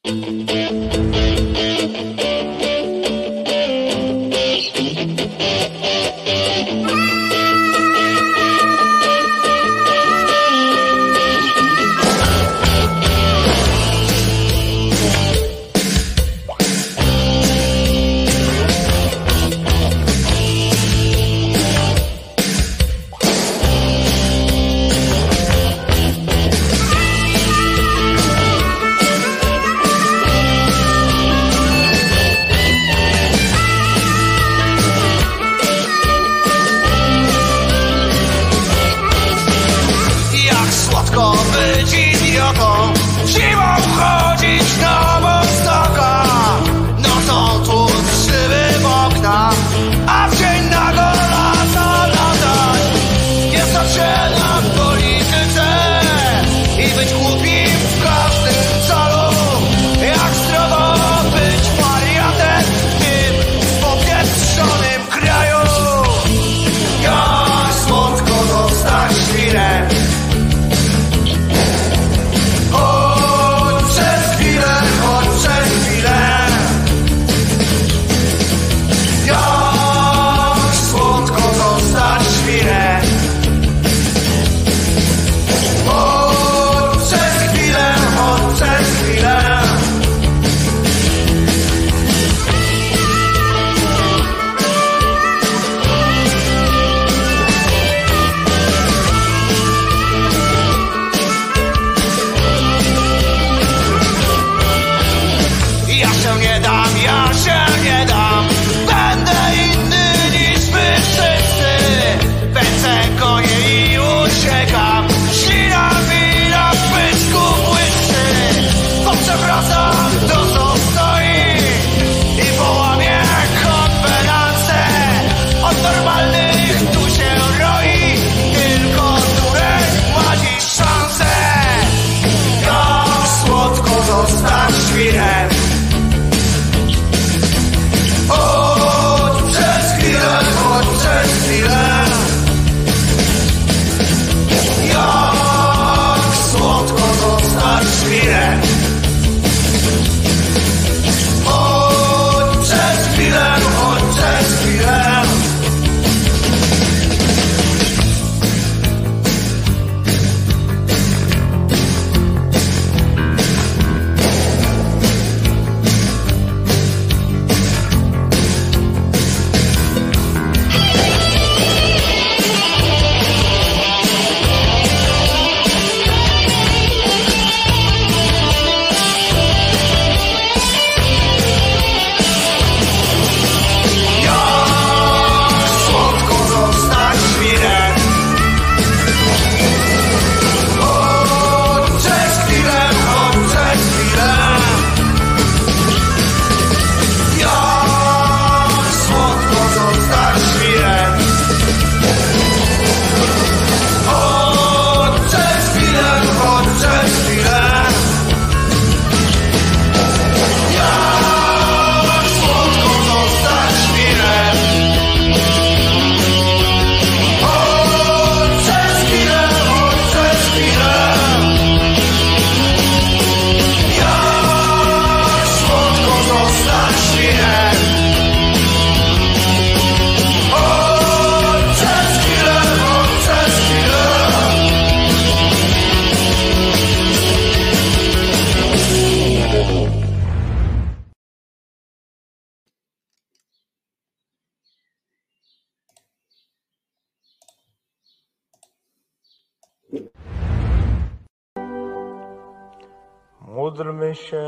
Módlmy się.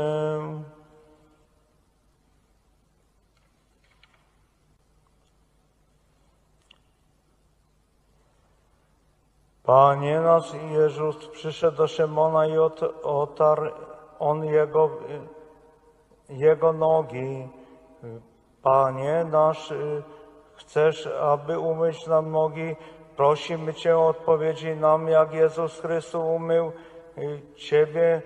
Panie nasz Jezus przyszedł do Szymona i otarł on jego nogi. Panie nasz, chcesz, aby umyć nam nogi? Prosimy Cię o odpowiedzi nam, jak Jezus Chrystus umył Ciebie,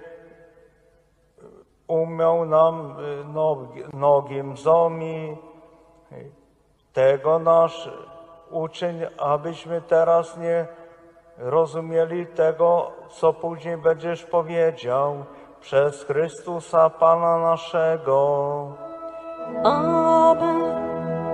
umył nam nogi mzomi. Tego nasz uczyń, abyśmy teraz nie rozumieli tego, co później będziesz powiedział. przez Chrystusa Pana naszego. Amen.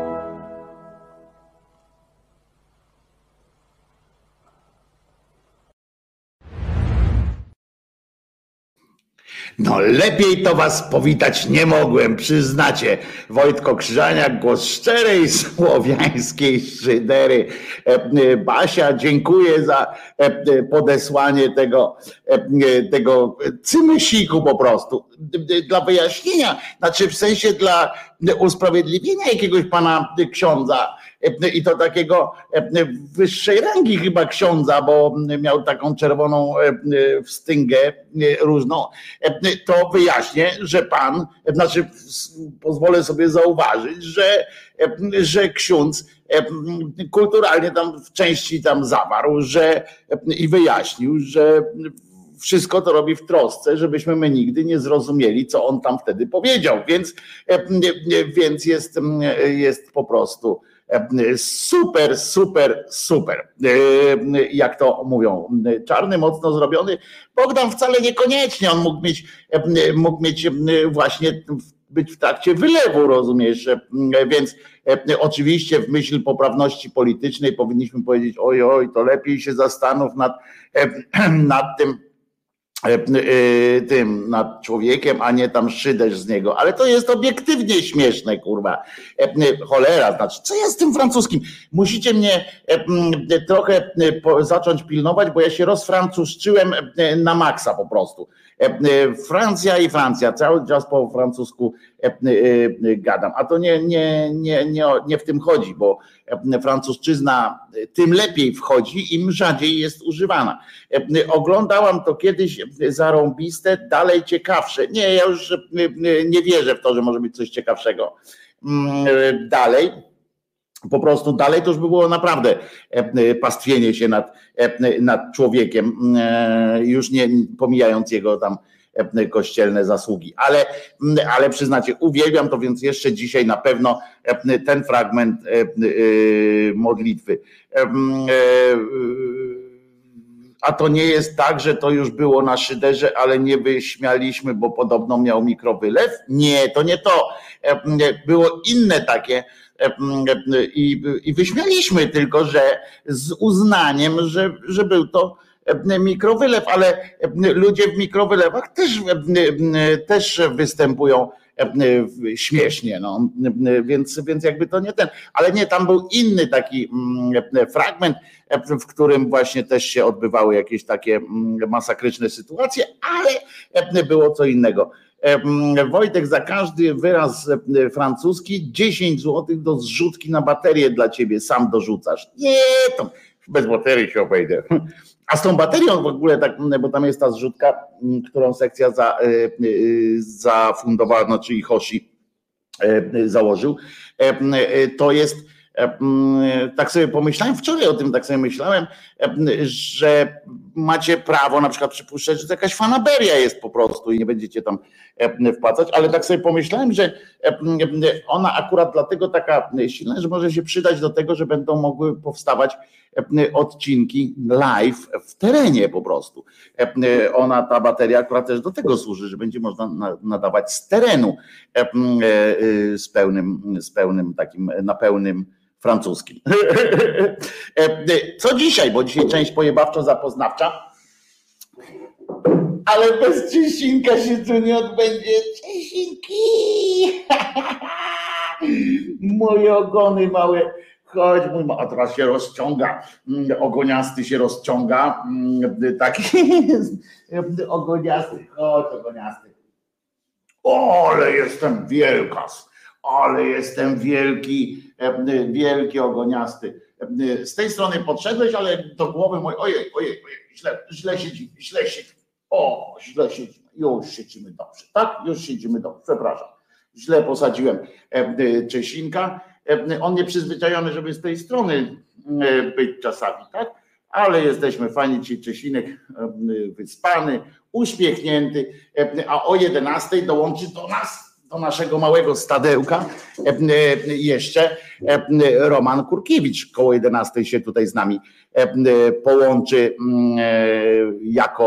No lepiej to was powitać nie mogłem, przyznacie. Wojtko Krzyżaniak, głos szczerej słowiańskiej szydery. Basia, dziękuję za podesłanie tego cymysiku po prostu. Dla wyjaśnienia, znaczy w sensie dla usprawiedliwienia jakiegoś pana księdza, i to takiego wyższej rangi chyba księdza, bo miał taką czerwoną wstęgę różną, to wyjaśnię, że pan, znaczy pozwolę sobie zauważyć, że ksiądz kulturalnie tam w części tam zawarł, i wyjaśnił, że wszystko to robi w trosce, żebyśmy my nigdy nie zrozumieli, co on tam wtedy powiedział, więc jest po prostu super, super, super. Jak to mówią, czarny mocno zrobiony. Bogdan wcale niekoniecznie, on mógł mieć właśnie być w trakcie wylewu, rozumiesz, więc oczywiście w myśl poprawności politycznej powinniśmy powiedzieć, oj, to lepiej się zastanów nad tym nad człowiekiem, a nie tam szyderz z niego, ale to jest obiektywnie śmieszne, kurwa, cholera, znaczy, co jest z tym francuskim? Musicie mnie trochę zacząć pilnować, bo ja się rozfrancuszczyłem na maksa po prostu. Francja, cały czas po francusku gadam, a to nie w tym chodzi, bo francuszczyzna tym lepiej wchodzi, im rzadziej jest używana. Oglądałam to kiedyś zarąbiste, dalej ciekawsze. Nie, ja już nie wierzę w to, że może być coś ciekawszego. Dalej. Po prostu dalej to już by było naprawdę pastwienie się nad człowiekiem, już nie pomijając jego tam kościelne zasługi. Ale przyznacie, uwielbiam to, więc jeszcze dzisiaj na pewno ten fragment modlitwy. A to nie jest tak, że to już było na szyderze, ale nie wyśmialiśmy, bo podobno miał mikrowylew? Nie, to nie to. Było inne takie i wyśmialiśmy, tylko że z uznaniem, że był to mikrowylew, ale ludzie w mikrowylewach też występują śmiesznie, no. Więc jakby to nie ten, ale nie, tam był inny taki fragment, w którym właśnie też się odbywały jakieś takie masakryczne sytuacje, ale było co innego. Wojtek, za każdy wyraz francuski 10 zł do zrzutki na baterię dla ciebie, sam dorzucasz. Nie, to bez baterii się obejdę. A z tą baterią w ogóle, tak, bo tam jest ta zrzutka, którą sekcja zafundowała, no, czyli Hoshi założył, to jest, tak sobie pomyślałem, wczoraj o tym tak sobie myślałem, że macie prawo na przykład przypuszczać, że to jakaś fanaberia jest po prostu i nie będziecie tam wpłacać, ale tak sobie pomyślałem, że ona akurat dlatego taka silna, że może się przydać do tego, że będą mogły powstawać odcinki live w terenie po prostu. Ta bateria akurat też do tego służy, że będzie można nadawać z terenu z pełnym takim, na pełnym francuskim. Co dzisiaj, bo dzisiaj część pojebawczo-zapoznawcza, ale bez Czesinka się tu nie odbędzie. Czesinki! Moje ogony małe. Chodź, a teraz się rozciąga, ogoniasty się rozciąga, taki ogoniasty, chodź ogoniasty. Ale jestem wielkas, ale jestem wielki ogoniasty. Z tej strony podszedłeś, ale do głowy mojej, ojej, źle siedzi. O, źle siedzimy, już siedzimy dobrze, tak? Już siedzimy dobrze, przepraszam. Źle posadziłem Czesinka. On nieprzyzwyczajony, żeby z tej strony być czasami, tak? Ale jesteśmy fajni, ci Czesinek wyspany, uśmiechnięty, a o 11 dołączy do nas, do naszego małego stadełka jeszcze Roman Kurkiewicz. Koło 11 się tutaj z nami połączy jako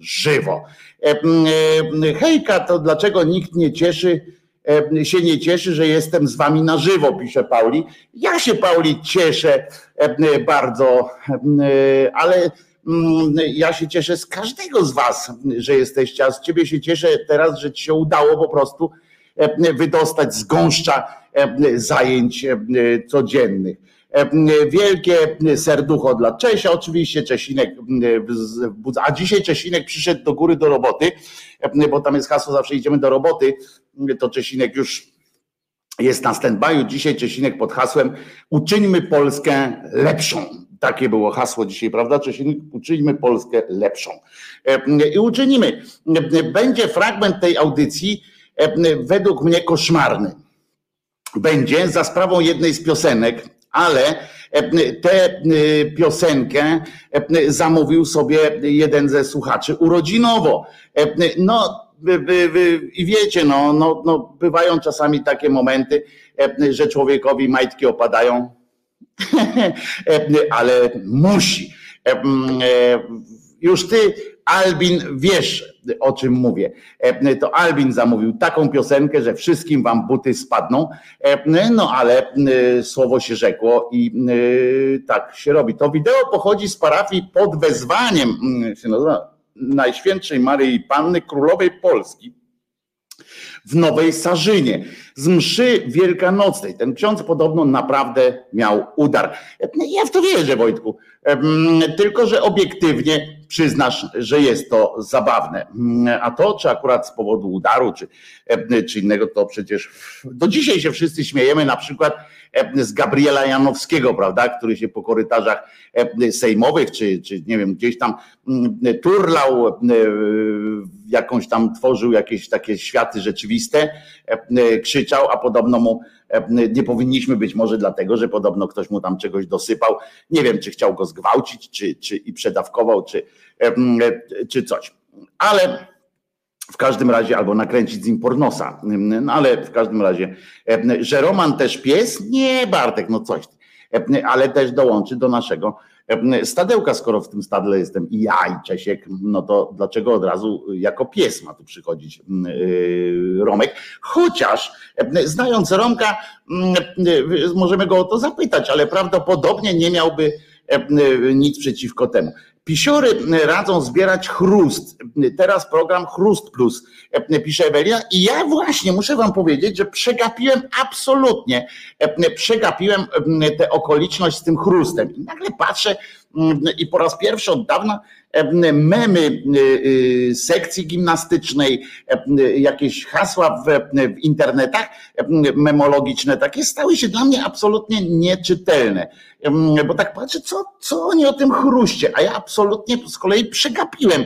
żywo. Hejka, to dlaczego nikt się nie cieszy, że jestem z wami na żywo, pisze Pauli. Ja się, Pauli, cieszę bardzo, ale ja się cieszę z każdego z was, że jesteście, a z ciebie się cieszę teraz, że ci się udało po prostu wydostać z gąszcza zajęć codziennych. Wielkie serducho dla Czesia, oczywiście Czesinek, a dzisiaj Czesinek przyszedł do góry do roboty, bo tam jest hasło, zawsze idziemy do roboty, to Czesinek już jest na stand-by'u. Dzisiaj Czesinek pod hasłem uczyńmy Polskę lepszą. Takie było hasło dzisiaj, prawda? Czesinek, uczyńmy Polskę lepszą. I uczynimy. Będzie fragment tej audycji według mnie koszmarny. Będzie za sprawą jednej z piosenek, ale tę piosenkę zamówił sobie jeden ze słuchaczy urodzinowo. No i wiecie, no, bywają czasami takie momenty, że człowiekowi majtki opadają, ale musi. Już ty, Albin, wiesz, o czym mówię. To Albin zamówił taką piosenkę, że wszystkim wam buty spadną, no ale słowo się rzekło i tak się robi. To wideo pochodzi z parafii pod wezwaniem, się nazywa, Najświętszej Maryi Panny Królowej Polski w Nowej Sarzynie, z mszy wielkanocnej. Ten ksiądz podobno naprawdę miał udar. Ja w to wierzę, Wojtku, tylko że obiektywnie przyznasz, że jest to zabawne. A to, czy akurat z powodu udaru, czy innego, to przecież do dzisiaj się wszyscy śmiejemy, na przykład z Gabriela Janowskiego, prawda, który się po korytarzach sejmowych, czy nie wiem, gdzieś tam turlał, jakąś tam tworzył jakieś takie światy rzeczywiste, krzyczał, a podobno mu nie powinniśmy być, może dlatego, że podobno ktoś mu tam czegoś dosypał. Nie wiem, czy chciał go zgwałcić, czy i przedawkował, czy coś. Ale w każdym razie, albo nakręcić z nim pornosa. No ale w każdym razie, że Roman też pies? Nie, Bartek, no coś. Ale też dołączy do naszego stadełka, skoro w tym stadle jestem i ja, i Czesiek, no to dlaczego od razu jako pies ma tu przychodzić Romek? Chociaż znając Romka, możemy go o to zapytać, ale prawdopodobnie nie miałby nic przeciwko temu. Pisiory radzą zbierać chrust. Teraz program Chrust Plus, pisze Ewelia. I ja właśnie muszę wam powiedzieć, że absolutnie przegapiłem tę okoliczność z tym chrustem. I nagle patrzę i po raz pierwszy od dawna memy sekcji gimnastycznej, jakieś hasła w internetach memologiczne takie stały się dla mnie absolutnie nieczytelne. Bo tak patrzę, co oni o tym chruście, a ja absolutnie z kolei przegapiłem,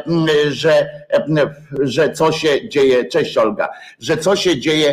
że co się dzieje, cześć Olga, że co się dzieje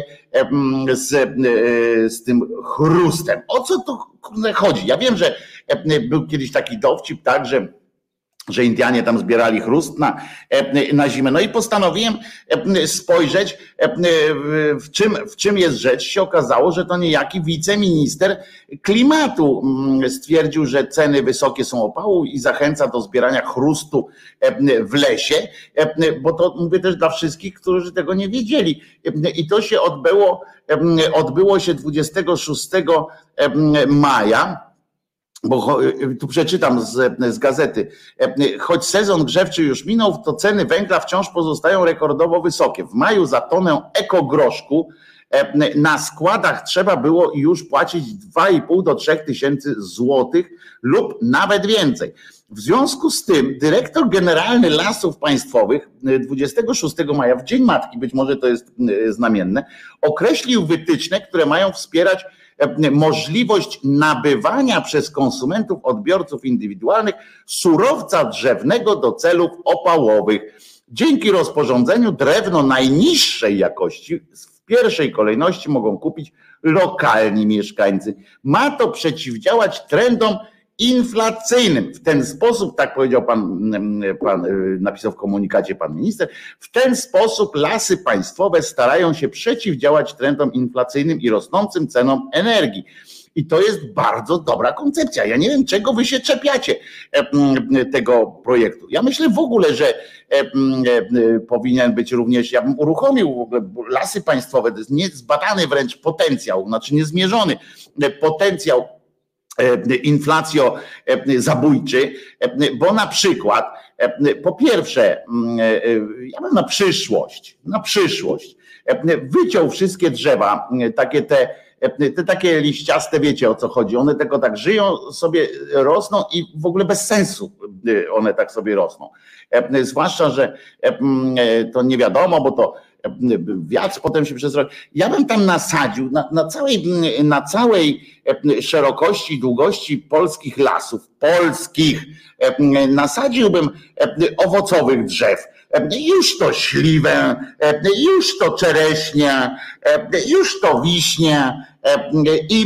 z tym chrustem. O co tu chodzi? Ja wiem, że był kiedyś taki dowcip, tak, że Indianie tam zbierali chrust na zimę. No i postanowiłem spojrzeć, w czym jest rzecz. Się okazało, że to niejaki wiceminister klimatu stwierdził, że ceny wysokie są opału i zachęca do zbierania chrustu w lesie, bo to mówię też dla wszystkich, którzy tego nie wiedzieli. I to się odbyło się 26 maja. Bo tu przeczytam z gazety. Choć sezon grzewczy już minął, to ceny węgla wciąż pozostają rekordowo wysokie. W maju za tonę ekogroszku na składach trzeba było już płacić 2,5 do 3 tysięcy złotych lub nawet więcej. W związku z tym dyrektor generalny Lasów Państwowych 26 maja, w Dzień Matki, być może to jest znamienne, określił wytyczne, które mają wspierać możliwość nabywania przez konsumentów, odbiorców indywidualnych surowca drzewnego do celów opałowych. Dzięki rozporządzeniu drewno najniższej jakości w pierwszej kolejności mogą kupić lokalni mieszkańcy. Ma to przeciwdziałać trendom inflacyjnym. W ten sposób, tak powiedział pan napisał w komunikacie pan minister, w ten sposób Lasy Państwowe starają się przeciwdziałać trendom inflacyjnym i rosnącym cenom energii. I to jest bardzo dobra koncepcja. Ja nie wiem, czego wy się czepiacie tego projektu. Ja myślę w ogóle, że powinien być również, ja bym uruchomił w ogóle lasy państwowe, to jest niezbadany wręcz potencjał, znaczy niezmierzony potencjał inflacjo-zabójczy, bo na przykład, po pierwsze, ja bym na przyszłość wyciął wszystkie drzewa, te takie liściaste, wiecie o co chodzi, one tylko tak żyją sobie, rosną i w ogóle bez sensu one tak sobie rosną. Zwłaszcza, że to nie wiadomo, bo to wiatr potem się przesroczy. Ja bym tam nasadził na całej szerokości i długości polskich lasów, nasadziłbym owocowych drzew. Już to śliwę, już to czereśnie, już to wiśnie i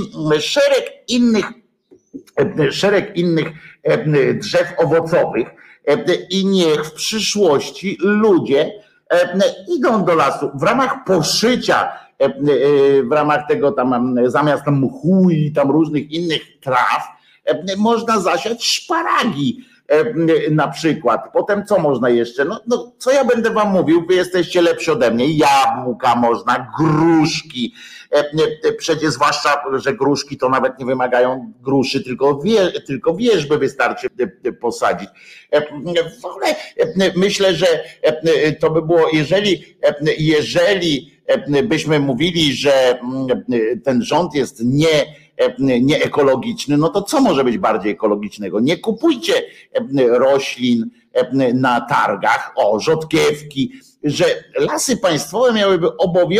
szereg innych drzew owocowych i niech w przyszłości ludzie idą do lasu w ramach poszycia, w ramach tego tam zamiast mchu i tam różnych innych traw można zasiać szparagi na przykład. Potem co można jeszcze? No co ja będę wam mówił, wy jesteście lepsi ode mnie. Jabłka można, gruszki. Przecież zwłaszcza, że gruszki to nawet nie wymagają gruszy, tylko wierzby wystarczy posadzić. W ogóle myślę, że to by było, jeżeli byśmy mówili, że ten rząd jest nieekologiczny, no to co może być bardziej ekologicznego? Nie kupujcie roślin na targach, rzodkiewki, że lasy państwowe miałyby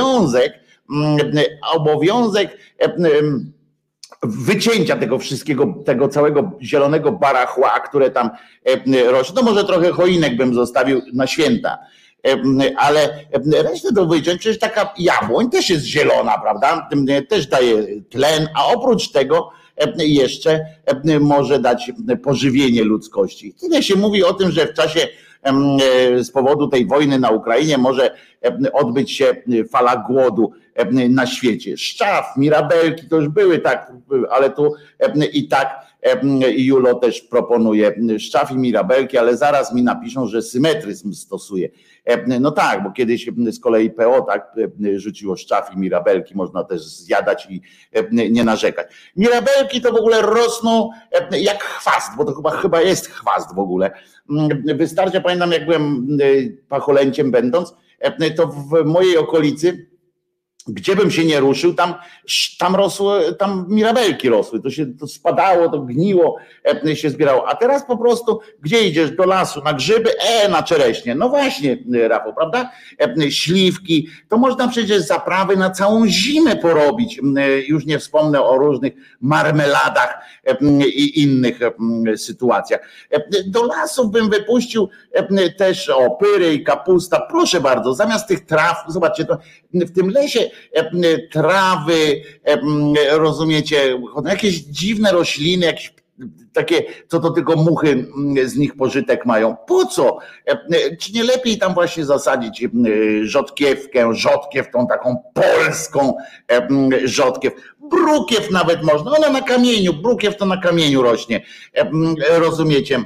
obowiązek wycięcia tego wszystkiego, tego całego zielonego barachła, które tam rośnie. No może trochę choinek bym zostawił na święta, ale resztę do wyciąć, przecież taka jabłoń też jest zielona, prawda? Też daje tlen, a oprócz tego jeszcze może dać pożywienie ludzkości. Tyle się mówi o tym, że w czasie z powodu tej wojny na Ukrainie może odbyć się fala głodu na świecie. Szczaw, mirabelki to już były, tak, ale tu i tak Julo też proponuje szczaw i mirabelki, ale zaraz mi napiszą, że symetryzm stosuje. No tak, bo kiedyś z kolei PO tak rzuciło szczaw i mirabelki, można też zjadać i nie narzekać. Mirabelki to w ogóle rosną jak chwast, bo to chyba jest chwast w ogóle. Wystarczy, pamiętam jak byłem pacholęciem będąc, to w mojej okolicy, gdzie bym się nie ruszył, tam mirabelki rosły, to spadało, to gniło, się zbierało, a teraz po prostu, gdzie idziesz do lasu, na grzyby, na czereśnie, no właśnie, Rafał, prawda, śliwki, to można przecież zaprawy na całą zimę porobić, już nie wspomnę o różnych marmeladach i innych sytuacjach. Do lasów bym wypuścił też pyry i kapusta, proszę bardzo, zamiast tych traw, zobaczcie, to w tym lesie trawy, rozumiecie, jakieś dziwne rośliny, jakieś takie, co to tylko muchy z nich pożytek mają. Po co? Czy nie lepiej tam właśnie zasadzić rzodkiew, tą taką polską rzodkiew, brukiew nawet można, ona na kamieniu, brukiew to na kamieniu rośnie, rozumiecie?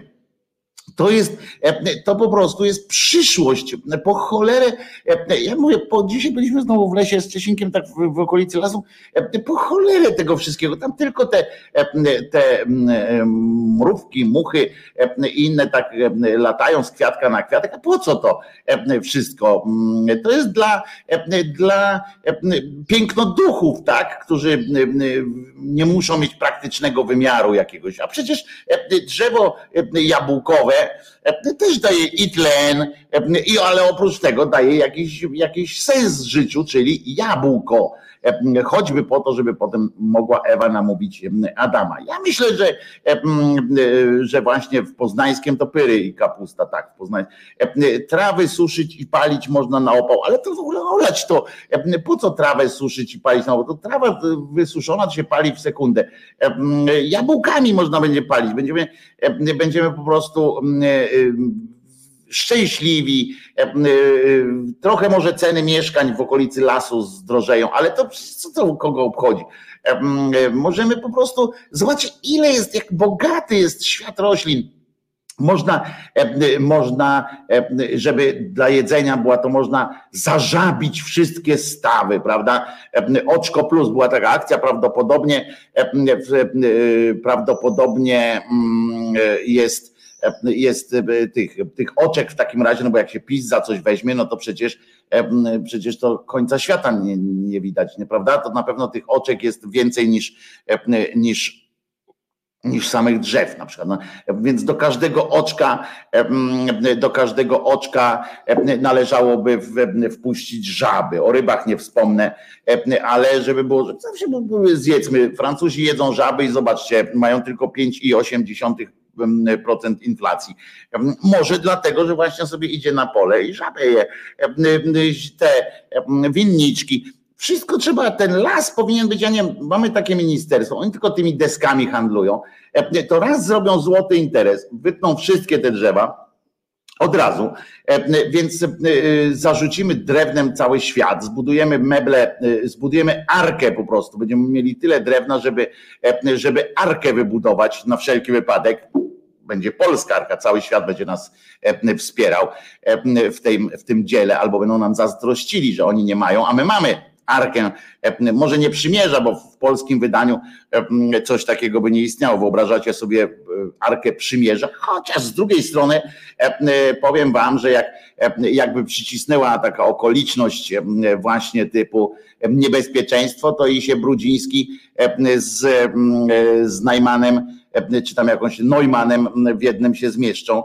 To po prostu jest przyszłość. Po cholerę, ja mówię, dzisiaj byliśmy znowu w lesie z Czesinkiem, tak w okolicy lasu, po cholerę tego wszystkiego, tam tylko te mrówki, muchy i inne tak latają z kwiatka na kwiatek, a po co to wszystko? To jest dla pięknoduchów, tak, którzy nie muszą mieć praktycznego wymiaru jakiegoś, a przecież drzewo jabłkowe też daje i tlen, ale oprócz tego daje jakiś sens życiu, czyli jabłko. Choćby po to, żeby potem mogła Ewa namówić Adama. Ja myślę, że właśnie w Poznańskiem to pyry i kapusta, tak, w Poznańskim. Trawy suszyć i palić można na opał, ale to w ogóle olać to. Po co trawę suszyć i palić na opał? To trawa wysuszona to się pali w sekundę. Jabłkami można będzie palić. Będziemy po prostu szczęśliwi, trochę może ceny mieszkań w okolicy lasu zdrożeją, ale to co to kogo obchodzi? Możemy po prostu zobaczyć, ile jest, jak bogaty jest świat roślin. Można, żeby dla jedzenia była, to można zażabić wszystkie stawy, prawda? Oczko Plus była taka akcja, prawdopodobnie jest tych oczek w takim razie, no bo jak się PiS za coś weźmie, no to przecież to końca świata nie widać, nieprawda? To na pewno tych oczek jest więcej niż samych drzew na przykład. No, więc do każdego oczka należałoby wpuścić żaby. O rybach nie wspomnę, ale żeby było, zawsze zjedzmy. Francuzi jedzą żaby i zobaczcie, mają tylko 5,8% inflacji. Może dlatego, że właśnie sobie idzie na pole i żabę je. Te winniczki. Wszystko trzeba, ten las powinien być, ja nie wiem, mamy takie ministerstwo, oni tylko tymi deskami handlują, to raz zrobią złoty interes, wytną wszystkie te drzewa od razu, więc zarzucimy drewnem cały świat, zbudujemy meble, zbudujemy arkę po prostu, będziemy mieli tyle drewna, żeby arkę wybudować na wszelki wypadek. Będzie polska arka, cały świat będzie nas wspierał w tym dziele, albo będą nam zazdrościli, że oni nie mają, a my mamy arkę, może nie przymierza, bo w polskim wydaniu coś takiego by nie istniało. Wyobrażacie sobie arkę przymierza? Chociaż z drugiej strony powiem wam, że jakby przycisnęła taka okoliczność właśnie typu niebezpieczeństwo, to i się Brudziński z Najmanem, czy tam jakąś Neumannem w jednym się zmieszczą.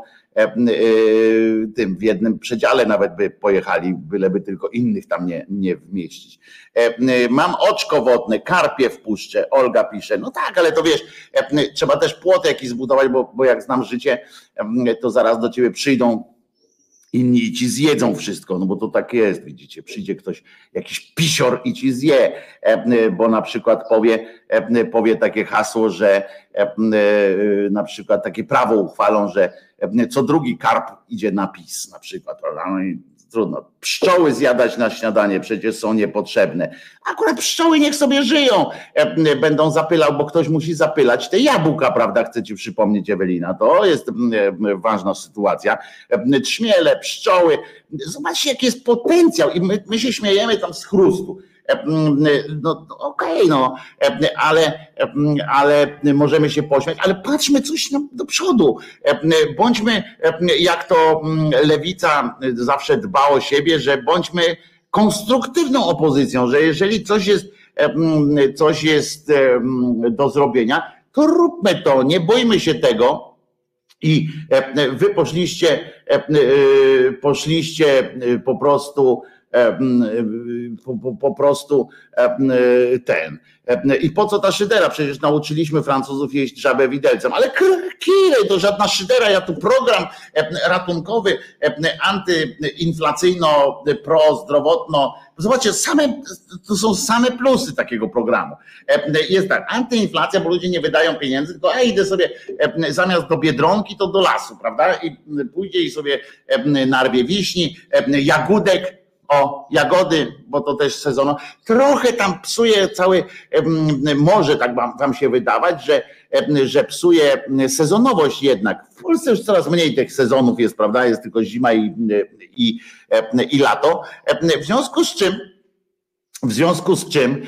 W jednym przedziale nawet by pojechali, byleby tylko innych tam nie wmieścić. Mam oczko wodne, karpie w puszce, Olga pisze. No tak, ale to wiesz, trzeba też płot jakiś zbudować, bo jak znam życie, to zaraz do ciebie przyjdą inni i ci zjedzą wszystko, no bo to tak jest, widzicie, przyjdzie ktoś, jakiś pisior i ci zje, bo na przykład powie takie hasło, że na przykład takie prawo uchwalą, że co drugi karp idzie na PiS na przykład, prawda? No i trudno. Pszczoły zjadać na śniadanie, przecież są niepotrzebne. Akurat pszczoły niech sobie żyją, będą zapylał, bo ktoś musi zapylać te jabłka, prawda? Chcę ci przypomnieć, Ewelina, to jest ważna sytuacja. Trzmiele, pszczoły, zobaczcie jaki jest potencjał i my się śmiejemy tam z chrustu. No okej, no, ale możemy się pośmiać, ale patrzmy coś do przodu. Bądźmy, jak to lewica zawsze dba o siebie, że bądźmy konstruktywną opozycją, że jeżeli coś jest do zrobienia, to róbmy to, nie bójmy się tego. I wy poszliście po prostu i po co ta szydera? Przecież nauczyliśmy Francuzów jeść żabę widelcem, ale kilej, to żadna szydera, ja tu program ratunkowy, antyinflacyjno, prozdrowotno, zobaczcie, to są same plusy takiego programu. Jest tak, antyinflacja, bo ludzie nie wydają pieniędzy, tylko idę sobie zamiast do Biedronki, to do lasu, prawda? I pójdzie i sobie narwie wiśni, jagódek, jagody, bo to też sezono, trochę tam psuje cały, może tak wam się wydawać, że psuje sezonowość jednak. W Polsce już coraz mniej tych sezonów jest, prawda? Jest tylko zima i lato. W związku z czym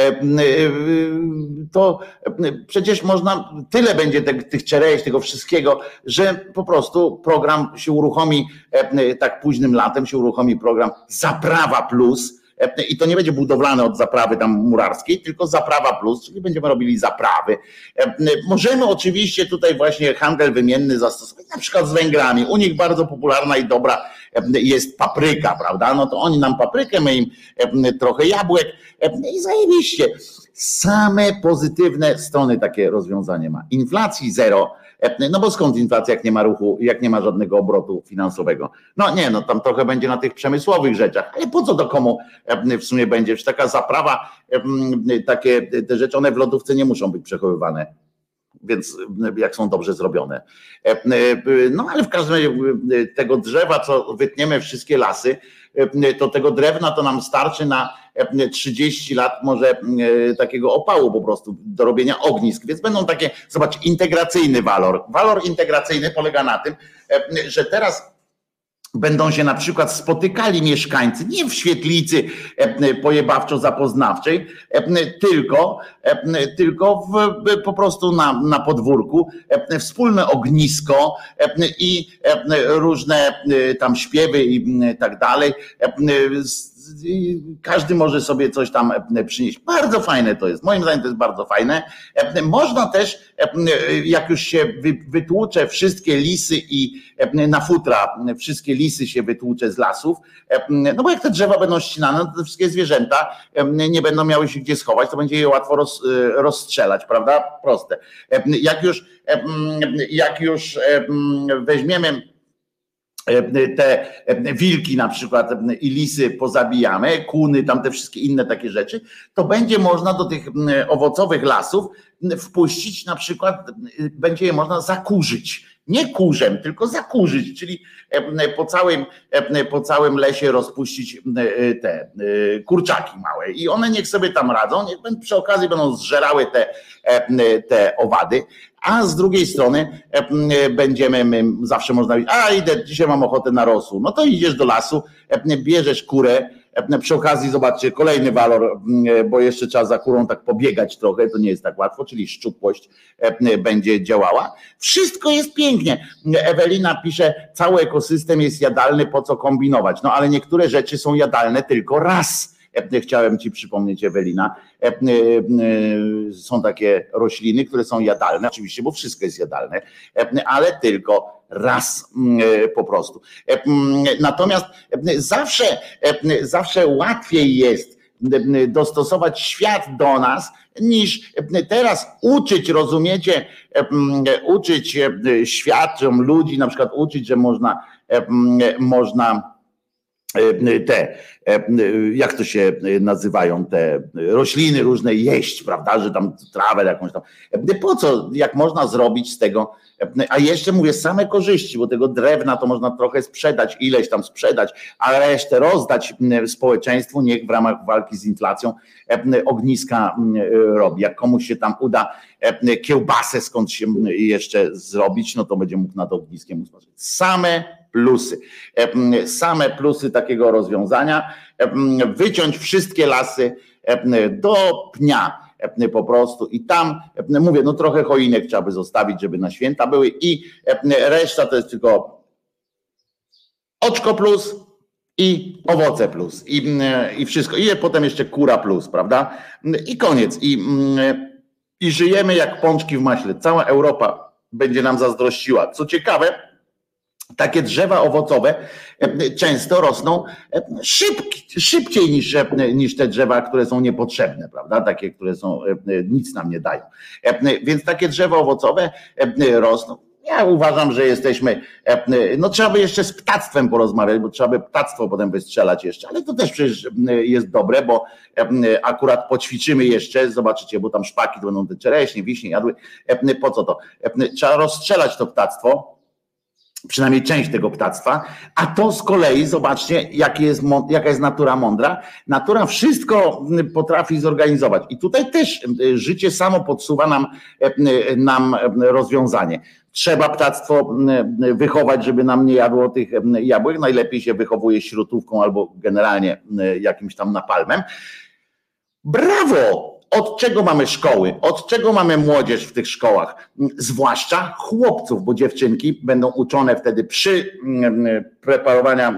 to przecież można, tyle będzie tych czereść, tego wszystkiego, że po prostu program się uruchomi, tak późnym latem się uruchomi program Zaprawa Plus i to nie będzie budowlane od zaprawy tam murarskiej, tylko Zaprawa Plus, czyli będziemy robili zaprawy. Możemy oczywiście tutaj właśnie handel wymienny zastosować, na przykład z Węgrami. U nich bardzo popularna i dobra jest papryka, prawda? No to oni nam paprykę, my im trochę jabłek i zajebiście. Same pozytywne strony takie rozwiązanie ma. Inflacji zero, no bo skąd inflacja, jak nie ma ruchu, jak nie ma żadnego obrotu finansowego? No nie, no tam trochę będzie na tych przemysłowych rzeczach, ale po co to komu w sumie będzie? Czy taka zaprawa, takie te rzeczy, one w lodówce nie muszą być przechowywane. więc jak są dobrze zrobione. No ale w każdym razie tego drzewa, co wytniemy wszystkie lasy, to tego drewna to nam starczy na 30 lat może takiego opału po prostu do robienia ognisk, więc będą takie, zobacz, integracyjny walor. Walor integracyjny polega na tym, że teraz będą się na przykład spotykali mieszkańcy nie w świetlicy pojebawczo-zapoznawczej, tylko po prostu na podwórku, wspólne ognisko i różne tam śpiewy i tak dalej. Każdy może sobie coś tam przynieść. Bardzo fajne to jest. Moim zdaniem to jest bardzo fajne. Można też, jak już się wytłucze wszystkie lisy i na futra, wszystkie lisy się wytłucze z lasów, no bo jak te drzewa będą ścinane, to te wszystkie zwierzęta nie będą miały się gdzie schować, to będzie je łatwo rozstrzelać, prawda? Proste. Jak już weźmiemy te wilki na przykład i lisy pozabijamy, kuny, tam te wszystkie inne takie rzeczy, to będzie można do tych owocowych lasów wpuścić na przykład, będzie je można zakurzyć. Nie kurzem, tylko zakurzyć, czyli po całym lesie rozpuścić te kurczaki małe i one niech sobie tam radzą, niech przy okazji będą zżerały te owady, a z drugiej strony my zawsze można powiedzieć, idę, dzisiaj mam ochotę na rosół, no to idziesz do lasu, bierzesz kurę, przy okazji zobaczcie kolejny walor, bo jeszcze trzeba za kurą tak pobiegać trochę, to nie jest tak łatwo, czyli szczupłość będzie działała. Wszystko jest pięknie. Ewelina pisze, cały ekosystem jest jadalny, po co kombinować? No ale niektóre rzeczy są jadalne tylko raz. Chciałem ci przypomnieć, Ewelina, są takie rośliny, które są jadalne, oczywiście, bo wszystko jest jadalne, ale tylko raz po prostu. Natomiast zawsze łatwiej jest dostosować świat do nas, niż teraz uczyć, rozumiecie, uczyć świat, ludzi, na przykład uczyć, że można jak to się nazywają, te rośliny różne jeść, prawda, że tam trawę jakąś tam. Po co, jak można zrobić z tego, a jeszcze mówię, same korzyści, bo tego drewna to można trochę sprzedać, ileś tam sprzedać, a resztę rozdać społeczeństwu, niech w ramach walki z inflacją ogniska robi. Jak komuś się tam uda kiełbasę skąd się jeszcze zrobić, no to będzie mógł nad ogniskiem usmażyć. Same plusy takiego rozwiązania, wyciąć wszystkie lasy do pnia po prostu i tam, mówię, no trochę choinek trzeba by zostawić, żeby na święta były i reszta to jest tylko oczko plus i owoce plus i wszystko, i potem jeszcze kura plus, prawda? I koniec. I żyjemy jak pączki w maśle. Cała Europa będzie nam zazdrościła. Co ciekawe, takie drzewa owocowe często rosną szybciej niż te drzewa, które są niepotrzebne, prawda? Takie, które nic nam nie dają. Więc takie drzewa owocowe rosną. Ja uważam, że jesteśmy, no trzeba by jeszcze z ptactwem porozmawiać, bo trzeba by ptactwo potem wystrzelać jeszcze, ale to też przecież jest dobre, bo akurat poćwiczymy jeszcze, zobaczycie, bo tam szpaki to będą te czereśnie, wiśnie jadły. Po co to? Trzeba rozstrzelać to ptactwo, przynajmniej część tego ptactwa, a to z kolei, zobaczcie, jaka jest natura mądra. Natura wszystko potrafi zorganizować i tutaj też życie samo podsuwa nam rozwiązanie. Trzeba ptactwo wychować, żeby nam nie jadło tych jabłek, najlepiej się wychowuje śrutówką albo generalnie jakimś tam napalmem. Brawo! Od czego mamy szkoły? Od czego mamy młodzież w tych szkołach? Zwłaszcza chłopców, bo dziewczynki będą uczone wtedy przy preparowania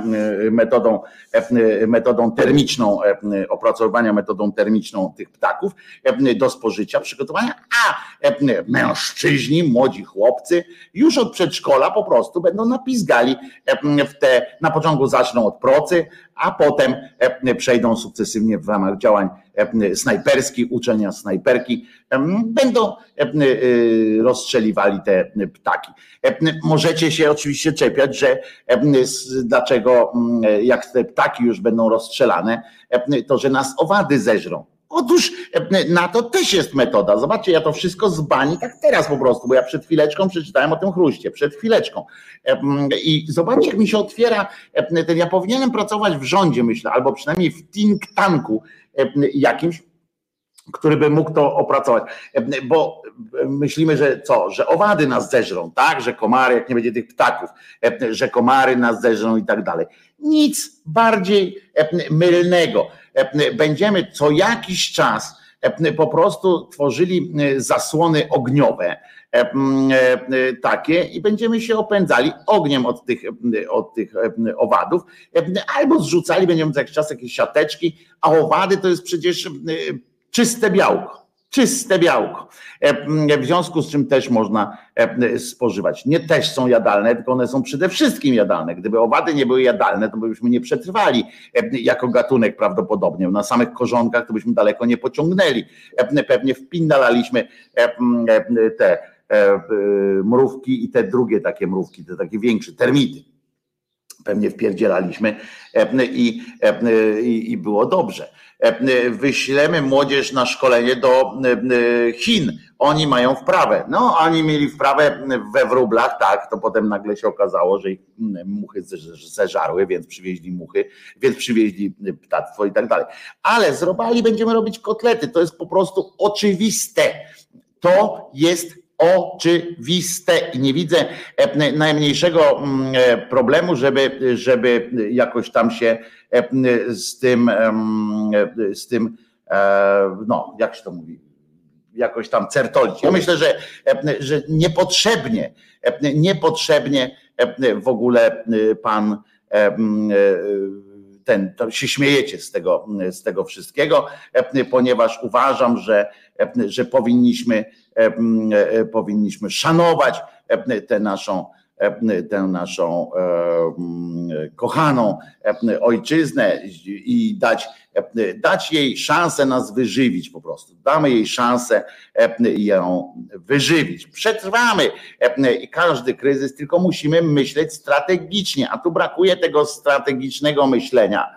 metodą termiczną, opracowywania metodą termiczną tych ptaków do spożycia, przygotowania, a mężczyźni, młodzi chłopcy już od przedszkola po prostu będą napizgali na początku zaczną od procy, a potem przejdą sukcesywnie w ramach działań snajperskich, uczenia snajperki, będą rozstrzeliwali te ptaki. Możecie się oczywiście czepiać, że dlaczego jak te ptaki już będą rozstrzelane, to że nas owady zeżrą. Otóż na to też jest metoda. Zobaczcie, ja to wszystko z bani tak teraz po prostu, bo ja przed chwileczką przeczytałem o tym chruście, przed chwileczką. I zobaczcie, jak mi się otwiera ja powinienem pracować w rządzie, myślę, albo przynajmniej w think tanku jakimś, który by mógł to opracować, bo myślimy, że co, że owady nas zeżrą, tak, że komary, jak nie będzie tych ptaków, że komary nas zeżrą i tak dalej. Nic bardziej mylnego. Będziemy co jakiś czas po prostu tworzyli zasłony ogniowe takie i będziemy się opędzali ogniem od tych owadów, albo zrzucali będziemy co jakiś czas jakieś siateczki, a owady to jest przecież czyste białko. Czyste białko, w związku z czym też można spożywać. Nie też są jadalne, tylko one są przede wszystkim jadalne. Gdyby owady nie były jadalne, to byśmy nie przetrwali jako gatunek prawdopodobnie. Na samych korzonkach to byśmy daleko nie pociągnęli. Pewnie wpindalaliśmy te mrówki i te drugie takie mrówki, te takie większe, termity. Pewnie wpierdzielaliśmy i było dobrze. Wyślemy młodzież na szkolenie do Chin. Oni mają wprawę. No, oni mieli wprawę we wróblach, tak, to potem nagle się okazało, że ich muchy zeżarły, więc przywieźli ptactwo i tak dalej. Ale z robali będziemy robić kotlety. To jest po prostu oczywiste. To jest oczywiste i nie widzę najmniejszego problemu, żeby jakoś tam się z tym, no jak się to mówi, jakoś tam certolić. Ja myślę, że niepotrzebnie w ogóle pan to się śmiejecie z tego wszystkiego, ponieważ uważam, że powinniśmy szanować tę naszą kochaną ojczyznę i dać jej szansę nas wyżywić po prostu. Damy jej szansę ją wyżywić. Przetrwamy każdy kryzys, tylko musimy myśleć strategicznie, a tu brakuje tego strategicznego myślenia.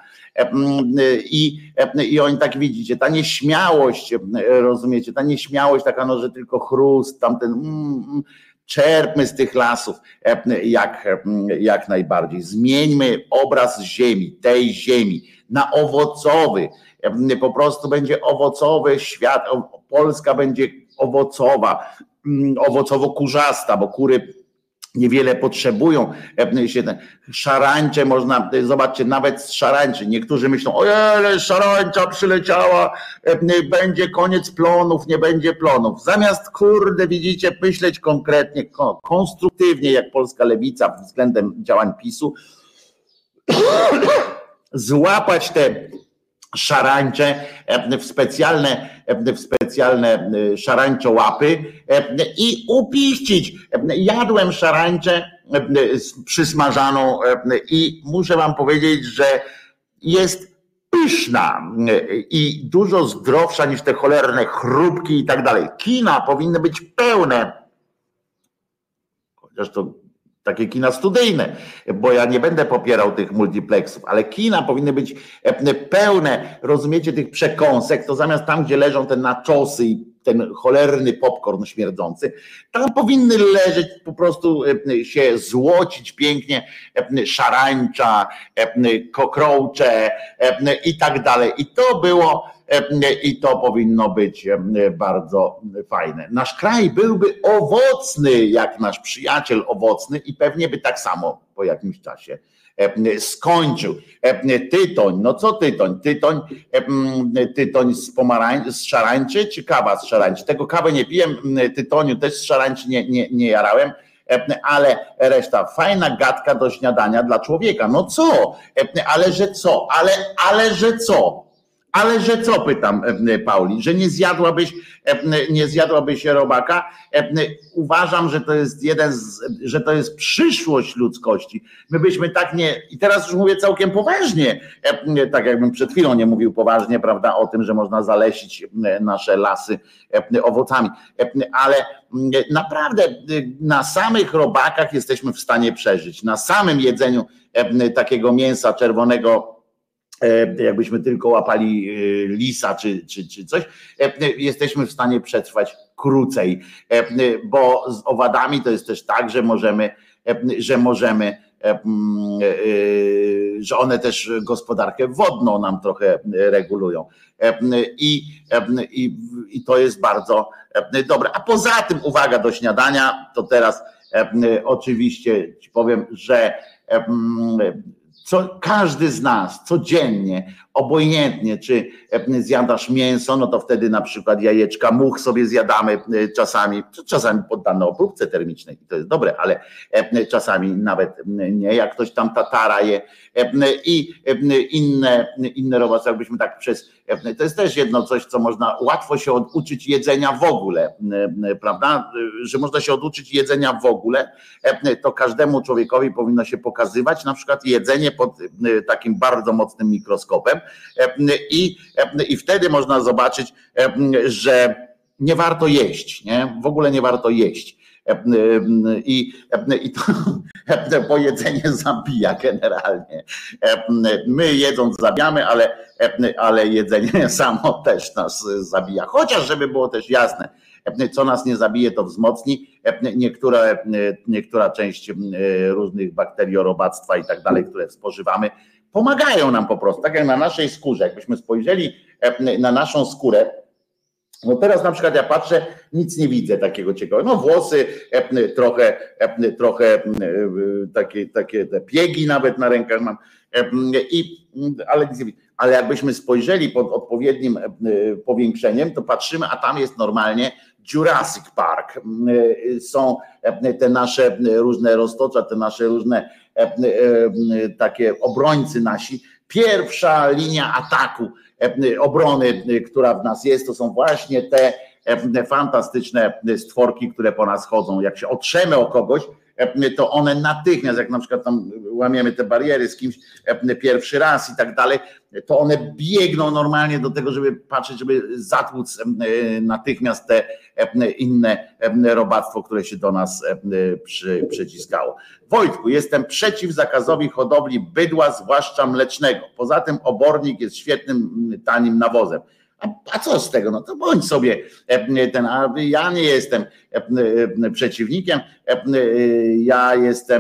I oni tak widzicie, ta nieśmiałość, rozumiecie, ta nieśmiałość taka, no, że tylko chrust, tamten czerpmy z tych lasów jak najbardziej. Zmieńmy obraz ziemi, tej ziemi na owocowy. Po prostu będzie owocowy świat, Polska będzie owocowa, owocowo-kurzasta, bo kury niewiele potrzebują. Szarańcze można, zobaczcie, nawet z szarańczy. Niektórzy myślą, ojej, szarańcza przyleciała, będzie koniec plonów, nie będzie plonów. Zamiast, kurde, widzicie, myśleć konkretnie, konstruktywnie, jak polska lewica względem działań PiS-u, złapać te szarańcze w specjalne szarańczołapy i upiścić. Jadłem szarańczę przysmażaną i muszę wam powiedzieć, że jest pyszna i dużo zdrowsza niż te cholerne chrupki i tak dalej. Kina powinny być pełne, chociaż to takie kina studyjne, bo ja nie będę popierał tych multiplexów, ale kina powinny być pełne, rozumiecie, tych przekąsek, to zamiast tam, gdzie leżą te nachosy i ten cholerny popcorn śmierdzący, tam powinny leżeć, po prostu się złocić pięknie szarańcza, kokrołcze i tak dalej. I to powinno być bardzo fajne. Nasz kraj byłby owocny, jak nasz przyjaciel owocny i pewnie by tak samo po jakimś czasie skończył. Tytoń, no co tytoń? Tytoń z szarańczy czy kawa z szarańczy? Tego kawy nie piłem, tytoniu też z szarańczy nie jarałem, ale reszta fajna gadka do śniadania dla człowieka. No co? Ale że co? Ale że co? Ale że co, pytam Pauli, że nie zjadłabyś robaka? Uważam, że to jest że to jest przyszłość ludzkości. My byśmy tak nie, i teraz już mówię całkiem poważnie, tak jakbym przed chwilą nie mówił poważnie, prawda, o tym, że można zalesić nasze lasy owocami, ale naprawdę na samych robakach jesteśmy w stanie przeżyć, na samym jedzeniu takiego mięsa czerwonego jakbyśmy tylko łapali lisa czy coś, jesteśmy w stanie przetrwać krócej, bo z owadami to jest też tak, że one też gospodarkę wodną nam trochę regulują i to jest bardzo dobre. A poza tym, uwaga, do śniadania, to teraz oczywiście ci powiem, że każdy z nas codziennie, obojętnie czy zjadasz mięso, no to wtedy na przykład jajeczka much sobie zjadamy czasami poddane obróbce termicznej, to jest dobre, ale czasami nawet nie, jak ktoś tam tatara je i inne robactwa, jakbyśmy tak to jest też jedno coś, co można łatwo się oduczyć jedzenia w ogóle, prawda, że można się oduczyć jedzenia w ogóle, to każdemu człowiekowi powinno się pokazywać na przykład jedzenie pod takim bardzo mocnym mikroskopem i wtedy można zobaczyć, że nie warto jeść, nie? W ogóle nie warto jeść. I to bo jedzenie zabija generalnie. My jedząc zabijamy, ale jedzenie samo też nas zabija. Chociaż żeby było też jasne, co nas nie zabije, to wzmocni. Niektóra część różnych bakteriorobactwa i tak dalej, które spożywamy, pomagają nam po prostu, tak jak na naszej skórze. Jakbyśmy spojrzeli na naszą skórę, no teraz na przykład ja patrzę, nic nie widzę takiego ciekawego. No włosy, trochę takie te piegi nawet na rękach mam, ale nic nie widzę. Ale jakbyśmy spojrzeli pod odpowiednim powiększeniem, to patrzymy, a tam jest normalnie Jurassic Park. Są te nasze różne roztocza, te nasze różne takie obrońcy nasi. Pierwsza linia ataku, obrony, która w nas jest, to są właśnie te fantastyczne stworki, które po nas chodzą. Jak się otrzemy o kogoś, to one natychmiast, jak na przykład tam łamiemy te bariery z kimś pierwszy raz i tak dalej, to one biegną normalnie do tego, żeby patrzeć, żeby zatłuc natychmiast te inne robactwo, które się do nas przyciskało. Wojtku, jestem przeciw zakazowi hodowli bydła, zwłaszcza mlecznego. Poza tym obornik jest świetnym, tanim nawozem. A co z tego? No to bądź sobie ja nie jestem przeciwnikiem, ja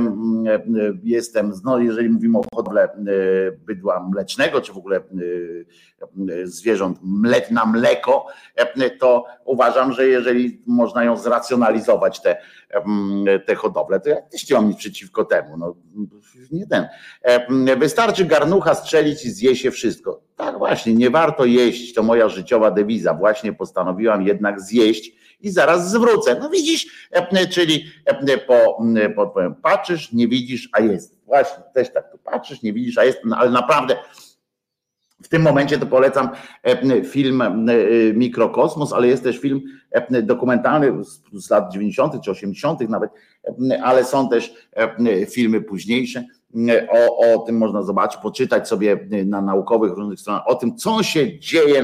jestem, no jeżeli mówimy o hodowle bydła mlecznego, czy w ogóle zwierząt na mleko, to uważam, że jeżeli można ją zracjonalizować te hodowle, to ja też nie mam nic przeciwko temu. No, nie wystarczy garnucha strzelić i zje się wszystko. Tak właśnie, nie warto jeść, to moja życiowa dewiza. Właśnie postanowiłam jednak zjeść i zaraz zwrócę. No widzisz, czyli podpowiem, patrzysz, nie widzisz, a jest. Właśnie, też tak, tu patrzysz, nie widzisz, a jest, no, ale naprawdę w tym momencie to polecam film Mikrokosmos, ale jest też film dokumentalny z lat 90. czy 80. nawet, ale są też filmy późniejsze. O tym można zobaczyć, poczytać sobie na naukowych różnych stronach o tym, co się dzieje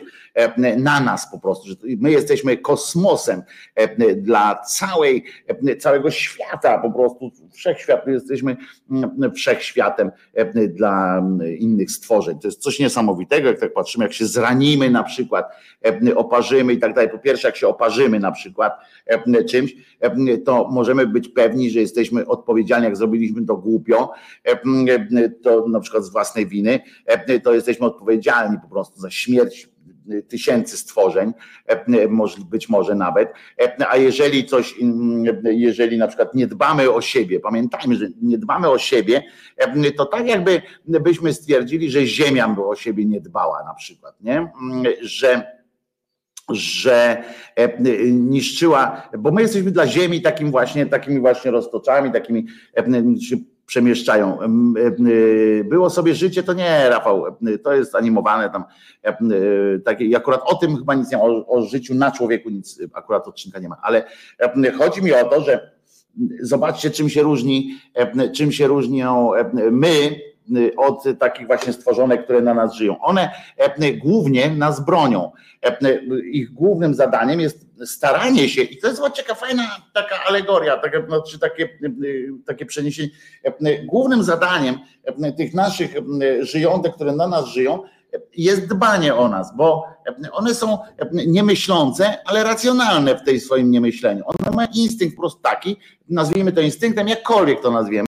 na nas po prostu, że my jesteśmy kosmosem dla całego świata, po prostu wszechświat, my jesteśmy wszechświatem dla innych stworzeń. To jest coś niesamowitego, jak tak patrzymy, jak się zranimy na przykład, oparzymy i tak dalej. Po pierwsze, jak się oparzymy na przykład czymś, to możemy być pewni, że jesteśmy odpowiedzialni, jak zrobiliśmy to głupio, to na przykład z własnej winy, to jesteśmy odpowiedzialni po prostu za śmierć tysięcy stworzeń, być może nawet, a jeżeli na przykład nie dbamy o siebie, pamiętajmy, że nie dbamy o siebie, to tak jakby byśmy stwierdzili, że Ziemia by o siebie nie dbała na przykład, nie? Że niszczyła, bo my jesteśmy dla Ziemi takimi właśnie roztoczami, takimi się przemieszczają. Było sobie życie, to nie, Rafał, to jest animowane tam, takie, akurat o tym chyba nic nie ma, o życiu na człowieku nic akurat odcinka nie ma, ale chodzi mi o to, że zobaczcie, czym się różnią my, od takich właśnie stworzonek, które na nas żyją. One głównie nas bronią. Ich głównym zadaniem jest staranie się, i to jest ciekawa, fajna taka alegoria, czy takie przeniesienie. Głównym zadaniem tych naszych żyjątek, które na nas żyją, jest dbanie o nas, bo one są niemyślące, ale racjonalne w tej swoim niemyśleniu. One mają instynkt po prostu taki, nazwijmy to instynktem, jakkolwiek to nazwiemy,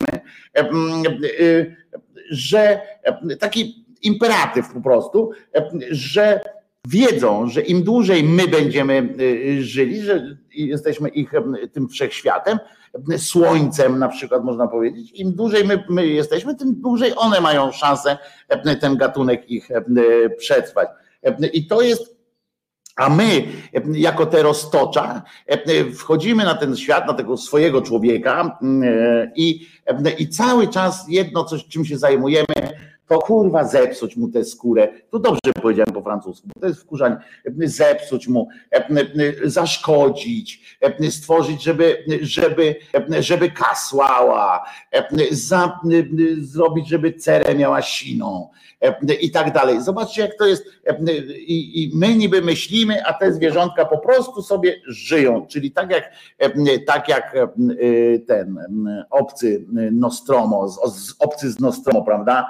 że taki imperatyw po prostu, że wiedzą, że im dłużej my będziemy żyli, że jesteśmy ich tym wszechświatem, słońcem na przykład można powiedzieć, im dłużej my jesteśmy, tym dłużej one mają szansę, ten gatunek ich przetrwać. I to jest, a my jako te roztocza wchodzimy na ten świat, na tego swojego człowieka i cały czas jedno coś, czym się zajmujemy, to kurwa zepsuć mu tę skórę, tu dobrze powiedziałem po francusku, bo to jest wkurzanie, zepsuć mu, zaszkodzić, stworzyć, żeby kasłała, zrobić, żeby cerę miała siną i tak dalej. Zobaczcie, jak to jest. I my niby myślimy, a te zwierzątka po prostu sobie żyją, czyli tak jak ten obcy Nostromo, obcy z Nostromo, prawda?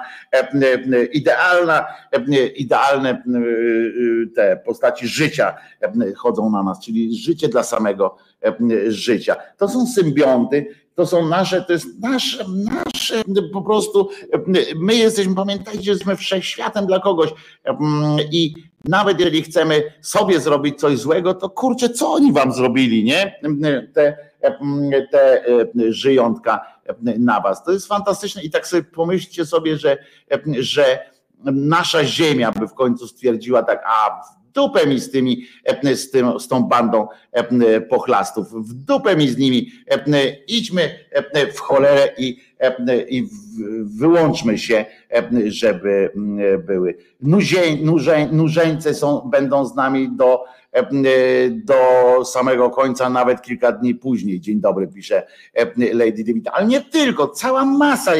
Idealne te postaci życia chodzą na nas, czyli życie dla samego życia. To są symbionty, to są nasze, to jest nasze po prostu, my jesteśmy, pamiętajcie, że jesteśmy wszechświatem dla kogoś i nawet jeżeli chcemy sobie zrobić coś złego, to kurczę, co oni wam zrobili, nie? Te żyjątka na was. To jest fantastyczne i tak sobie pomyślcie sobie, że nasza ziemia by w końcu stwierdziła tak, a w dupę mi z tą bandą pochlastów, w dupę mi z nimi, idźmy w cholerę i wyłączmy się, żeby były. Nużeńce będą z nami do samego końca, nawet kilka dni później. Dzień dobry, pisze Lady David. Ale nie tylko, cała masa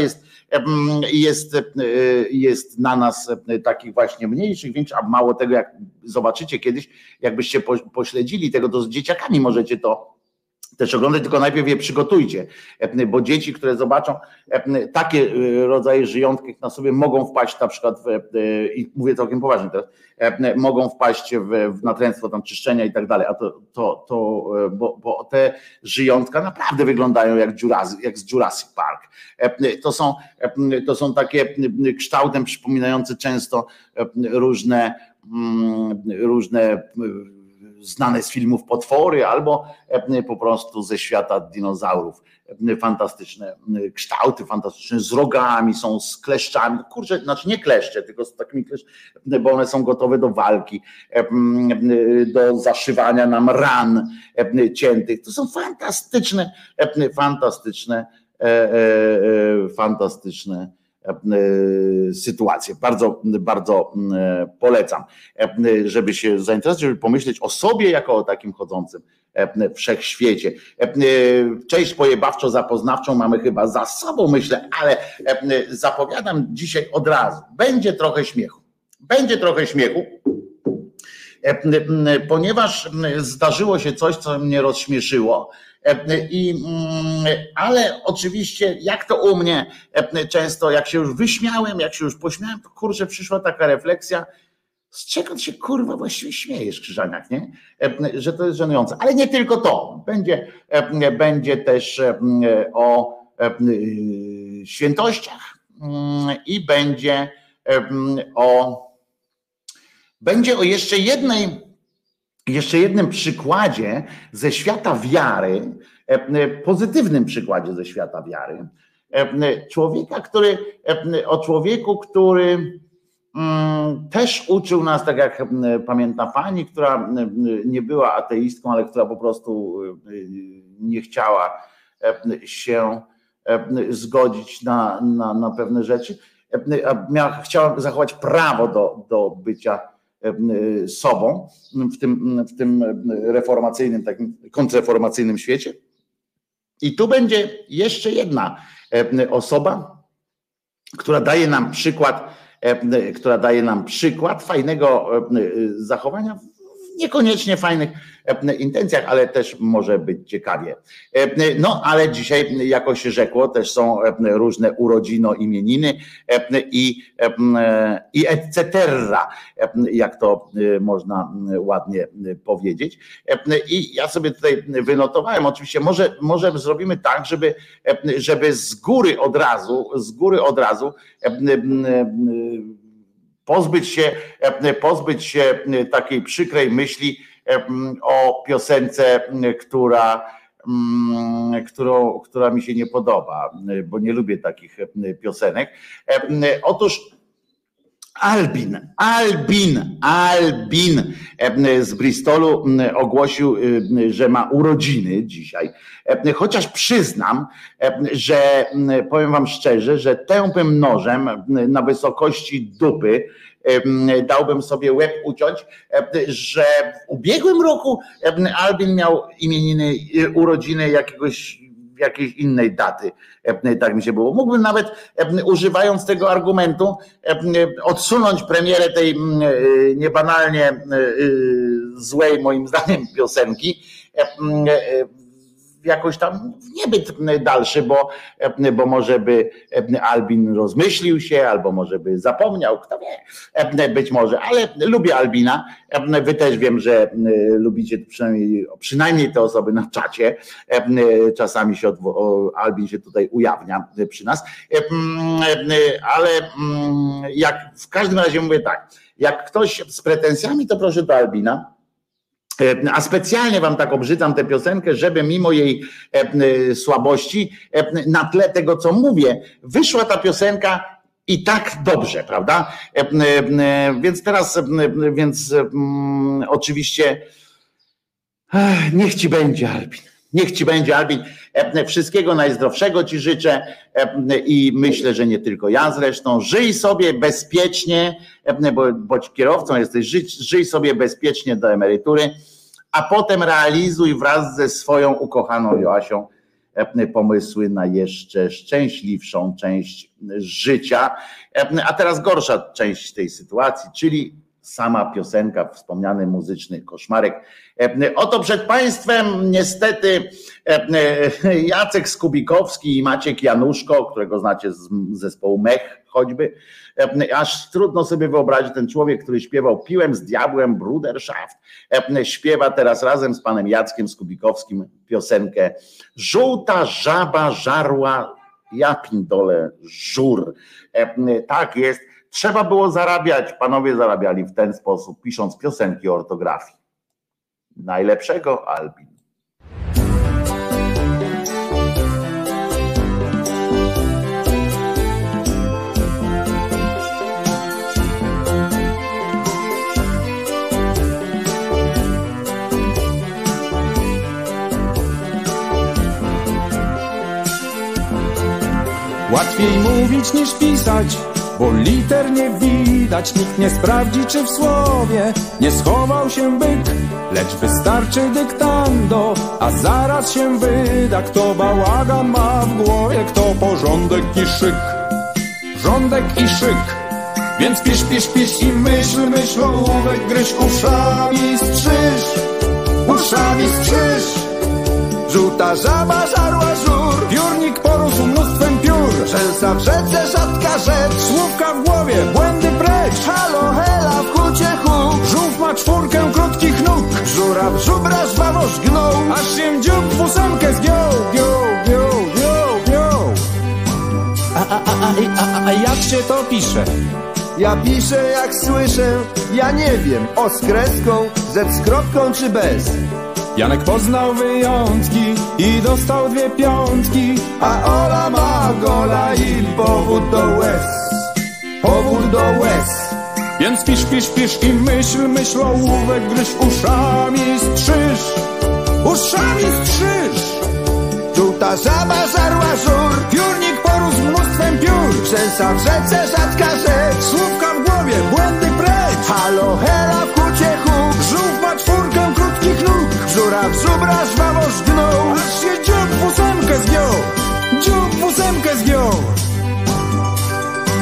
jest na nas takich właśnie mniejszych, większych, a mało tego, jak zobaczycie kiedyś, jakbyście pośledzili tego, to z dzieciakami możecie to też oglądać, tylko najpierw je przygotujcie, bo dzieci, które zobaczą takie rodzaje żyjątek na sobie, mogą wpaść na przykład i mówię całkiem poważnie teraz, mogą wpaść w natręctwo tam czyszczenia i tak dalej, a bo te żyjątka naprawdę wyglądają jak z Jurassic Park. To są takie kształtem przypominające często różne znane z filmów potwory albo po prostu ze świata dinozaurów. Fantastyczne kształty, fantastyczne z rogami, są z kleszczami, kurczę, znaczy nie kleszcze, tylko z takimi kleszczami, bo one są gotowe do walki, do zaszywania nam ran ciętych. To są fantastyczne sytuacje. Bardzo, bardzo polecam, żeby się zainteresować, żeby pomyśleć o sobie jako o takim chodzącym wszechświecie. Część pojebawczo-zapoznawczą mamy chyba za sobą, myślę, ale zapowiadam dzisiaj od razu. Będzie trochę śmiechu. Ponieważ zdarzyło się coś, co mnie rozśmieszyło. Ale oczywiście, jak to u mnie często, jak się już wyśmiałem, jak się już pośmiałem, to kurczę, przyszła taka refleksja, z czego się kurwa właściwie śmiejesz, Krzyżaniak, nie? Że to jest żenujące. Ale nie tylko to. Będzie też o świętościach i będzie o jeszcze jednym przykładzie ze świata wiary, pozytywnym przykładzie ze świata wiary, człowieku, który też uczył nas, tak jak pamięta pani, która nie była ateistką, ale która po prostu nie chciała się zgodzić na pewne rzeczy, chciała zachować prawo do bycia sobą w tym reformacyjnym, takim kontrreformacyjnym świecie. I tu będzie jeszcze jedna osoba, która daje nam przykład fajnego zachowania w niekoniecznie fajnych intencjach, ale też może być ciekawie. No, ale dzisiaj, jako się rzekło, też są różne urodzino, imieniny i et cetera, jak to można ładnie powiedzieć. I ja sobie tutaj wynotowałem, oczywiście może zrobimy tak, żeby z góry od razu pozbyć się takiej przykrej myśli o piosence, która mi się nie podoba, bo nie lubię takich piosenek. Otóż Albin z Bristolu ogłosił, że ma urodziny dzisiaj. Chociaż przyznam, że powiem wam szczerze, że tępym nożem na wysokości dupy dałbym sobie łeb uciąć, że w ubiegłym roku Albin miał imieniny, urodziny jakiejś innej daty. Tak mi się było. Mógłbym nawet, używając tego argumentu, odsunąć premierę tej niebanalnie złej moim zdaniem piosenki jakoś tam niebyt dalszy, bo może by Albin rozmyślił się, albo może by zapomniał, kto wie, być może, ale lubię Albina, wy też wiem, że lubicie przynajmniej te osoby na czacie, czasami się Albin się tutaj ujawnia przy nas, ale jak w każdym razie mówię tak, jak ktoś z pretensjami, to proszę do Albina. A specjalnie wam tak obrzydzam tę piosenkę, żeby mimo jej słabości, na tle tego, co mówię, wyszła ta piosenka i tak dobrze, prawda? Więc teraz, oczywiście niech ci będzie, Albin. Niech ci będzie, Albin. Wszystkiego najzdrowszego ci życzę i myślę, że nie tylko ja zresztą. Żyj sobie bezpiecznie, bądź kierowcą jesteś, żyj sobie bezpiecznie do emerytury, a potem realizuj wraz ze swoją ukochaną Joasią pomysły na jeszcze szczęśliwszą część życia. A teraz gorsza część tej sytuacji, czyli sama piosenka, wspomniany muzyczny koszmarek. Oto przed państwem niestety Jacek Skubikowski i Maciek Januszko, którego znacie z zespołu Mech choćby. Aż trudno sobie wyobrazić, ten człowiek, który śpiewał Piłem z diabłem, Bruderschaft, śpiewa teraz razem z panem Jackiem Skubikowskim piosenkę Żółta żaba żarła, ja pindole żur. Tak jest. Trzeba było zarabiać, panowie zarabiali w ten sposób, pisząc piosenki o ortografii. Najlepszego, Albin. Łatwiej mówić niż pisać, bo liter nie widać, nikt nie sprawdzi, czy w słowie nie schował się byk, lecz wystarczy dyktando, a zaraz się wyda, kto bałagan ma w głowie, kto porządek i szyk. Rządek i szyk, więc pisz, pisz, pisz i myśl, myśl, ołówek gryź, uszami strzyż. Żółta żaba żarła żur, piórnik porósł mnóstwem piór, rzęsa w rzece rzadka rzecz, słówka w głowie, błędy precz, halo, hela, w hucie hu, żółw ma 4 krótkich nóg, żuraw żubra żwawoż gnął, aż się dziób w 8 zgiął, giął. A jak się to pisze? Ja piszę jak słyszę, ja nie wiem, o z kreską, z kropką czy bez. Janek poznał wyjątki i dostał 2 piątki, A Ola ma gola i powód do łez. Więc pisz, pisz, pisz i myśl, myśl, ołówek gryź, uszami strzyż. Żółta żaba żarła żur, Piórnik porósł mnóstwem piór, rzęsa w rzece rzadka rzecz, słówka w głowie, błędy precz, halo, hela, w hucie hu, żółw ma 4 krótkich nóg, żuraw żubra żwawoż gnął, aż się dziób w 8 zgiął.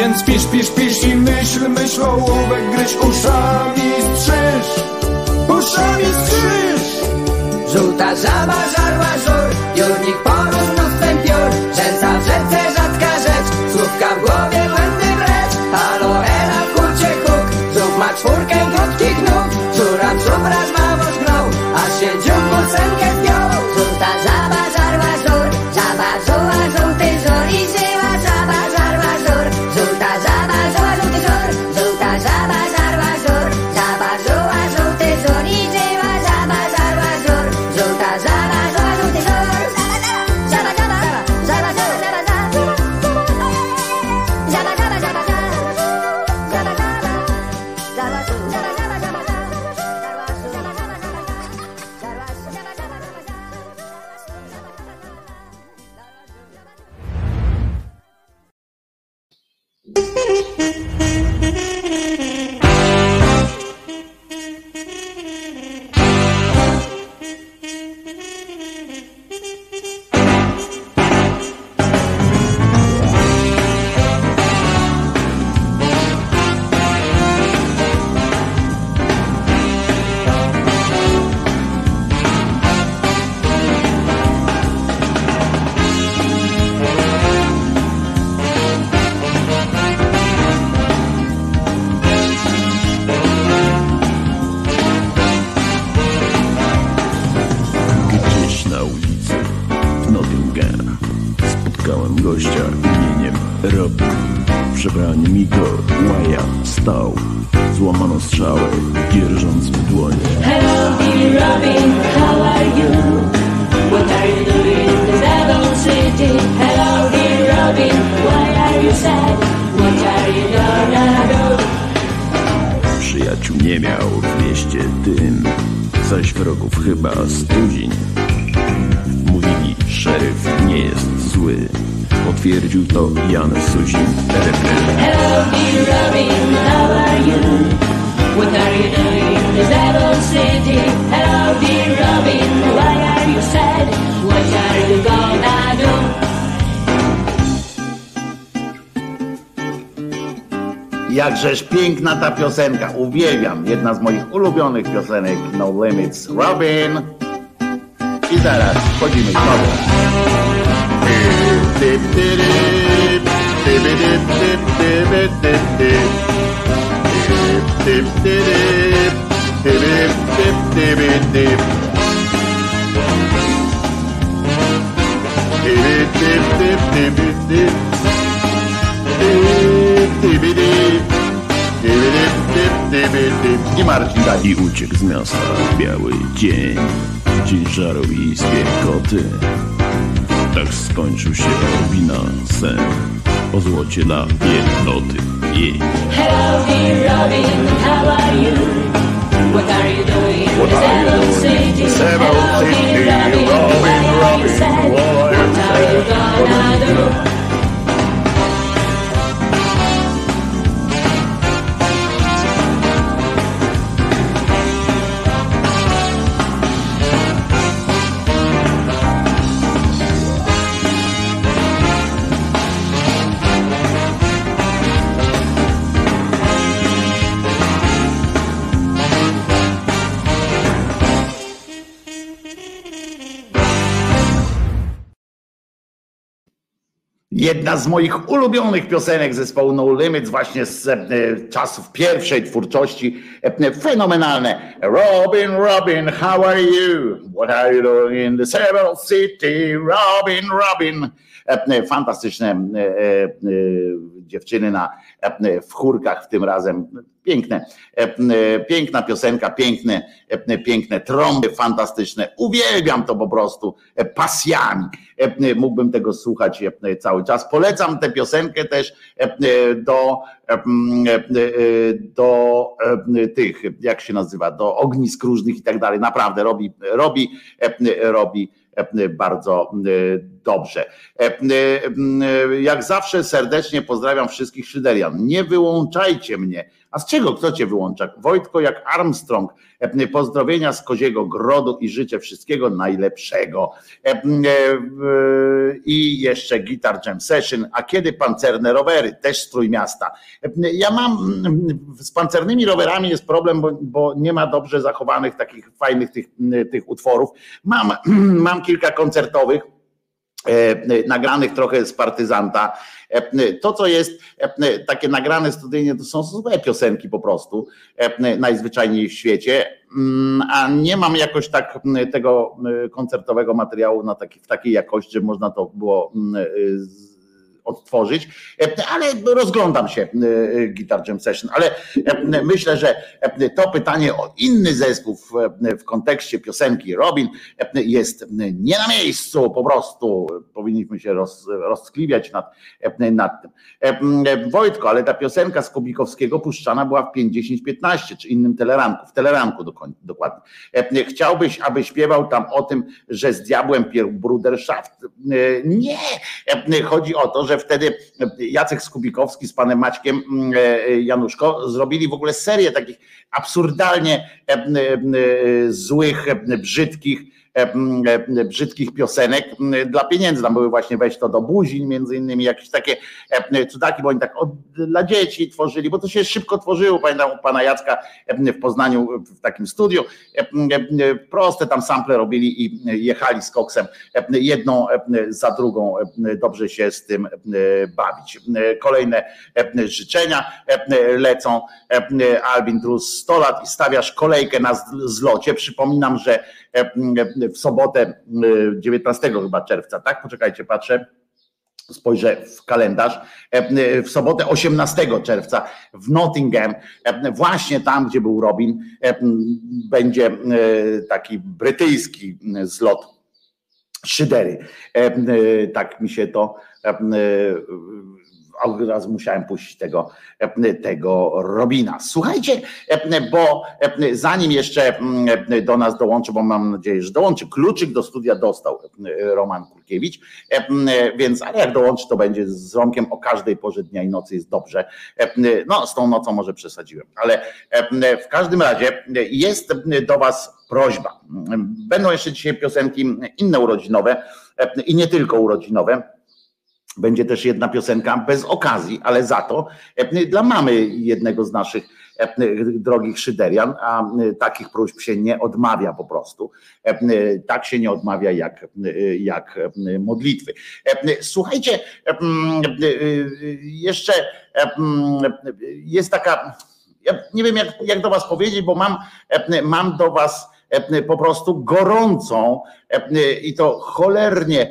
Więc pisz i myśl ołówek, gryź uszami strzyż, uszami strzyż. Żółta żaba żarła żur, piórnik porósł mnóstwem piór. Rzęca w rzece rzadka rzecz, słówka w głowie błędy wrecz. Halo Ela w kurcie huk, żółw ma 4 krótkich nóg. Żura raz mało żgnął, aż się dziób ósemkę zdjął. Żółta żaba żarła żur, żaba żuła żółty żur. I żyła żaba żarła żur, żółta żaba żuła żółty żur. Żółta żaba żarła żur, żaba żuła żółty żur. I żyła żaba żarła żur, żółta żaba żuła żółty żur. Żaba żaba żaba żaba żur, żaba żaba żaba żaba żaba żaba żaba żaba żaba żaba żaba żaba żaba Gdzieś na ulicy w Nottingham spotkałem gościa imieniem Rob. W przebraniu Mikołaja stał, złamano strzałę, dzierżąc w dłonie. Hello, dear Robin, how are you? What are you doing in this old city? Hello, dear Robin, why are you sad? What are you gonna do? Przyjaciół nie miał w mieście tym, zaś wrogów chyba stuzin. Mówili, szeryf nie jest zły, potwierdził to Jan Suzin. Hello, dear Robin, how are you? What are you doing in this old city? Hello, dear Robin, why are you sad? What are you gonna do? Jakżeż piękna ta piosenka, uwielbiam, jedna z moich ulubionych piosenek No Limits, Robin. I teraz wchodzimy znowu. I Marcin dalej. I uciekł z miasta w biały dzień, dzień żaru i zwierkoty. Tak skończył się Robina sen o złocie dla jednoty. Hello, dear Robin, how are you? What are you doing in this old city? Hello, dear Robin, why are you sad? What are you gonna do? Jedna z moich ulubionych piosenek zespołu No Limits właśnie z czasów pierwszej twórczości. Fenomenalne. Robin, Robin, how are you? What are you doing in the Cerebral City? Robin, Robin. Fantastyczne dziewczyny w chórkach w tym razem. Piękne, piękna piosenka, piękne trąby fantastyczne. Uwielbiam to po prostu pasjami. Mógłbym tego słuchać cały czas. Polecam tę piosenkę też do tych, jak się nazywa, do ognisk różnych i tak dalej. Naprawdę robi bardzo dobrze. Jak zawsze serdecznie pozdrawiam wszystkich Szyderian. Nie wyłączajcie mnie. A z czego? Kto cię wyłącza? Wojtko jak Armstrong. Pozdrowienia z Koziego Grodu i życzę wszystkiego najlepszego. I jeszcze Guitar Jam Session. A kiedy pancerne rowery? Też z Trójmiasta. Ja mam z pancernymi rowerami jest problem, bo nie ma dobrze zachowanych takich fajnych tych utworów. Mam kilka koncertowych nagranych trochę z partyzanta. To, co jest takie nagrane studyjnie, to są złe piosenki po prostu, najzwyczajniej w świecie, a nie mam jakoś tak tego koncertowego materiału w takiej jakości, że można to było odtworzyć, ale rozglądam się Guitar Jam Session, ale myślę, że to pytanie o inny zespół w kontekście piosenki Robin jest nie na miejscu, po prostu powinniśmy się roztkliwiać nad tym. Wojtko, ale ta piosenka z Kubikowskiego puszczana była w 5-10-15 czy innym teleranku, w teleranku dokładnie. Chciałbyś, aby śpiewał tam o tym, że z diabłem pierw Bruderschaft? Nie, chodzi o to, że wtedy Jacek Skubikowski z panem Maćkiem Januszko zrobili w ogóle serię takich absurdalnie złych, brzydkich piosenek dla pieniędzy. Tam były właśnie Weź to do buzi, między innymi jakieś takie cudaki, bo oni tak dla dzieci tworzyli, bo to się szybko tworzyło. Pamiętam u pana Jacka w Poznaniu w takim studiu, proste tam sample robili i jechali z koksem jedną za drugą, dobrze się z tym bawić. Kolejne życzenia lecą. Albin Drus 100 lat i stawiasz kolejkę na zlocie. Przypominam, że w sobotę 19 chyba czerwca, tak? Poczekajcie, patrzę, spojrzę w kalendarz. W sobotę 18 czerwca w Nottingham, właśnie tam, gdzie był Robin, będzie taki brytyjski zlot szydery. Tak mi się to raz musiałem puścić tego Robina. Słuchajcie, bo zanim jeszcze do nas dołączy, bo mam nadzieję, że dołączy, kluczyk do studia dostał Roman Kurkiewicz, więc ale jak dołączy, to będzie z Romkiem o każdej porze dnia i nocy jest dobrze. No z tą nocą może przesadziłem, ale w każdym razie jest do was prośba. Będą jeszcze dzisiaj piosenki inne urodzinowe i nie tylko urodzinowe. Będzie też jedna piosenka bez okazji, ale za to dla mamy jednego z naszych drogich Szyderian, a takich próśb się nie odmawia po prostu. Tak się nie odmawia jak modlitwy. Słuchajcie, jeszcze jest taka, ja nie wiem jak do was powiedzieć, bo mam do was po prostu gorącą i to cholernie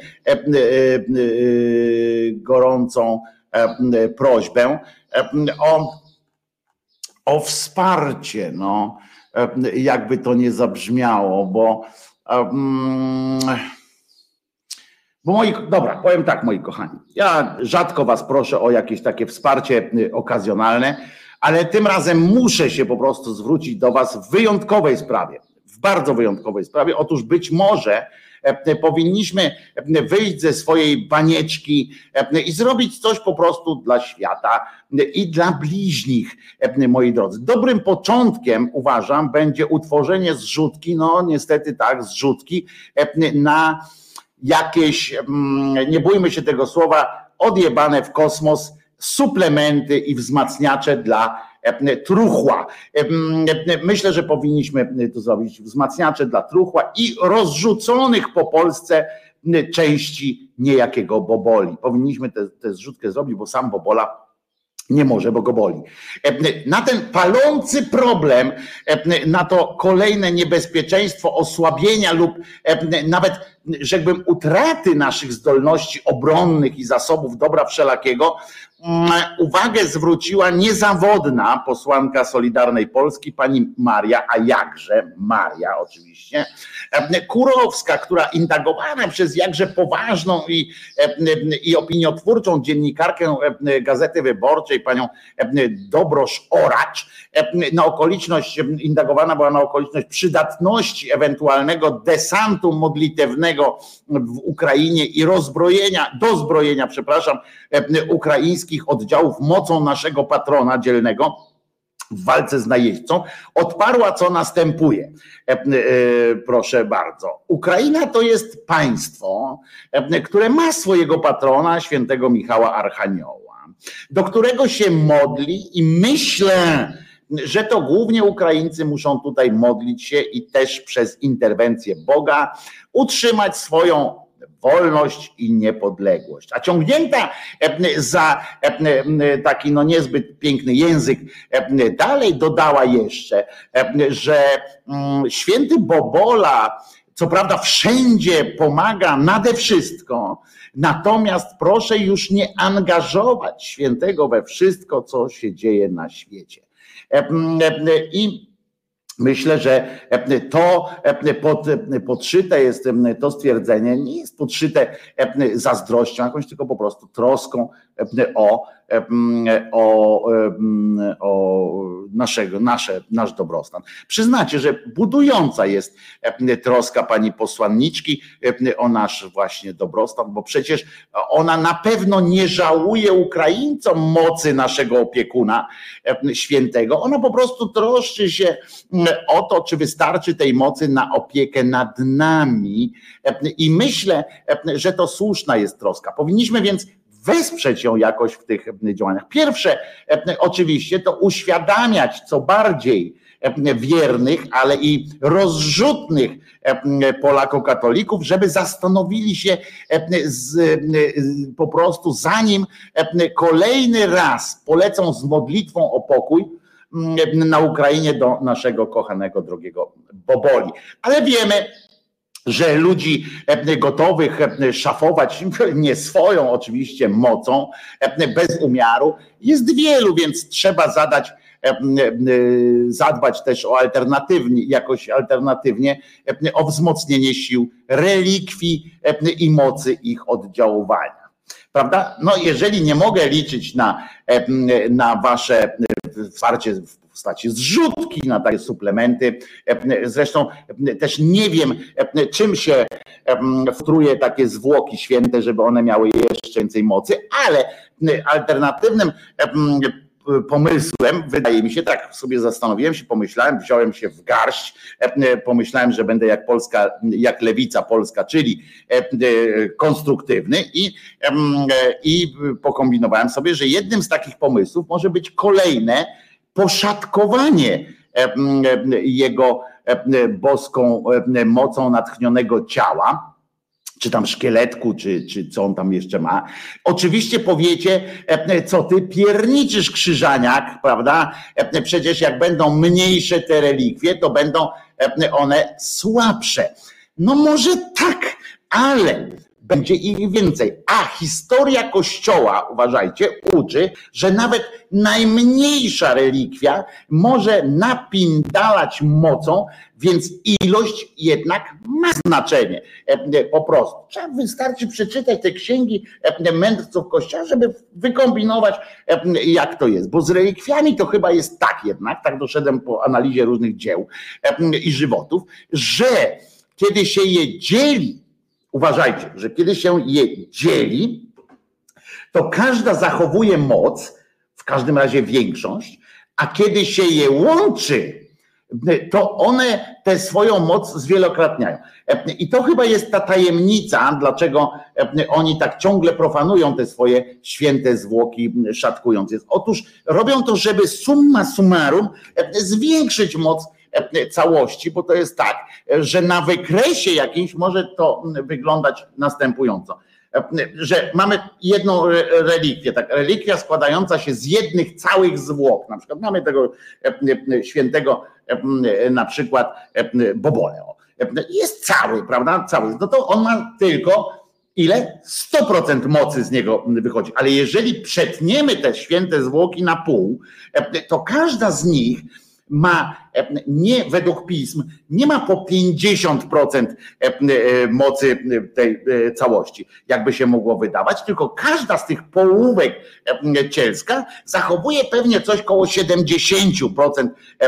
gorącą prośbę o wsparcie, no, jakby to nie zabrzmiało, bo dobra, powiem tak, moi kochani, ja rzadko was proszę o jakieś takie wsparcie okazjonalne, ale tym razem muszę się po prostu zwrócić do was w wyjątkowej sprawie. W bardzo wyjątkowej sprawie. Otóż być może powinniśmy wyjść ze swojej banieczki i zrobić coś po prostu dla świata i dla bliźnich, moi drodzy. Dobrym początkiem, uważam, będzie utworzenie zrzutki, no niestety tak, zrzutki na jakieś, nie bójmy się tego słowa, odjebane w kosmos suplementy i wzmacniacze dla truchła. Myślę, że powinniśmy to zrobić, wzmacniacze dla truchła i rozrzuconych po Polsce części niejakiego boboli. Powinniśmy tę zrzutkę zrobić, bo sam bobola nie może, bo go boli. Na ten palący problem, na to kolejne niebezpieczeństwo osłabienia lub nawet, rzekłbym, utraty naszych zdolności obronnych i zasobów dobra wszelakiego, uwagę zwróciła niezawodna posłanka Solidarnej Polski, pani Maria, a jakże Maria oczywiście, Kurowska, która indagowana przez jakże poważną i opiniotwórczą dziennikarkę Gazety Wyborczej, panią Dobrosz-Oracz, na okoliczność, indagowana była na okoliczność przydatności ewentualnego desantu modlitewnego w Ukrainie i dozbrojenia, ukraińskich oddziałów mocą naszego patrona dzielnego w walce z najeźdźcą, odparła, co następuje. Proszę bardzo. Ukraina to jest państwo, które ma swojego patrona, świętego Michała Archanioła, do którego się modli i myślę, że to głównie Ukraińcy muszą tutaj modlić się i też przez interwencję Boga utrzymać swoją wolność i niepodległość. A ciągnięta za taki niezbyt piękny język dalej dodała jeszcze, że święty Bobola co prawda wszędzie pomaga nade wszystko, natomiast proszę już nie angażować świętego we wszystko, co się dzieje na świecie. I myślę, że to podszyte jest, to stwierdzenie nie jest podszyte zazdrością jakąś, tylko po prostu troską o nasz dobrostan. Przyznacie, że budująca jest troska pani posłanniczki o nasz właśnie dobrostan, bo przecież ona na pewno nie żałuje Ukraińcom mocy naszego opiekuna świętego. Ona po prostu troszczy się o to, czy wystarczy tej mocy na opiekę nad nami i myślę, że to słuszna jest troska. Powinniśmy więc wesprzeć ją jakoś w tych działaniach. Pierwsze, oczywiście, to uświadamiać co bardziej wiernych, ale i rozrzutnych Polako-katolików, żeby zastanowili się po prostu, zanim kolejny raz polecą z modlitwą o pokój na Ukrainie do naszego kochanego, drogiego Boboli. Ale wiemy, że ludzi gotowych szafować nie swoją oczywiście mocą, bez umiaru, jest wielu, więc trzeba zadbać też o jakoś alternatywnie o wzmocnienie sił relikwii i mocy ich oddziaływania. Prawda? No jeżeli nie mogę liczyć na wasze wsparcie w postaci zrzutki, na takie suplementy, zresztą też nie wiem, czym się wtruje takie zwłoki święte, żeby one miały jeszcze więcej mocy, ale alternatywnym pomysłem, wydaje mi się, tak sobie zastanowiłem się, pomyślałem, wziąłem się w garść, pomyślałem, że będę jak Polska, jak lewica polska, czyli konstruktywny i pokombinowałem sobie, że jednym z takich pomysłów może być kolejne poszatkowanie jego boską mocą natchnionego ciała, czy tam szkieletku, czy co on tam jeszcze ma. Oczywiście powiecie, co ty pierniczysz, Krzyżaniak, prawda? Przecież jak będą mniejsze te relikwie, to będą one słabsze. No może tak, ale będzie ich więcej. A historia Kościoła, uważajcie, uczy, że nawet najmniejsza relikwia może napindalać mocą, więc ilość jednak ma znaczenie. Po prostu. Wystarczy przeczytać te księgi mędrców Kościoła, żeby wykombinować, jak to jest. Bo z relikwiami to chyba jest tak jednak, tak doszedłem po analizie różnych dzieł i żywotów, że kiedy się je dzieli, uważajcie, że kiedy się je dzieli, to każda zachowuje moc, w każdym razie większość, a kiedy się je łączy, to one tę swoją moc zwielokrotniają. I to chyba jest ta tajemnica, dlaczego oni tak ciągle profanują te swoje święte zwłoki, szatkując je. Otóż robią to, żeby summa summarum zwiększyć moc całości, bo to jest tak, że na wykresie jakimś może to wyglądać następująco, że mamy jedną relikwię, tak, relikwia składająca się z jednych całych zwłok, na przykład mamy tego świętego na przykład Boboleo, jest cały, prawda, cały, no to on ma tylko ile? 100% mocy z niego wychodzi. Ale jeżeli przetniemy te święte zwłoki na pół, to każda z nich ma, nie według pism, nie ma po 50% mocy tej całości, jakby się mogło wydawać, tylko każda z tych połówek cielska zachowuje pewnie coś koło 70%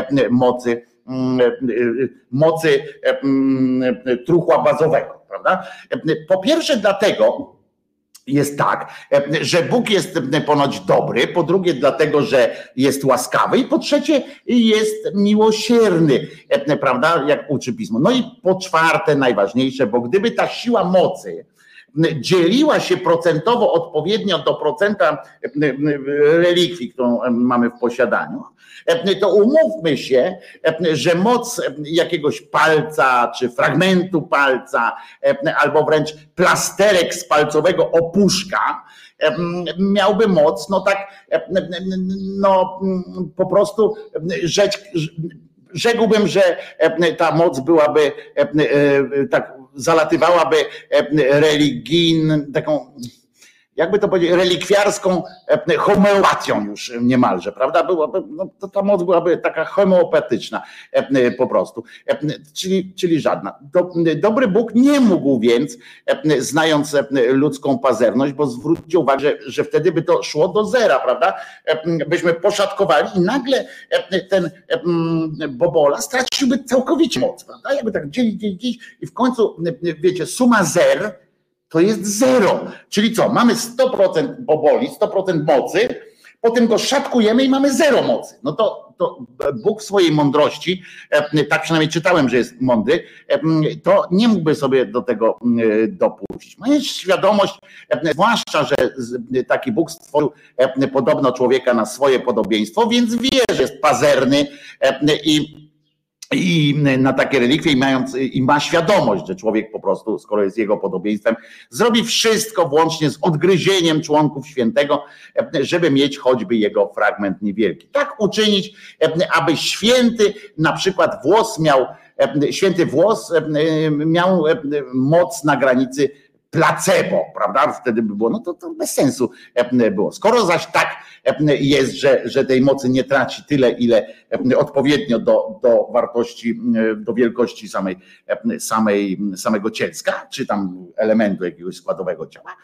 mocy truchła bazowego, prawda? Po pierwsze dlatego jest tak, że Bóg jest ponoć dobry, po drugie dlatego, że jest łaskawy i po trzecie jest miłosierny, prawda, jak uczy Pismo. No i po czwarte najważniejsze, bo gdyby ta siła mocy dzieliła się procentowo odpowiednio do procenta relikwii, którą mamy w posiadaniu, to umówmy się, że moc jakiegoś palca, czy fragmentu palca, albo wręcz plasterek z palcowego opuszka miałby moc, no tak, no po prostu rzekłbym, że ta moc byłaby tak, zalatywałaby taką, jakby to powiedzieć, relikwiarską homeopatią już niemalże, prawda? Byłaby, no, to ta moc byłaby taka homeopatyczna po prostu, czyli żadna. Dobry Bóg nie mógł więc, znając ludzką pazerność, bo zwróćcie uwagę, że wtedy by to szło do zera, prawda? Byśmy poszatkowali i nagle ten Bobola straciłby całkowicie moc, prawda? Jakby tak dzielić i w końcu, wiecie, suma zer to jest zero. Czyli co? Mamy 100% boboli, 100% mocy, potem go szatkujemy i mamy zero mocy. No to Bóg w swojej mądrości, tak przynajmniej czytałem, że jest mądry, to nie mógłby sobie do tego dopuścić. Ma świadomość, zwłaszcza, że taki Bóg stworzył podobno człowieka na swoje podobieństwo, więc wie, że jest pazerny i na takie relikwie i ma świadomość, że człowiek po prostu, skoro jest jego podobieństwem, zrobi wszystko włącznie z odgryzieniem członków świętego, żeby mieć choćby jego fragment niewielki. Tak uczynić, aby święty na przykład święty włos miał moc na granicy placebo, prawda? Wtedy by było, no to bez sensu było. Skoro zaś tak jest, że tej mocy nie traci tyle, ile odpowiednio do wartości, do wielkości samego cielska, czy tam elementu jakiegoś składowego ciała,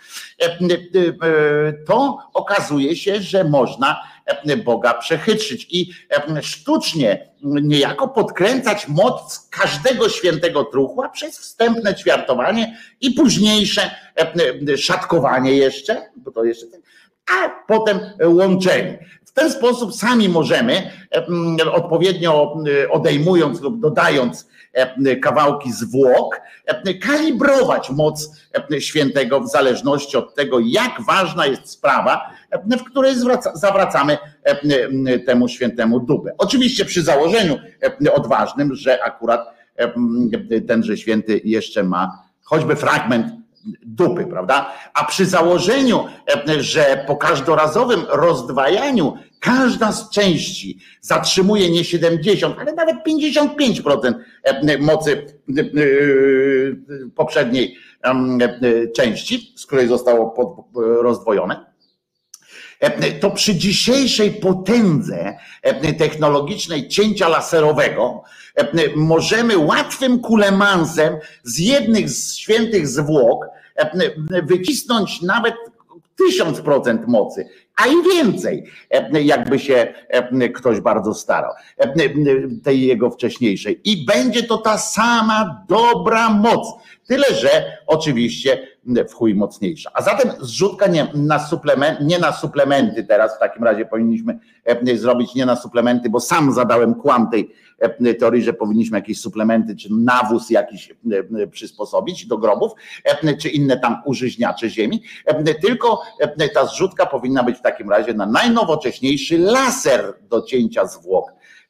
to okazuje się, że można Boga przechytrzyć i sztucznie niejako podkręcać moc każdego świętego truchła przez wstępne ćwiartowanie i późniejsze szatkowanie jeszcze, bo to jeszcze, a potem łączenie. W ten sposób sami możemy, odpowiednio odejmując lub dodając kawałki zwłok, kalibrować moc świętego w zależności od tego, jak ważna jest sprawa, w której zawracamy temu świętemu dupę. Oczywiście przy założeniu odważnym, że akurat tenże święty jeszcze ma choćby fragment dupy, prawda? A przy założeniu, że po każdorazowym rozdwajaniu każda z części zatrzymuje nie 70, ale nawet 55% mocy poprzedniej części, z której zostało rozdwojone, to przy dzisiejszej potędze technologicznej cięcia laserowego możemy łatwym kulemansem z jednych z świętych zwłok wycisnąć nawet 1000% mocy, a i więcej, jakby się ktoś bardzo starał, tej jego wcześniejszej. I będzie to ta sama dobra moc. Tyle, że oczywiście w chuj mocniejsza. A zatem zrzutka nie na suplementy, teraz w takim razie powinniśmy zrobić nie na suplementy, bo sam zadałem kłam tej teorii, że powinniśmy jakieś suplementy, czy nawóz jakiś przysposobić do grobów, czy inne tam użyźniacze ziemi, tylko ta zrzutka powinna być w takim razie na najnowocześniejszy laser do cięcia zwłok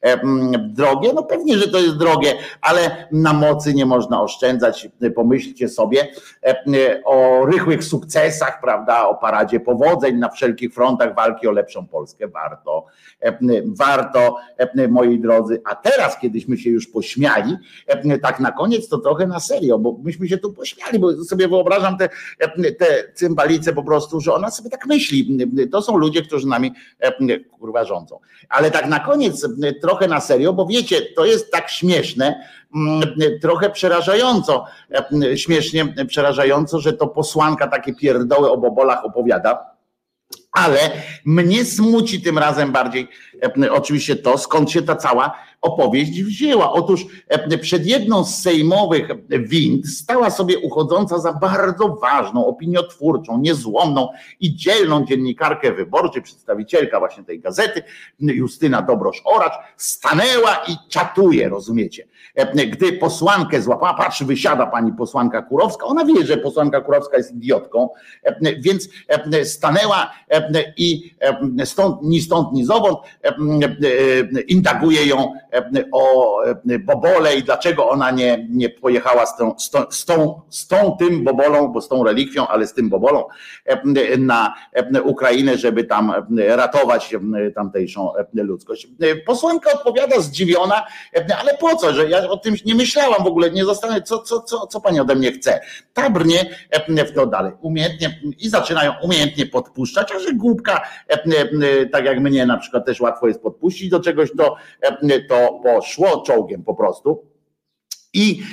drogie? No pewnie, że to jest drogie, ale na mocy nie można oszczędzać. Pomyślcie sobie o rychłych sukcesach, prawda, o paradzie powodzeń na wszelkich frontach walki o lepszą Polskę. Warto, moi drodzy. A teraz, kiedyśmy się już pośmiali, tak na koniec, to trochę na serio, bo myśmy się tu pośmiali, bo sobie wyobrażam te cymbalice po prostu, że ona sobie tak myśli. To są ludzie, którzy nami kurwa rządzą. Ale tak na koniec trochę na serio, bo wiecie, to jest tak śmieszne, trochę śmiesznie przerażająco, że to posłanka takie pierdoły o bobolach opowiada. Ale mnie smuci tym razem bardziej oczywiście to, skąd się ta cała opowieść wzięła. Otóż przed jedną z sejmowych wind stała sobie uchodząca za bardzo ważną, opiniotwórczą, niezłomną i dzielną dziennikarkę wyborczej, przedstawicielka właśnie tej gazety, Justyna Dobrosz-Oracz, stanęła i czatuje, rozumiecie? Gdy posłankę złapała, patrzy, wysiada pani posłanka Kurowska, ona wie, że posłanka Kurowska jest idiotką, więc stanęła i ni stąd, ni zowąd indaguje ją o bobole i dlaczego ona nie pojechała z tym bobolą, bo z tą relikwią, ale z tym bobolą na Ukrainę, żeby tam ratować tamtejszą ludzkość. Posłanka odpowiada zdziwiona, ale po co, że ja o tym nie myślałam w ogóle, nie zostanę, co pani ode mnie chce. Ta brnie w to dalej, umiejętnie i zaczynają umiejętnie podpuszczać, a że głupka, tak jak mnie na przykład też łatwo jest podpuścić do czegoś, to poszło czołgiem po prostu. I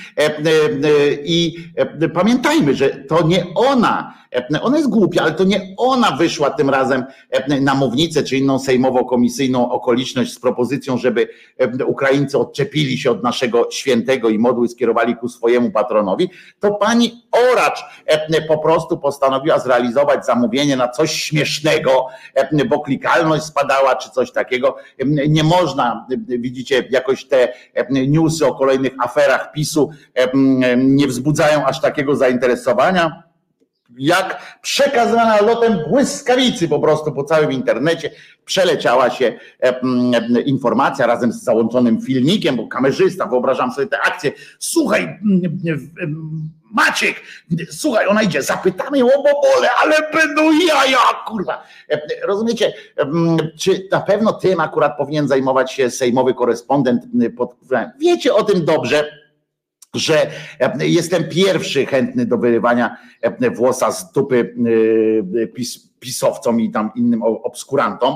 pamiętajmy, że to nie ona jest głupia, ale to nie ona wyszła tym razem na mównicę czy inną sejmowo-komisyjną okoliczność z propozycją, żeby Ukraińcy odczepili się od naszego świętego i modły skierowali ku swojemu patronowi. To pani Oracz po prostu postanowiła zrealizować zamówienie na coś śmiesznego, bo klikalność spadała czy coś takiego. Nie można, widzicie, jakoś te newsy o kolejnych aferach PiS-u nie wzbudzają aż takiego zainteresowania, jak przekazywana lotem błyskawicy po prostu po całym internecie przeleciała się informacja razem z załączonym filmikiem, bo kamerzysta, wyobrażam sobie tę akcję, słuchaj Maciek, słuchaj, ona idzie, zapytamy ją o bobole, ale będą jaja, kurwa. Rozumiecie, czy na pewno tym akurat powinien zajmować się sejmowy korespondent? Wiecie o tym dobrze, że jestem pierwszy chętny do wyrywania włosa z dupy pisowcom i tam innym obskurantom,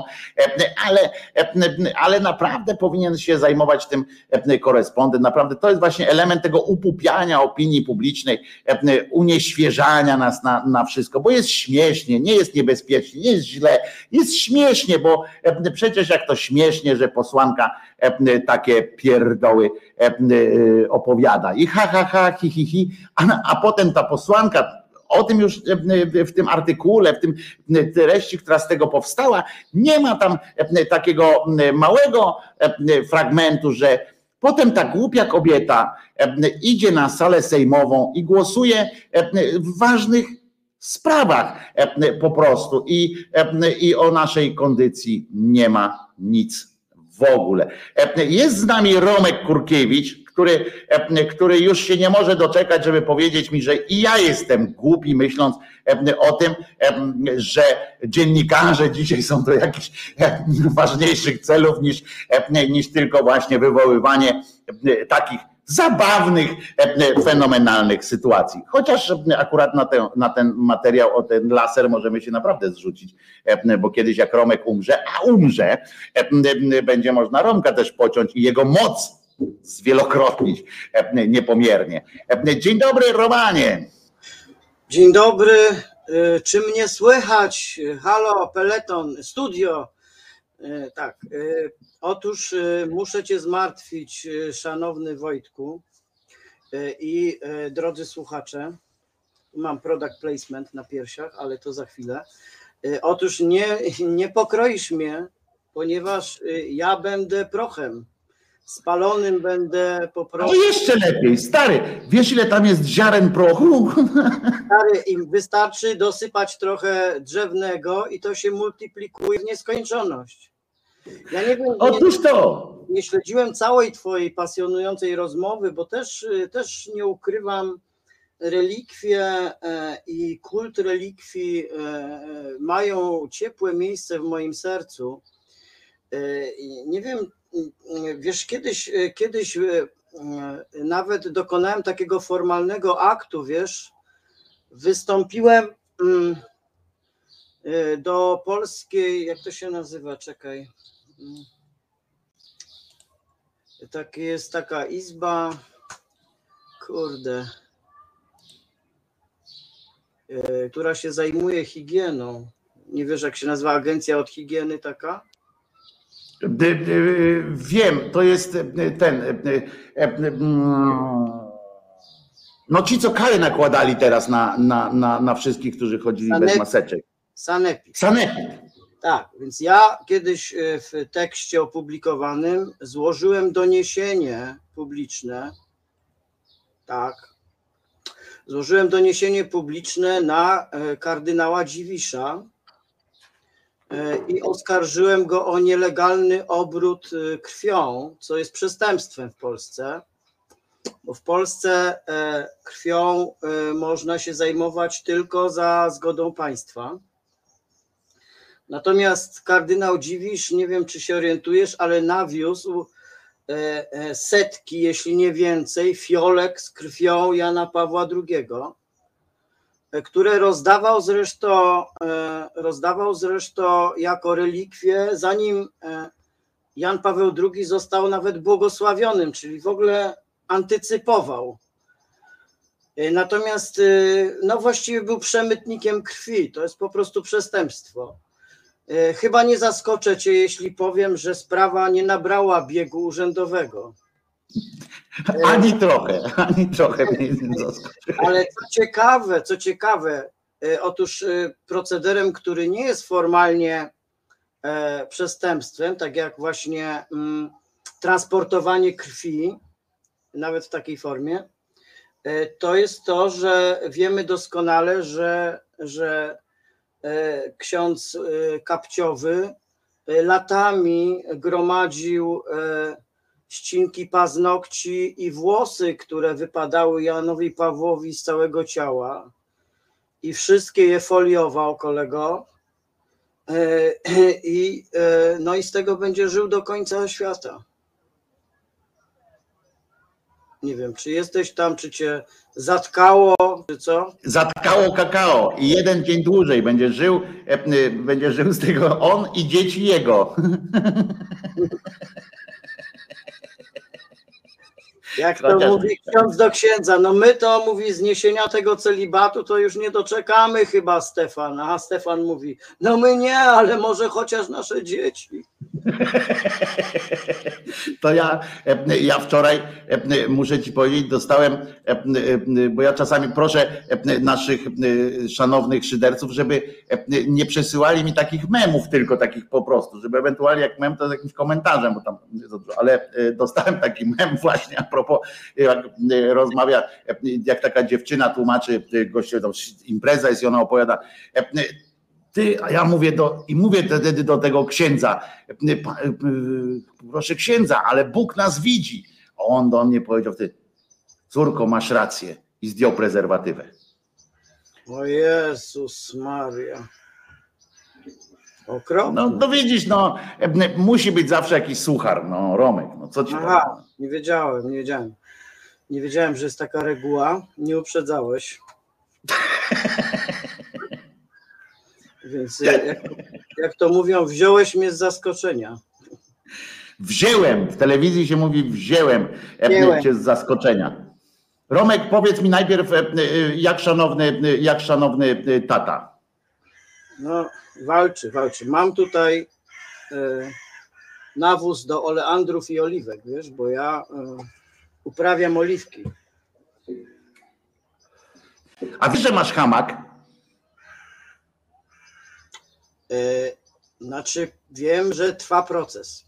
ale naprawdę powinien się zajmować tym korespondent. Naprawdę to jest właśnie element tego upupiania opinii publicznej, unieświeżania nas na wszystko, bo jest śmiesznie, nie jest niebezpiecznie, nie jest źle, jest śmiesznie, bo przecież jak to śmiesznie, że posłanka takie pierdoły opowiada i ha, hi, a potem ta posłanka, o tym już w tym artykule, w tym treści, która z tego powstała, nie ma tam takiego małego fragmentu, że potem ta głupia kobieta idzie na salę sejmową i głosuje w ważnych sprawach po prostu i o naszej kondycji nie ma nic w ogóle. Jest z nami Romek Kurkiewicz, który już się nie może doczekać, żeby powiedzieć mi, że i ja jestem głupi, myśląc o tym, że dziennikarze dzisiaj są do jakichś ważniejszych celów niż tylko właśnie wywoływanie takich zabawnych, fenomenalnych sytuacji. Chociaż akurat na ten materiał, o ten laser możemy się naprawdę zrzucić, bo kiedyś jak Romek umrze, będzie można Romka też pociąć i jego moc zwielokrotnić niepomiernie. Dzień dobry, Romanie. Dzień dobry. Czy mnie słychać? Halo, peleton, studio. Tak. Otóż muszę cię zmartwić, szanowny Wojtku i drodzy słuchacze. Mam product placement na piersiach, ale to za chwilę. Otóż nie pokroisz mnie, ponieważ ja będę prochem. Spalonym będę po prostu. No jeszcze lepiej, stary. Wiesz, ile tam jest ziaren prochu? Stary, im wystarczy dosypać trochę drzewnego i to się multiplikuje w nieskończoność. Ja nie wiem, Otóż to. nie śledziłem całej twojej pasjonującej rozmowy, bo też nie ukrywam, relikwie i kult relikwii mają ciepłe miejsce w moim sercu. Nie wiem, wiesz, kiedyś nawet dokonałem takiego formalnego aktu, wiesz, wystąpiłem do polskiej, jak to się nazywa, czekaj, jest taka izba, kurde, która się zajmuje higieną. Nie wiesz, jak się nazywa agencja od higieny taka? Wiem, to jest ten. No ci, co kary nakładali teraz na wszystkich, którzy chodzili bez maseczek. Sanepid. Tak, więc ja kiedyś w tekście opublikowanym złożyłem doniesienie publiczne. Tak. Złożyłem doniesienie publiczne na kardynała Dziwisza i oskarżyłem go o nielegalny obrót krwią, co jest przestępstwem w Polsce. Bo w Polsce krwią można się zajmować tylko za zgodą państwa. Natomiast kardynał Dziwisz, nie wiem, czy się orientujesz, ale nawiózł setki, jeśli nie więcej, fiolek z krwią Jana Pawła II, które rozdawał zresztą jako relikwie, zanim Jan Paweł II został nawet błogosławionym, czyli w ogóle antycypował. Natomiast no właściwie był przemytnikiem krwi, to jest po prostu przestępstwo. Chyba nie zaskoczę cię, jeśli powiem, że sprawa nie nabrała biegu urzędowego. Ani trochę mnie nie zaskoczy. Ale co ciekawe, otóż procederem, który nie jest formalnie przestępstwem, tak jak właśnie transportowanie krwi, nawet w takiej formie, to jest to, że wiemy doskonale, że ksiądz kapciowy latami gromadził ścinki paznokci i włosy, które wypadały Janowi Pawłowi z całego ciała i wszystkie je foliował, kolego, no i z tego będzie żył do końca świata. Nie wiem, czy jesteś tam, czy cię zatkało, czy co? Zatkało kakao i jeden dzień dłużej będzie żył z tego on i dzieci jego. Jak to mówi ksiądz do księdza, no my to, mówi, zniesienia tego celibatu to już nie doczekamy chyba, Stefan. A Stefan mówi, no my nie, ale może chociaż nasze dzieci. To ja wczoraj, muszę ci powiedzieć, dostałem, bo ja czasami proszę naszych szanownych szyderców, żeby nie przesyłali mi takich memów, tylko takich po prostu, żeby ewentualnie jak mem to z jakimś komentarzem, bo tam, ale dostałem taki mem właśnie a propos, jak rozmawia, jak taka dziewczyna tłumaczy gościu, impreza jest i ona opowiada, ty, a ja mówię wtedy do tego księdza, proszę księdza, ale Bóg nas widzi. A on do mnie powiedział, ty, córko, masz rację, i zdjął prezerwatywę. O Jezus Maria. Okropne. No to widzisz, no musi być zawsze jakiś suchar, no Romek, no co ci powiem. Nie wiedziałem. Nie wiedziałem, że jest taka reguła. Nie uprzedzałeś. Więc jak to mówią, wziąłeś mnie z zaskoczenia. Wzięłem, w telewizji się mówi wzięłem cię z zaskoczenia. Romek, powiedz mi najpierw, jak szanowny tata. No, walczy. Mam tutaj nawóz do oleandrów i oliwek, wiesz, bo ja uprawiam oliwki. A wiesz, że masz hamak? Znaczy, wiem, że trwa proces.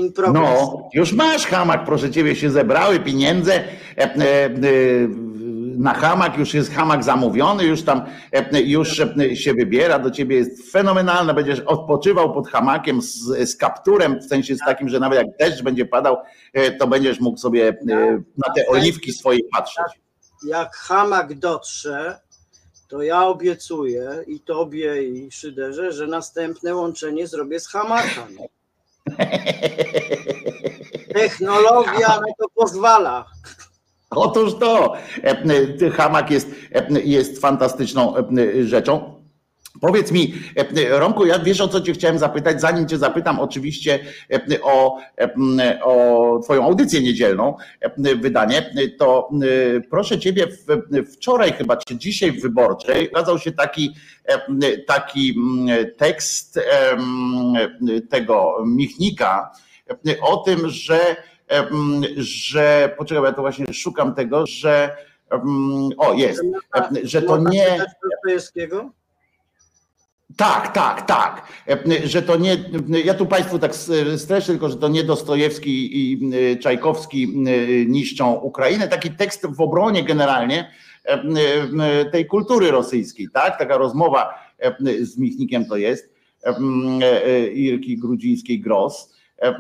No, już masz hamak, proszę ciebie, się zebrały pieniądze na hamak, już jest hamak zamówiony, już się wybiera, do ciebie jest fenomenalne, będziesz odpoczywał pod hamakiem z kapturem, w sensie z takim, że nawet jak deszcz będzie padał, to będziesz mógł sobie na te oliwki swoje patrzeć. Jak hamak dotrze, to ja obiecuję i tobie, i Szyderze, że następne łączenie zrobię z hamakiem. Technologia na to pozwala. Otóż to, hamak jest fantastyczną rzeczą. Powiedz mi, Romku, ja wiesz, o co cię chciałem zapytać, zanim cię zapytam oczywiście o twoją audycję niedzielną, wydanie, to proszę ciebie, wczoraj chyba, czy dzisiaj w Wyborczej ukazał się taki tekst tego Michnika o tym, że poczekaj, ja to właśnie szukam tego, że że to nie... Tak. Że to nie, ja tu Państwu tak streszę, tylko że to nie Dostojewski i Czajkowski niszczą Ukrainę. Taki tekst w obronie generalnie tej kultury rosyjskiej, tak? Taka rozmowa z Michnikiem to jest, Irki Grudzińskiej-Gross.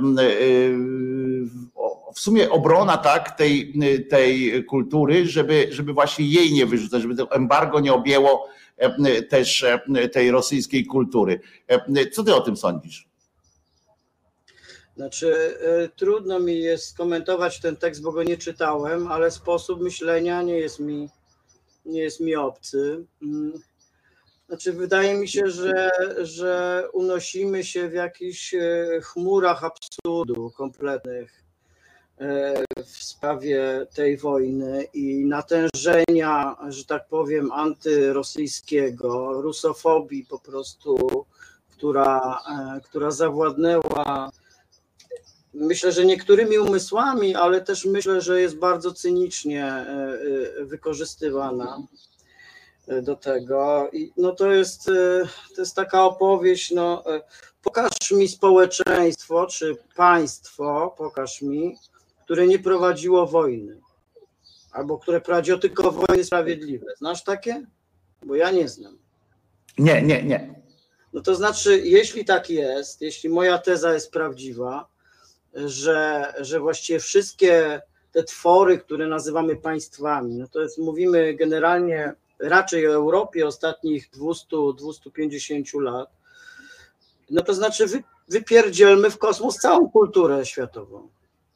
W sumie obrona tak tej kultury, żeby właśnie jej nie wyrzucać, żeby to embargo nie objęło też tej rosyjskiej kultury. Co ty o tym sądzisz? Znaczy, trudno mi jest skomentować ten tekst, bo go nie czytałem, ale sposób myślenia nie jest mi obcy. Znaczy, wydaje mi się, że unosimy się w jakichś chmurach absurdu kompletnych w sprawie tej wojny i natężenia, że tak powiem, antyrosyjskiego, rusofobii po prostu, która zawładnęła, myślę, że niektórymi umysłami, ale też myślę, że jest bardzo cynicznie wykorzystywana do tego. I no to jest taka opowieść, no, pokaż mi społeczeństwo czy państwo, pokaż mi, które nie prowadziło wojny, albo które prowadziło tylko wojny sprawiedliwe. Znasz takie? Bo ja nie znam. Nie. No to znaczy, jeśli tak jest, jeśli moja teza jest prawdziwa, że właściwie wszystkie te twory, które nazywamy państwami, no to jest, mówimy generalnie raczej o Europie ostatnich 200-250 lat, no to znaczy wypierdzielmy w kosmos całą kulturę światową.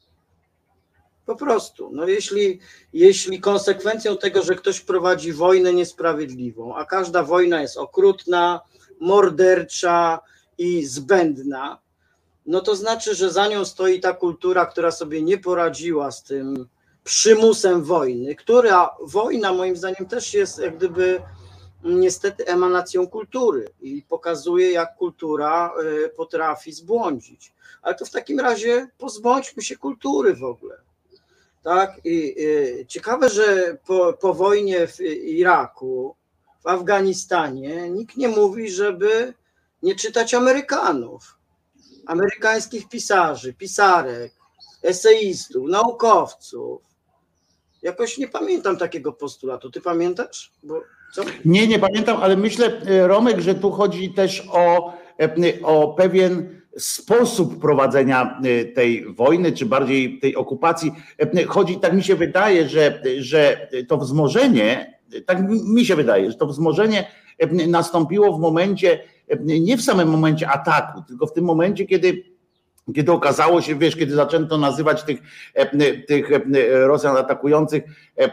Po prostu. No jeśli konsekwencją tego, że ktoś prowadzi wojnę niesprawiedliwą, a każda wojna jest okrutna, mordercza i zbędna, no to znaczy, że za nią stoi ta kultura, która sobie nie poradziła z tym przymusem wojny, która wojna moim zdaniem też jest jak gdyby niestety emanacją kultury i pokazuje, jak kultura potrafi zbłądzić. Ale to w takim razie pozbądźmy się kultury w ogóle. Tak? I ciekawe, że po wojnie w Iraku, w Afganistanie nikt nie mówi, żeby nie czytać Amerykanów, amerykańskich pisarzy, pisarek, eseistów, naukowców. Jakoś nie pamiętam takiego postulatu. Ty pamiętasz? Bo co? Nie pamiętam, ale myślę, Romek, że tu chodzi też o pewien sposób prowadzenia tej wojny, czy bardziej tej okupacji. Chodzi, tak mi się wydaje, że to wzmożenie, tak mi się wydaje, że to wzmożenie nastąpiło w momencie, nie w samym momencie ataku, tylko w tym momencie, kiedy okazało się, wiesz, kiedy zaczęto nazywać tych Rosjan atakujących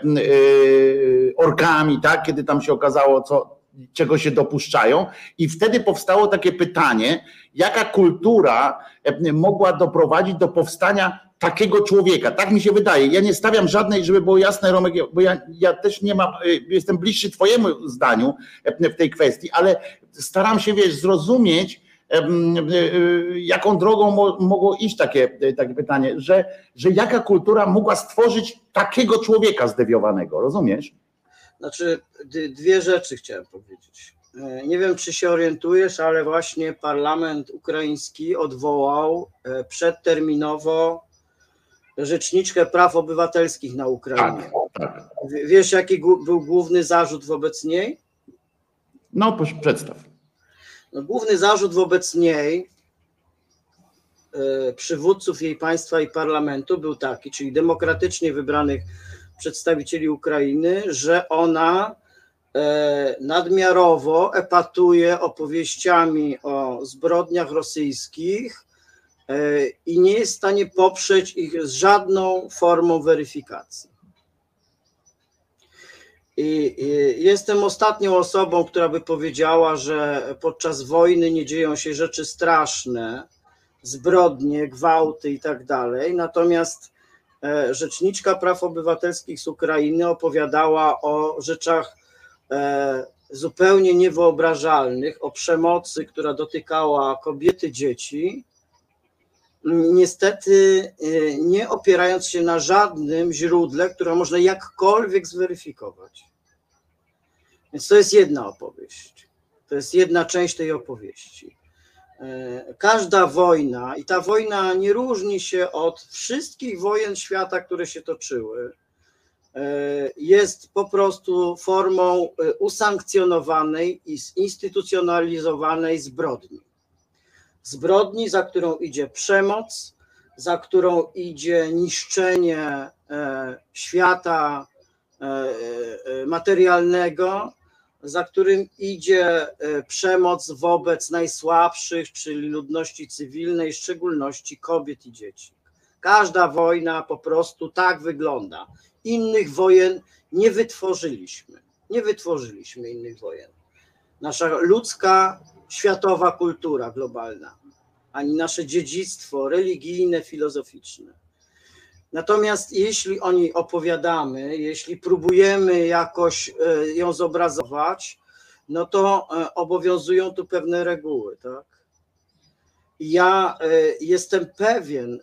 orkami, tak? Kiedy tam się okazało, czego się dopuszczają, i wtedy powstało takie pytanie, jaka kultura mogła doprowadzić do powstania takiego człowieka. Tak mi się wydaje. Ja nie stawiam żadnej, żeby było jasne, Romek, bo ja też nie mam, jestem bliższy twojemu zdaniu w tej kwestii, ale staram się, wiesz, zrozumieć, jaką drogą mogło iść takie pytanie, że jaka kultura mogła stworzyć takiego człowieka zdewiowanego, rozumiesz? Znaczy, dwie rzeczy chciałem powiedzieć. Nie wiem, czy się orientujesz, ale właśnie parlament ukraiński odwołał przedterminowo rzeczniczkę praw obywatelskich na Ukrainie. Tak. Wiesz, jaki był główny zarzut wobec niej? No, przedstaw. No, główny zarzut wobec niej, przywódców jej państwa i parlamentu był taki, czyli demokratycznie wybranych przedstawicieli Ukrainy, że ona nadmiarowo epatuje opowieściami o zbrodniach rosyjskich i nie jest w stanie poprzeć ich z żadną formą weryfikacji. I jestem ostatnią osobą, która by powiedziała, że podczas wojny nie dzieją się rzeczy straszne, zbrodnie, gwałty i tak dalej. Natomiast rzeczniczka praw obywatelskich z Ukrainy opowiadała o rzeczach zupełnie niewyobrażalnych, o przemocy, która dotykała kobiety, dzieci, niestety nie opierając się na żadnym źródle, które można jakkolwiek zweryfikować. Więc to jest jedna opowieść. To jest jedna część tej opowieści. Każda wojna, i ta wojna nie różni się od wszystkich wojen świata, które się toczyły, jest po prostu formą usankcjonowanej i zinstytucjonalizowanej zbrodni. Zbrodni, za którą idzie przemoc, za którą idzie niszczenie świata materialnego, za którym idzie przemoc wobec najsłabszych, czyli ludności cywilnej, w szczególności kobiet i dzieci. Każda wojna po prostu tak wygląda. Innych wojen nie wytworzyliśmy. Nie wytworzyliśmy innych wojen. Nasza ludzka, światowa kultura globalna, ani nasze dziedzictwo religijne, filozoficzne. Natomiast jeśli o niej opowiadamy, jeśli próbujemy jakoś ją zobrazować, no to obowiązują tu pewne reguły, tak? Ja jestem pewien,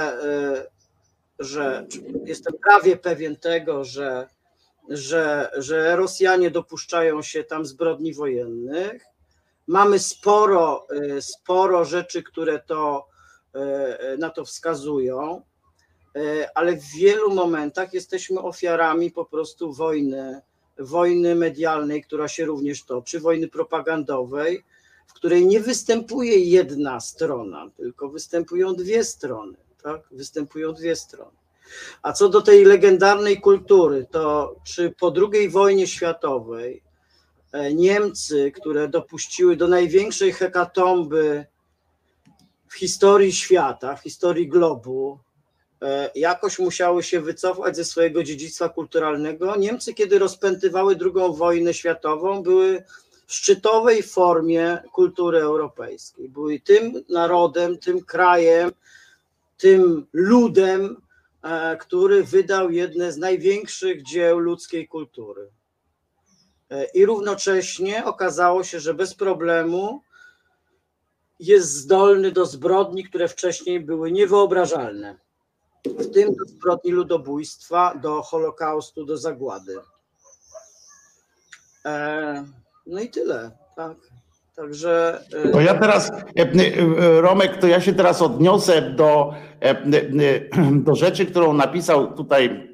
jestem prawie pewien tego, że Rosjanie dopuszczają się tam zbrodni wojennych. Mamy sporo rzeczy, które na to wskazują, ale w wielu momentach jesteśmy ofiarami po prostu wojny medialnej, która się również toczy, wojny propagandowej, w której nie występuje jedna strona, tylko występują dwie strony, tak? Występują dwie strony. A co do tej legendarnej kultury, to czy po II wojnie światowej Niemcy, które dopuściły do największej hekatomby w historii świata, w historii globu, jakoś musiały się wycofać ze swojego dziedzictwa kulturalnego. Niemcy, kiedy rozpętywały II wojnę światową, były w szczytowej formie kultury europejskiej. Były tym narodem, tym krajem, tym ludem, który wydał jedne z największych dzieł ludzkiej kultury. I równocześnie okazało się, że bez problemu jest zdolny do zbrodni, które wcześniej były niewyobrażalne. W tym do zbrodni ludobójstwa, do Holokaustu, do zagłady. No i tyle, tak. Także. To ja teraz, Romek, to ja się teraz odniosę do rzeczy, którą napisał tutaj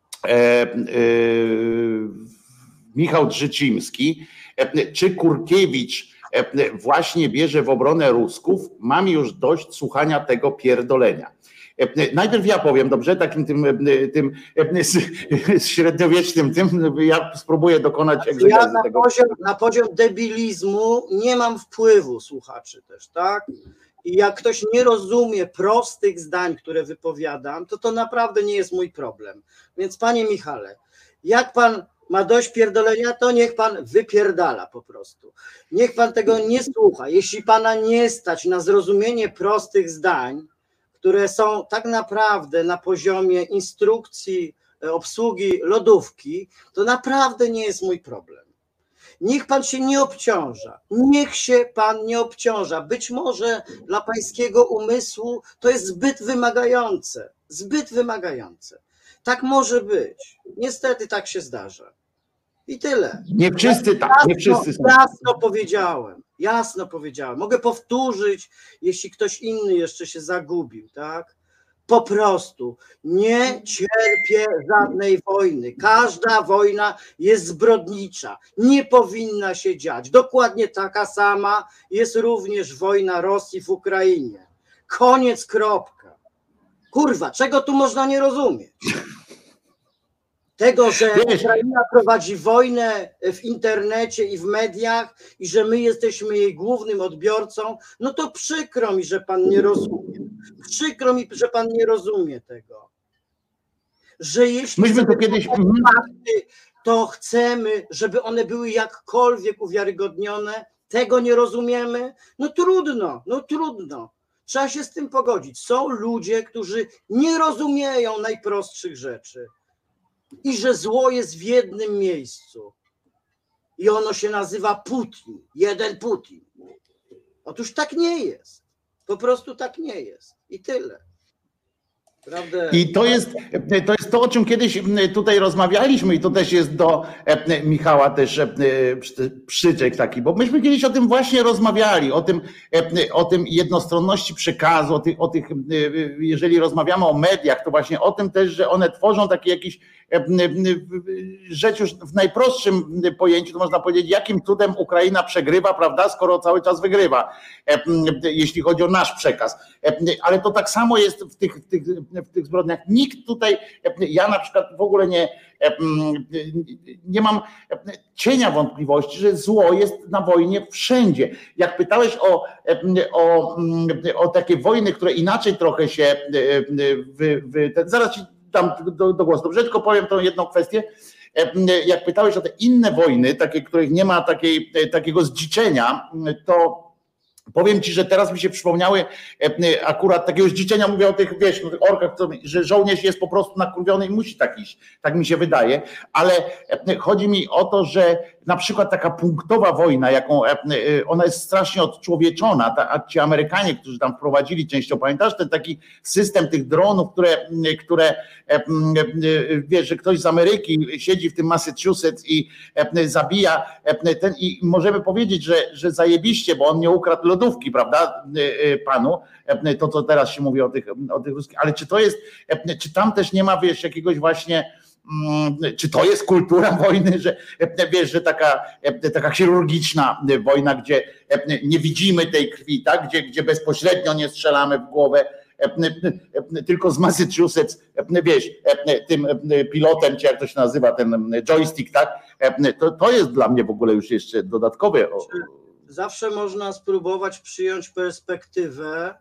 Michał Drzycimski. Czy Kurkiewicz właśnie bierze w obronę Rusków? Mam już dość słuchania tego pierdolenia. Najpierw ja powiem, dobrze, takim tym średniowiecznym ja spróbuję dokonać egzegezy tego. Na poziom debilizmu nie mam wpływu, słuchaczy też, tak? I jak ktoś nie rozumie prostych zdań, które wypowiadam, to naprawdę nie jest mój problem. Więc panie Michale, jak pan ma dość pierdolenia, to niech pan wypierdala po prostu. Niech pan tego nie słucha. Jeśli pana nie stać na zrozumienie prostych zdań, które są tak naprawdę na poziomie instrukcji obsługi lodówki, to naprawdę nie jest mój problem. Niech pan się nie obciąża. Niech się pan nie obciąża. Być może dla pańskiego umysłu to jest zbyt wymagające. Zbyt wymagające. Tak może być. Niestety tak się zdarza. I tyle. Nie wszyscy tak, nie wszyscy są. Jasno powiedziałem. Mogę powtórzyć, jeśli ktoś inny jeszcze się zagubił, tak? Po prostu nie cierpię żadnej wojny. Każda wojna jest zbrodnicza. Nie powinna się dziać. Dokładnie taka sama jest również wojna Rosji w Ukrainie. Koniec, kropka. Kurwa, czego tu można nie rozumieć? Tego, że Ukraina prowadzi wojnę w internecie i w mediach i że my jesteśmy jej głównym odbiorcą, no to przykro mi, że pan nie rozumie. Przykro mi, że pan nie rozumie tego. Że jeśli Myśmy to kiedyś... fakty, to chcemy, żeby one były jakkolwiek uwiarygodnione. Tego nie rozumiemy? No trudno. Trzeba się z tym pogodzić. Są ludzie, którzy nie rozumieją najprostszych rzeczy. I że zło jest w jednym miejscu. I ono się nazywa Putin. Jeden Putin. Otóż tak nie jest. Po prostu tak nie jest. I tyle. Prawda? I to jest to, o czym kiedyś tutaj rozmawialiśmy i to też jest do Michała też przyczek taki, bo myśmy kiedyś o tym właśnie rozmawiali, o tym jednostronności przekazu, o tych, jeżeli rozmawiamy o mediach, to właśnie o tym też, że one tworzą taki jakiś rzecz już w najprostszym pojęciu, to można powiedzieć, jakim cudem Ukraina przegrywa, prawda, skoro cały czas wygrywa, jeśli chodzi o nasz przekaz. Ale to tak samo jest w tych zbrodniach. Nikt tutaj, ja na przykład w ogóle nie mam cienia wątpliwości, że zło jest na wojnie wszędzie. Jak pytałeś o takie wojny, które inaczej trochę się zaraz ci dam do głosu. Dobrze, tylko powiem tą jedną kwestię. Jak pytałeś o te inne wojny, takie, których nie ma takiego zdziczenia, to powiem ci, że teraz mi się przypomniały akurat takiego zdziczenia, mówię o tych, wiesz, orkach, że żołnierz jest po prostu nakurwiony i musi tak iść, tak mi się wydaje, ale chodzi mi o to, że na przykład taka punktowa wojna, jaką ona jest strasznie odczłowieczona, a ci Amerykanie, którzy tam wprowadzili częścią, pamiętasz, ten taki system tych dronów, które wiesz, że ktoś z Ameryki siedzi w tym Massachusetts i zabija i możemy powiedzieć, że zajebiście, bo on nie ukradł lodówki, prawda, panu, to co teraz się mówi o tych ruskich, ale czy tam też nie ma, wiesz, jakiegoś właśnie, czy to jest kultura wojny, że wiesz, że taka chirurgiczna wojna, gdzie nie widzimy tej krwi, tak? Gdzie bezpośrednio nie strzelamy w głowę, tylko z Massachusetts, wiesz, tym pilotem, czy jak to się nazywa, ten joystick, tak? To jest dla mnie w ogóle już jeszcze dodatkowe. Zawsze można spróbować przyjąć perspektywę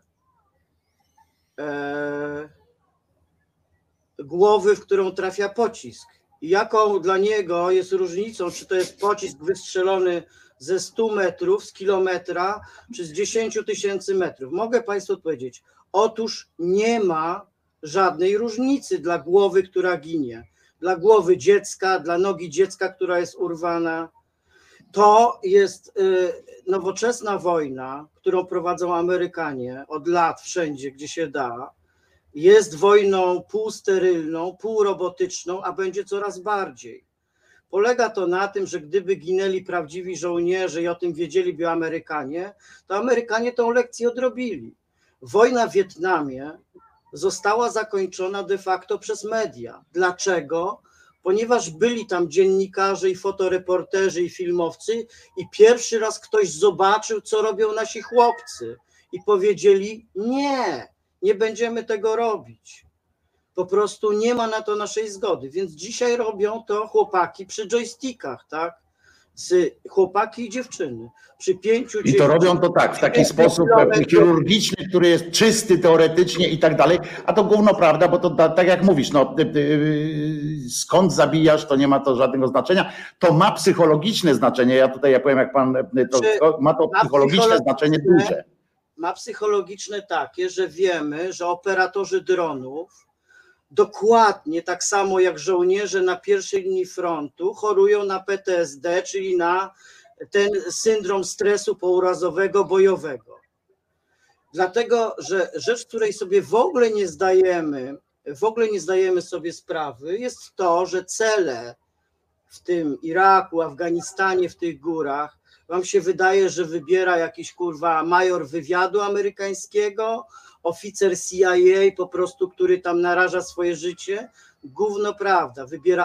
głowy, w którą trafia pocisk. I jaką dla niego jest różnicą, czy to jest pocisk wystrzelony ze 100 metrów, z kilometra, czy z 10 000 metrów. Mogę Państwu odpowiedzieć, otóż nie ma żadnej różnicy dla głowy, która ginie. Dla głowy dziecka, dla nogi dziecka, która jest urwana. To jest nowoczesna wojna, którą prowadzą Amerykanie od lat wszędzie, gdzie się da. Jest wojną półsterylną, półrobotyczną, a będzie coraz bardziej. Polega to na tym, że gdyby ginęli prawdziwi żołnierze i o tym wiedzieliby Amerykanie, to Amerykanie tą lekcję odrobili. Wojna w Wietnamie została zakończona de facto przez media. Dlaczego? Ponieważ byli tam dziennikarze i fotoreporterzy i filmowcy i pierwszy raz ktoś zobaczył, co robią nasi chłopcy i powiedzieli nie będziemy tego robić. Po prostu nie ma na to naszej zgody, więc dzisiaj robią to chłopaki przy joystickach, tak? Chłopaki i dziewczyny. Przy 5 I to robią to tak, w taki sposób chirurgiczny, który jest czysty teoretycznie i tak dalej, a to gówno prawda, bo to tak jak mówisz, no, skąd zabijasz, to nie ma to żadnego znaczenia. To ma psychologiczne znaczenie, ja powiem jak pan, ma to psychologiczne znaczenie duże. Ma psychologiczne takie, że wiemy, że operatorzy dronów dokładnie tak samo jak żołnierze na pierwszej linii frontu chorują na PTSD, czyli na ten syndrom stresu pourazowego bojowego. Dlatego, że rzecz, której sobie w ogóle nie zdajemy sobie sprawy, jest to, że cele w tym Iraku, Afganistanie, w tych górach, wam się wydaje, że wybiera jakiś kurwa major wywiadu amerykańskiego, oficer CIA po prostu, który tam naraża swoje życie? Gówno prawda, wybiera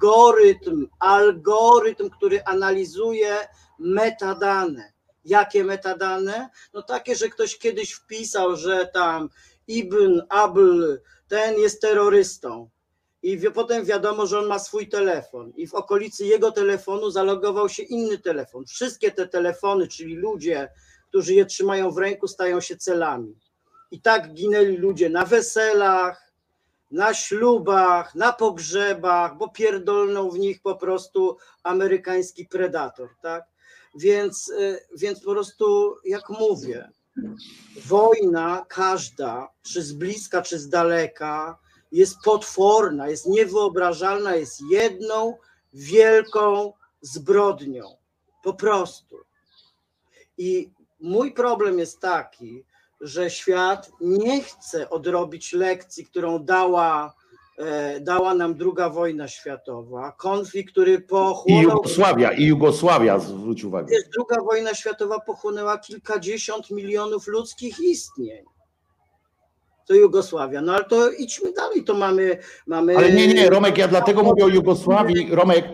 algorytm, który analizuje metadane. Jakie metadane? No takie, że ktoś kiedyś wpisał, że tam Ibn Abl, ten jest terrorystą. I potem wiadomo, że on ma swój telefon i w okolicy jego telefonu zalogował się inny telefon. Wszystkie te telefony, czyli ludzie, którzy je trzymają w ręku, stają się celami. I tak ginęli ludzie na weselach, na ślubach, na pogrzebach, bo pierdolnął w nich po prostu amerykański predator, tak? Więc po prostu, jak mówię, wojna każda, czy z bliska, czy z daleka, jest potworna, jest niewyobrażalna, jest jedną wielką zbrodnią. Po prostu. I mój problem jest taki, że świat nie chce odrobić lekcji, którą dała nam II wojna światowa, konflikt, który pochłonął... I Jugosławia, zwróć uwagę. II wojna światowa pochłonęła kilkadziesiąt milionów ludzkich istnień. To Jugosławia. No ale to idźmy dalej, to mamy... Ale nie, Romek, ja dlatego mówię o Jugosławii,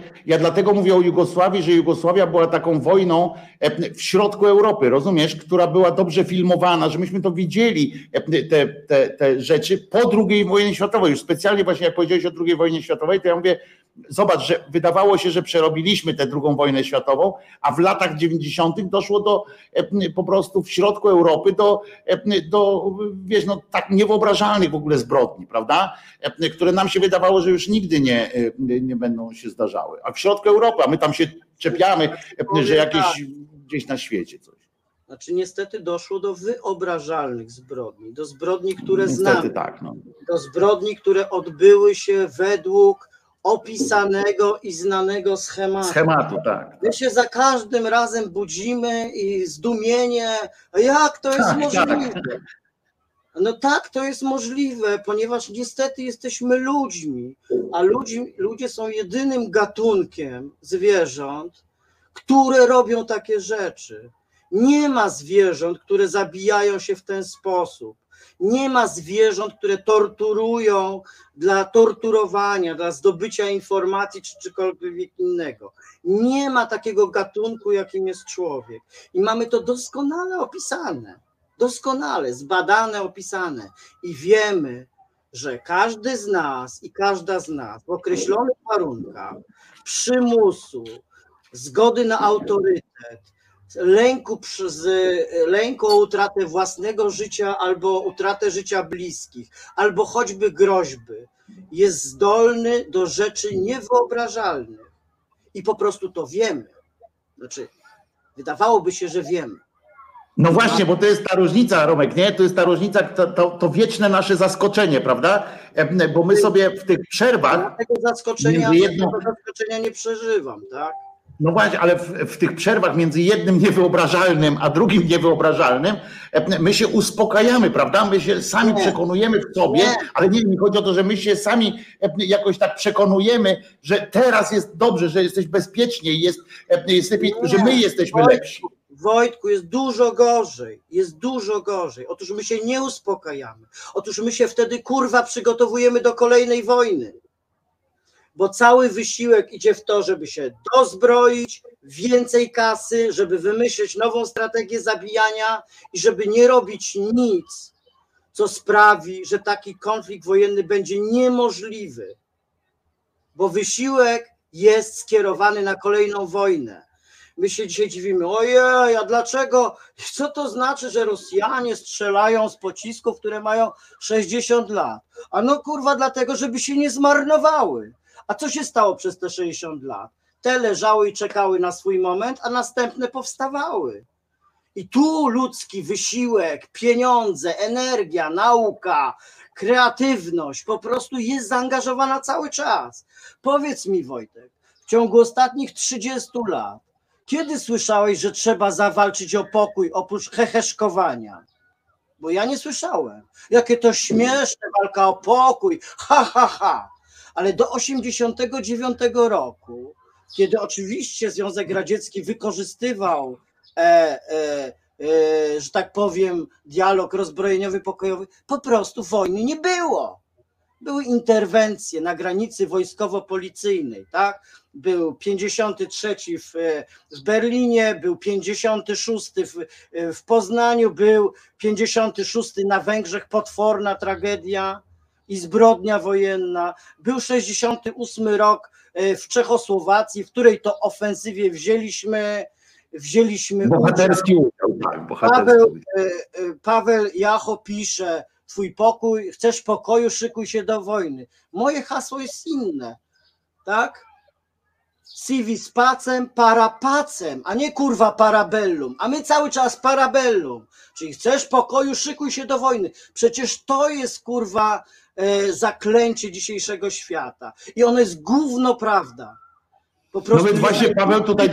że Jugosławia była taką wojną w środku Europy, rozumiesz, która była dobrze filmowana, że myśmy to widzieli, te rzeczy po II wojnie światowej. Już specjalnie właśnie jak powiedziałeś o II wojnie światowej, to ja mówię, zobacz, że wydawało się, że przerobiliśmy tę II wojnę światową, a w latach 90. doszło do po prostu w środku Europy do wiesz, no tak niewyobrażalnych w ogóle zbrodni, prawda? Które nam się wydawało, że już nigdy nie będą się zdarzały. A w środku Europy, a my tam się czepiamy, że jakieś gdzieś na świecie coś. Znaczy niestety doszło do wyobrażalnych zbrodni, do zbrodni, które znamy, tak, no. Do zbrodni, które odbyły się według opisanego i znanego schematu. Tak. My się za każdym razem budzimy i zdumienie, jak to jest możliwe? Tak. No tak, to jest możliwe, ponieważ niestety jesteśmy ludźmi, a ludzie są jedynym gatunkiem zwierząt, które robią takie rzeczy. Nie ma zwierząt, które zabijają się w ten sposób. Nie ma zwierząt, które torturują dla torturowania, dla zdobycia informacji czy czegokolwiek innego. Nie ma takiego gatunku, jakim jest człowiek. I mamy to doskonale opisane. Doskonale, zbadane, opisane. I wiemy, że każdy z nas i każda z nas w określonych warunkach przymusu, zgody na autorytet, lęku o utratę własnego życia albo utratę życia bliskich, albo choćby groźby, jest zdolny do rzeczy niewyobrażalnych. I po prostu to wiemy. Znaczy, wydawałoby się, że wiemy. No właśnie, bo to jest ta różnica, Romek, nie? To jest ta różnica, to wieczne nasze zaskoczenie, prawda? Bo my sobie w tych przerwach... Ja tego zaskoczenia nie przeżywam, tak? No właśnie, ale w tych przerwach między jednym niewyobrażalnym a drugim niewyobrażalnym my się uspokajamy, prawda? My się sami przekonujemy w sobie, ale nie chodzi o to, że my się sami jakoś tak przekonujemy, że teraz jest dobrze, że jesteś bezpiecznie, jest lepiej, że my jesteśmy lepsi. Wojtku, jest dużo gorzej, jest dużo gorzej. Otóż my się nie uspokajamy. Otóż my się wtedy, kurwa, przygotowujemy do kolejnej wojny. Bo cały wysiłek idzie w to, żeby się dozbroić, więcej kasy, żeby wymyślić nową strategię zabijania i żeby nie robić nic, co sprawi, że taki konflikt wojenny będzie niemożliwy. Bo wysiłek jest skierowany na kolejną wojnę. My się dzisiaj dziwimy, ojej, a dlaczego? Co to znaczy, że Rosjanie strzelają z pocisków, które mają 60 lat? A no kurwa dlatego, żeby się nie zmarnowały. A co się stało przez te 60 lat? Te leżały i czekały na swój moment, a następne powstawały. I tu ludzki wysiłek, pieniądze, energia, nauka, kreatywność po prostu jest zaangażowana cały czas. Powiedz mi, Wojtek, w ciągu ostatnich 30 lat, kiedy słyszałeś, że trzeba zawalczyć o pokój oprócz heheszkowania? Bo ja nie słyszałem. Jakie to śmieszne, walka o pokój, ha, ha, ha. Ale do 89 roku kiedy oczywiście Związek Radziecki wykorzystywał, że tak powiem, dialog rozbrojeniowy, pokojowy, po prostu wojny nie było. Były interwencje na granicy wojskowo-policyjnej, tak? Był 53 w Berlinie, był 56 w Poznaniu, był 56 na Węgrzech, potworna tragedia i zbrodnia wojenna. Był 68 rok w Czechosłowacji, w której to ofensywie wzięliśmy bohaterski udział. Tak, bohaterski. Paweł Jacho pisze, twój pokój, chcesz pokoju, szykuj się do wojny. Moje hasło jest inne, tak? Civis pacem, para pacem, a nie kurwa parabellum, a my cały czas parabellum, czyli chcesz pokoju, szykuj się do wojny. Przecież to jest kurwa zaklęcie dzisiejszego świata i ono jest gówno prawda. No więc właśnie Paweł, tutaj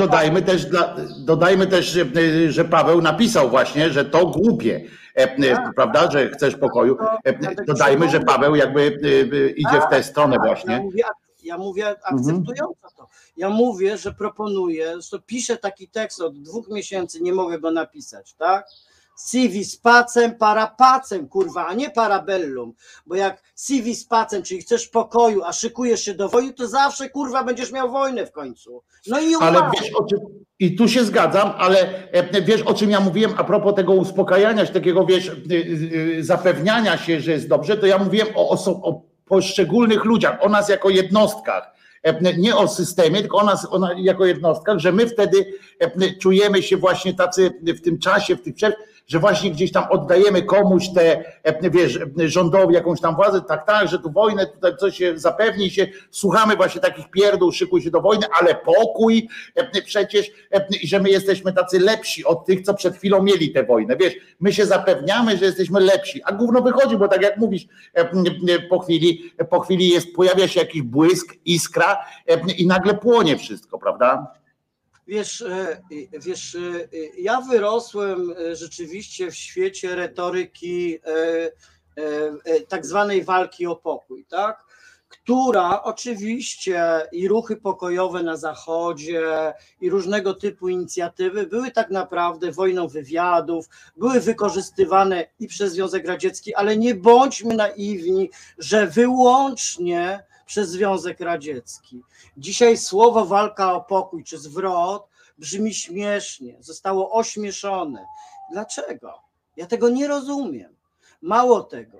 dodajmy też, że Paweł napisał właśnie, że to głupie, prawda, że chcesz pokoju. Dodajmy, że Paweł jakby idzie w tę stronę właśnie. Ja mówię akceptująco to. Ja mówię, że proponuję, że piszę taki tekst od 2 miesięcy, nie mogę go napisać, tak? Civis pacem, para pacem, kurwa, a nie parabellum, bo jak civis pacem, czyli chcesz pokoju, a szykujesz się do wojny, to zawsze, kurwa, będziesz miał wojnę w końcu. No i ale wiesz, i tu się zgadzam, ale wiesz, o czym ja mówiłem a propos tego uspokajania się, takiego, wiesz, zapewniania się, że jest dobrze, to ja mówiłem o poszczególnych ludziach, o nas jako jednostkach. Nie o systemie, tylko o nas jako jednostkach, że my wtedy czujemy się właśnie tacy w tym czasie, w tych że właśnie gdzieś tam oddajemy komuś wiesz, rządowi jakąś tam władzę, tak, że tu wojnę, tutaj coś się zapewni się, słuchamy właśnie takich pierdół, szykuj się do wojny, ale pokój przecież, że my jesteśmy tacy lepsi od tych, co przed chwilą mieli tę wojnę, wiesz, my się zapewniamy, że jesteśmy lepsi, a gówno wychodzi, bo tak jak mówisz, po chwili pojawia się jakiś błysk, iskra i nagle płonie wszystko, prawda? Wiesz, ja wyrosłem rzeczywiście w świecie retoryki tak zwanej walki o pokój, tak? Która oczywiście i ruchy pokojowe na Zachodzie i różnego typu inicjatywy były tak naprawdę wojną wywiadów, były wykorzystywane i przez Związek Radziecki, ale nie bądźmy naiwni, że wyłącznie przez Związek Radziecki. Dzisiaj słowo walka o pokój czy zwrot brzmi śmiesznie, zostało ośmieszone. Dlaczego? Ja tego nie rozumiem. Mało tego,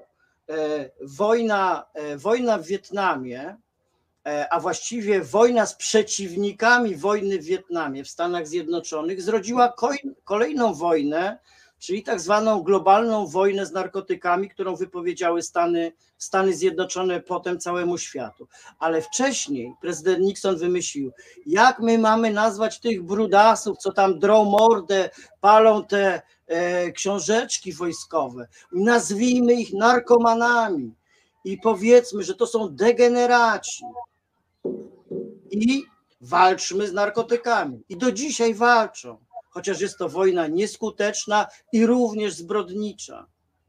wojna w Wietnamie, a właściwie wojna z przeciwnikami wojny w Wietnamie w Stanach Zjednoczonych zrodziła kolejną wojnę, czyli tak zwaną globalną wojnę z narkotykami, którą wypowiedziały Stany Zjednoczone potem całemu światu. Ale wcześniej prezydent Nixon wymyślił, jak my mamy nazwać tych brudasów, co tam drą mordę, palą te książeczki wojskowe. Nazwijmy ich narkomanami i powiedzmy, że to są degeneraci. I walczmy z narkotykami. I do dzisiaj walczą. Chociaż jest to wojna nieskuteczna i również zbrodnicza.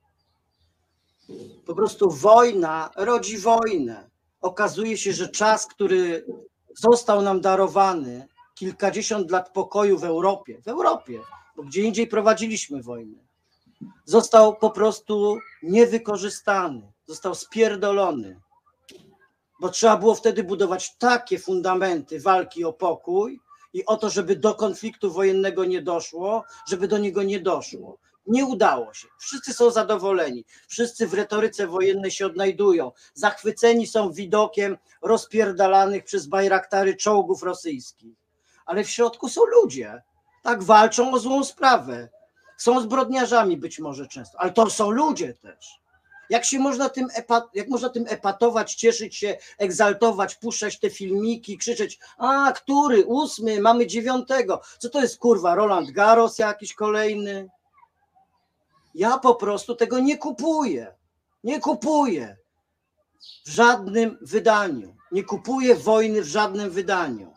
Po prostu wojna rodzi wojnę. Okazuje się, że czas, który został nam darowany, kilkadziesiąt lat pokoju w Europie, bo gdzie indziej prowadziliśmy wojnę, został po prostu niewykorzystany, został spierdolony. Bo trzeba było wtedy budować takie fundamenty walki o pokój, i o to, żeby do konfliktu wojennego nie doszło, żeby do niego nie doszło. Nie udało się. Wszyscy są zadowoleni. Wszyscy w retoryce wojennej się odnajdują. Zachwyceni są widokiem rozpierdalanych przez bajraktary czołgów rosyjskich. Ale w środku są ludzie. Tak walczą o złą sprawę. Są zbrodniarzami być może często, ale to są ludzie też. Jak można tym epatować, cieszyć się, egzaltować, puszczać te filmiki, krzyczeć, a który, 8, mamy 9, co to jest kurwa, Roland Garros jakiś kolejny? Ja po prostu tego nie kupuję w żadnym wydaniu, nie kupuję wojny w żadnym wydaniu.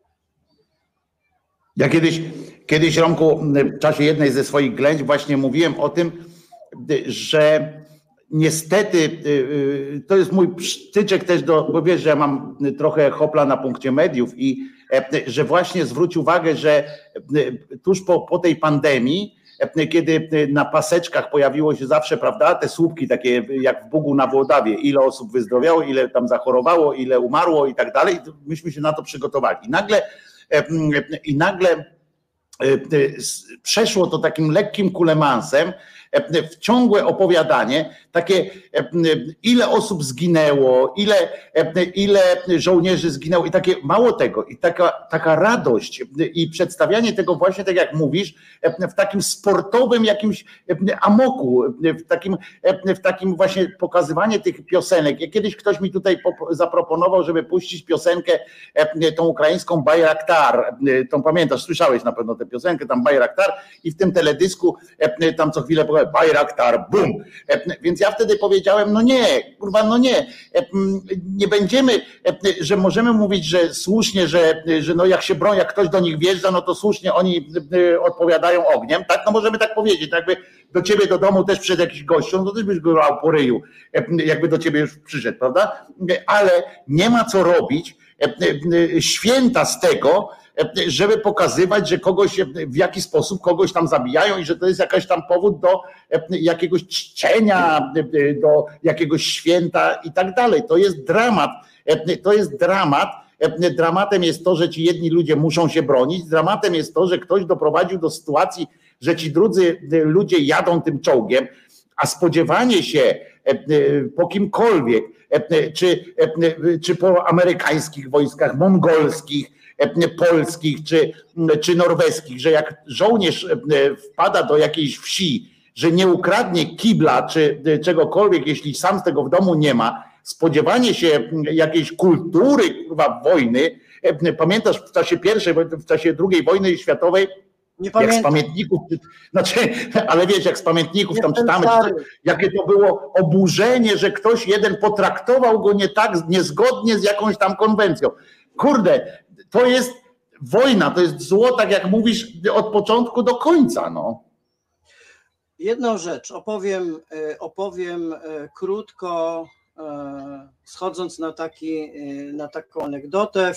Ja kiedyś Romku, w czasie jednej ze swoich ględź właśnie mówiłem o tym, że niestety to jest mój przytyczek też bo wiesz, że ja mam trochę hopla na punkcie mediów i że właśnie zwróć uwagę, że tuż po tej pandemii, kiedy na paseczkach pojawiło się zawsze, prawda, te słupki takie jak w Bugu na Włodawie, ile osób wyzdrowiało, ile tam zachorowało, ile umarło i tak dalej, myśmy się na to przygotowali. I nagle przeszło to takim lekkim kulemansem w ciągłe opowiadanie, takie ile osób zginęło, ile żołnierzy zginęło i takie mało tego, i taka radość i przedstawianie tego właśnie, tak jak mówisz, w takim sportowym jakimś amoku, w takim właśnie pokazywanie tych piosenek. Jak kiedyś ktoś mi tutaj zaproponował, żeby puścić piosenkę tą ukraińską Bayraktar, tą pamiętasz, słyszałeś na pewno tę piosenkę, tam Bayraktar i w tym teledysku tam co chwilę Bayraktar, bum. Więc ja wtedy powiedziałem, no nie, kurwa, no nie będziemy, że możemy mówić, że słusznie, że no jak się broni, jak ktoś do nich wjeżdża, no to słusznie oni odpowiadają ogniem, tak? No możemy tak powiedzieć, jakby do ciebie do domu też przyszedł jakiś gościu, no to też byś go brał po ryju, jakby do ciebie już przyszedł, prawda? Ale nie ma co robić święta z tego, żeby pokazywać, że kogoś w jakiś sposób kogoś tam zabijają i że to jest jakaś tam powód do jakiegoś czczenia, do jakiegoś święta i tak dalej. To jest dramat. To jest dramat. Dramatem jest to, że ci jedni ludzie muszą się bronić. Dramatem jest to, że ktoś doprowadził do sytuacji, że ci drudzy ludzie jadą tym czołgiem, a spodziewanie się po kimkolwiek, czy po amerykańskich wojskach, mongolskich, polskich czy norweskich, że jak żołnierz wpada do jakiejś wsi, że nie ukradnie kibla czy czegokolwiek, jeśli sam z tego w domu nie ma, spodziewanie się jakiejś kultury wojny, pamiętasz w czasie w czasie II wojny światowej, jak z pamiętników, ale wiesz, jak z pamiętników tam czytamy, jakie to było oburzenie, że ktoś jeden potraktował go nie tak, niezgodnie z jakąś tam konwencją. Kurde, to jest wojna, to jest zło, tak jak mówisz, od początku do końca. No. Jedną rzecz opowiem krótko, schodząc na taką anegdotę.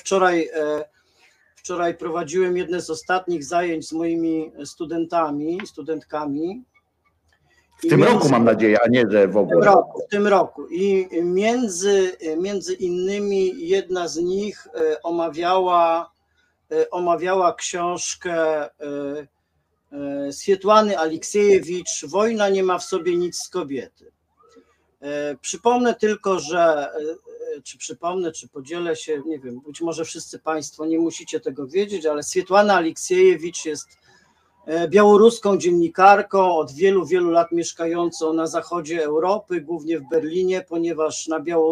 Wczoraj prowadziłem jedne z ostatnich zajęć z moimi studentkami. W tym roku mam nadzieję, a nie, że w ogóle. W tym roku. I między innymi jedna z nich omawiała książkę Swietłany Aleksiejewicz „Wojna nie ma w sobie nic z kobiety”. Przypomnę tylko, czy podzielę się, nie wiem, być może wszyscy Państwo nie musicie tego wiedzieć, ale Swietłana Aleksiejewicz jest białoruską dziennikarką, od wielu, wielu lat mieszkającą na zachodzie Europy, głównie w Berlinie, ponieważ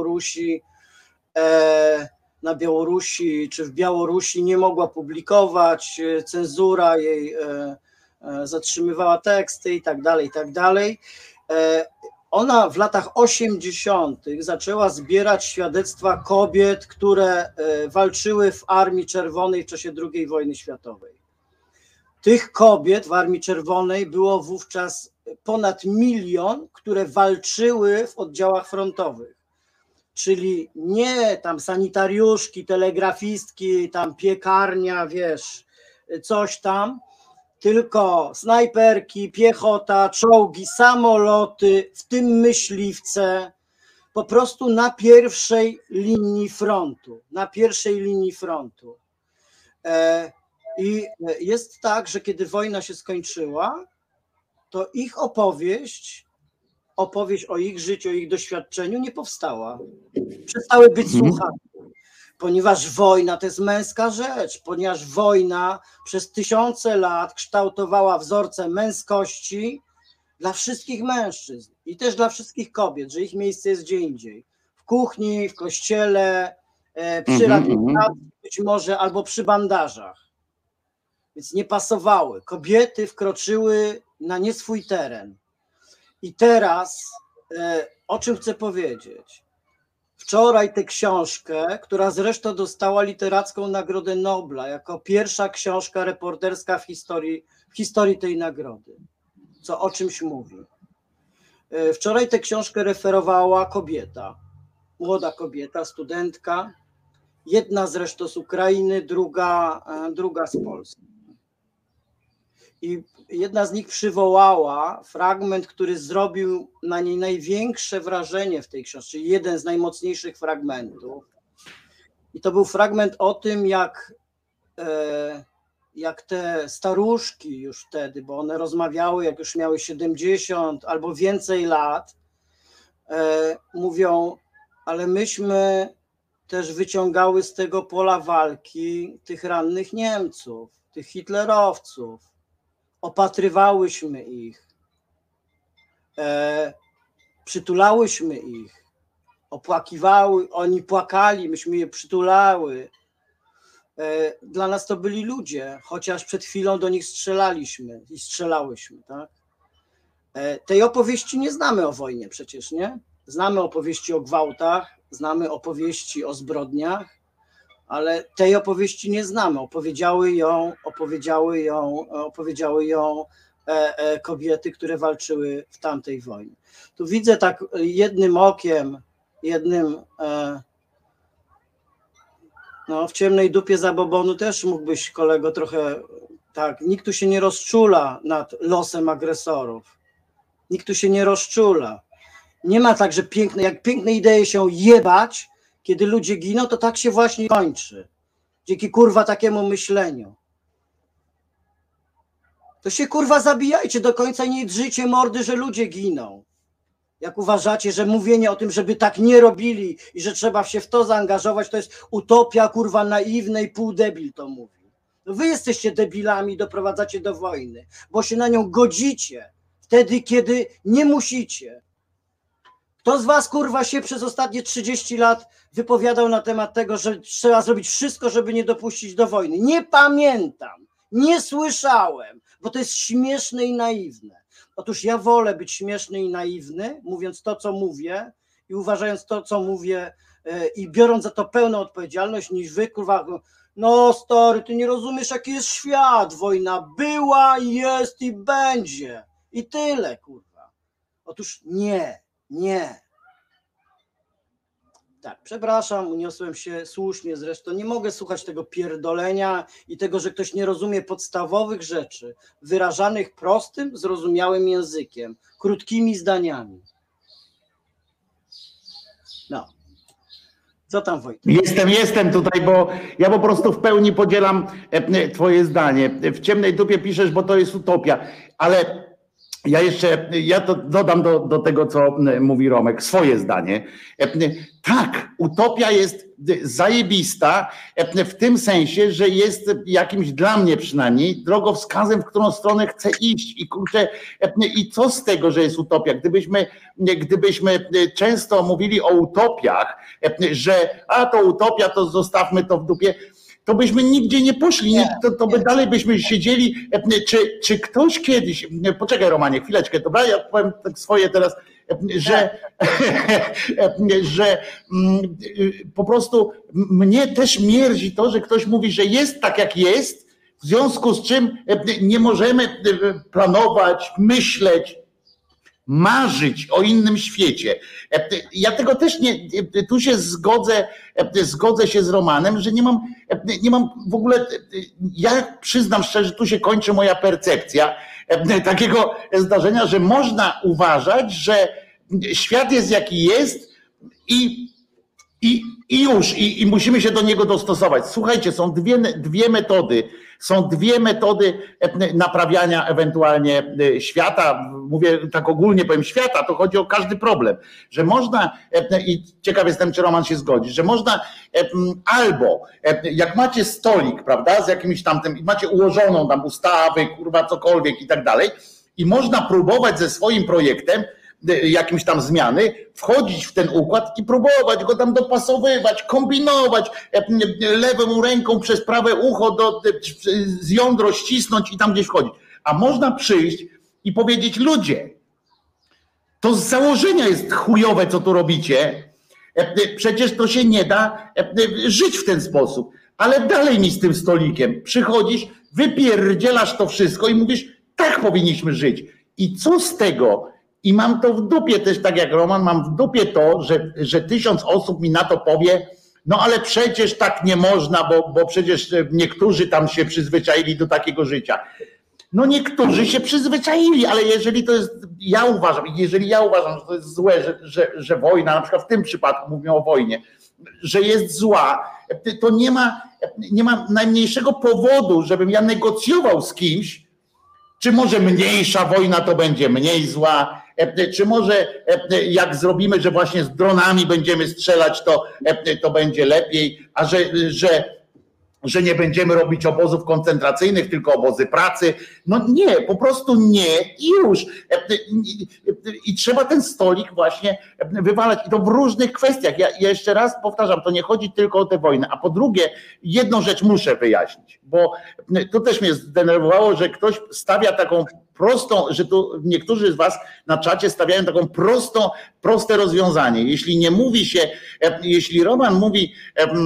w Białorusi nie mogła publikować, cenzura jej zatrzymywała teksty i tak dalej. Ona w latach 80. zaczęła zbierać świadectwa kobiet, które walczyły w Armii Czerwonej w czasie II wojny światowej. Tych kobiet w Armii Czerwonej było wówczas ponad 1 milion, które walczyły w oddziałach frontowych. Czyli nie tam sanitariuszki, telegrafistki, tam piekarnia, wiesz, coś tam, tylko snajperki, piechota, czołgi, samoloty, w tym myśliwce, po prostu na pierwszej linii frontu. I jest tak, że kiedy wojna się skończyła, to ich opowieść o ich życiu, o ich doświadczeniu nie powstała. Przestały być słuchane. Ponieważ wojna to jest męska rzecz, ponieważ wojna przez tysiące lat kształtowała wzorce męskości dla wszystkich mężczyzn i też dla wszystkich kobiet, że ich miejsce jest gdzie indziej. W kuchni, w kościele, przy radiacji być może, albo przy bandażach. Więc nie pasowały. Kobiety wkroczyły na nie swój teren. I teraz, o czym chcę powiedzieć? Wczoraj tę książkę, która zresztą dostała literacką Nagrodę Nobla jako pierwsza książka reporterska w historii tej nagrody, co o czymś mówi. Wczoraj tę książkę referowała kobieta, młoda kobieta, studentka, jedna zresztą z Ukrainy, druga z Polski. I jedna z nich przywołała fragment, który zrobił na niej największe wrażenie w tej książce, czyli jeden z najmocniejszych fragmentów. I to był fragment o tym, jak te staruszki już wtedy, bo one rozmawiały, jak już miały 70 albo więcej lat, mówią, ale myśmy też wyciągały z tego pola walki tych rannych Niemców, tych hitlerowców. Opatrywałyśmy ich, przytulałyśmy ich, opłakiwały, oni płakali, myśmy je przytulały. Dla nas to byli ludzie, chociaż przed chwilą do nich strzelaliśmy i strzelałyśmy. Tak? Tej opowieści nie znamy o wojnie przecież, nie? Znamy opowieści o gwałtach, znamy opowieści o zbrodniach, ale tej opowieści nie znamy. Opowiedziały ją kobiety, które walczyły w tamtej wojnie. Tu widzę tak jednym okiem, no w ciemnej dupie zabobonu też mógłbyś, kolego, trochę tak, nikt tu się nie rozczula nad losem agresorów. Nikt tu się nie rozczula. Nie ma tak, że jak piękne idee się jebać, kiedy ludzie giną, to tak się właśnie kończy. Dzięki kurwa takiemu myśleniu. To się kurwa zabijajcie do końca i nie drzyjcie mordy, że ludzie giną. Jak uważacie, że mówienie o tym, żeby tak nie robili i że trzeba się w to zaangażować, to jest utopia kurwa naiwnej, półdebil to mówi. No wy jesteście debilami i doprowadzacie do wojny, bo się na nią godzicie wtedy, kiedy nie musicie. Kto z was, kurwa, się przez ostatnie 30 lat wypowiadał na temat tego, że trzeba zrobić wszystko, żeby nie dopuścić do wojny? Nie pamiętam, nie słyszałem, bo to jest śmieszne i naiwne. Otóż ja wolę być śmieszny i naiwny, mówiąc to, co mówię i uważając to, co mówię i biorąc za to pełną odpowiedzialność, niż wy, kurwa, no stary, ty nie rozumiesz, jaki jest świat, wojna była, jest i będzie. I tyle, kurwa. Otóż nie. Tak, przepraszam, uniosłem się słusznie zresztą. Nie mogę słuchać tego pierdolenia i tego, że ktoś nie rozumie podstawowych rzeczy, wyrażanych prostym, zrozumiałym językiem, krótkimi zdaniami. No. Co tam, Wojtek? Jestem tutaj, bo ja po prostu w pełni podzielam twoje zdanie. W ciemnej dupie piszesz, bo to jest utopia, ale ja to dodam do tego, co mówi Romek, swoje zdanie. Tak, utopia jest zajebista w tym sensie, że jest jakimś, dla mnie przynajmniej, drogowskazem, w którą stronę chcę iść. I kurczę, i co z tego, że jest utopia? Gdybyśmy często mówili o utopiach, że to utopia, to zostawmy to w dupie, to byśmy nigdzie nie poszli, to by dalej byśmy siedzieli. Czy ktoś kiedyś, poczekaj Romanie, chwileczkę, dobra, ja powiem tak swoje teraz, że po prostu mnie też mierzi to, że ktoś mówi, że jest tak jak jest, w związku z czym nie możemy planować, myśleć, marzyć o innym świecie. Ja tego też tu się zgodzę się z Romanem, że nie mam w ogóle, ja przyznam szczerze, tu się kończy moja percepcja takiego zdarzenia, że można uważać, że świat jest jaki jest i musimy się do niego dostosować. Słuchajcie, są dwie metody naprawiania ewentualnie świata. Mówię tak ogólnie, powiem świata, to chodzi o każdy problem, że można, i ciekaw jestem, czy Roman się zgodzi, że można albo jak macie stolik, prawda, z jakimś tamtym, macie ułożoną tam ustawy, kurwa, cokolwiek i tak dalej, i można próbować ze swoim projektem jakimś tam zmiany, wchodzić w ten układ i próbować go tam dopasowywać, kombinować, lewą ręką przez prawe ucho z jądro ścisnąć i tam gdzieś wchodzić. A można przyjść i powiedzieć, ludzie, to z założenia jest chujowe, co tu robicie, przecież to się nie da żyć w ten sposób, ale dalej mi z tym stolikiem przychodzisz, wypierdzielasz to wszystko i mówisz, tak powinniśmy żyć. I co z tego, I mam to w dupie też, tak jak Roman, mam w dupie to, że 1000 osób mi na to powie, no ale przecież tak nie można, bo przecież niektórzy tam się przyzwyczaili do takiego życia. No niektórzy się przyzwyczaili, ale jeżeli to jest, jeżeli ja uważam, że to jest złe, że wojna, na przykład w tym przypadku mówię o wojnie, że jest zła, to nie ma najmniejszego powodu, żebym ja negocjował z kimś, czy może mniejsza wojna to będzie mniej zła, czy może jak zrobimy, że właśnie z dronami będziemy strzelać, to będzie lepiej, a że nie będziemy robić obozów koncentracyjnych, tylko obozy pracy. No nie, po prostu nie i już. I trzeba ten stolik właśnie wywalać. I to w różnych kwestiach. Ja jeszcze raz powtarzam, to nie chodzi tylko o tę wojnę. A po drugie, jedną rzecz muszę wyjaśnić, bo to też mnie zdenerwowało, że ktoś stawia taką prostą, że tu niektórzy z was na czacie stawiają taką proste rozwiązanie. Jeśli nie mówi się, jeśli Roman mówi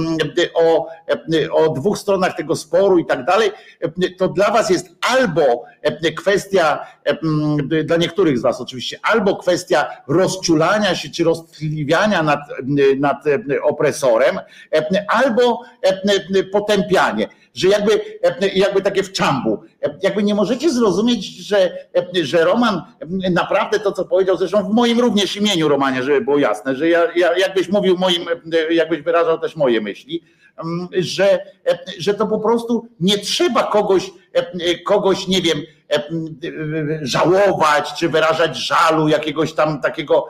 o dwóch stronach tego sporu i tak dalej, to dla was jest albo kwestia, dla niektórych z was oczywiście, albo kwestia rozczulania się czy roztliwiania nad opresorem, albo potępianie, że jakby takie w czambu. Jakby nie możecie zrozumieć, że Roman naprawdę to, co powiedział, zresztą w moim również imieniu, Romanie, żeby było jasne, że jakbyś mówił jakbyś wyrażał też moje myśli, że to po prostu nie trzeba kogoś, nie wiem, żałować, czy wyrażać żalu jakiegoś tam takiego,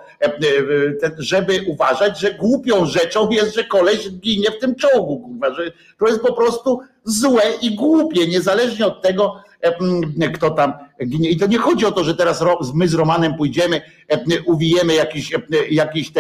żeby uważać, że głupią rzeczą jest, że koleś ginie w tym czołgu, kurwa, że to jest po prostu złe i głupie, niezależnie od tego, kto tam ginie. I to nie chodzi o to, że teraz my z Romanem pójdziemy, uwijemy jakiś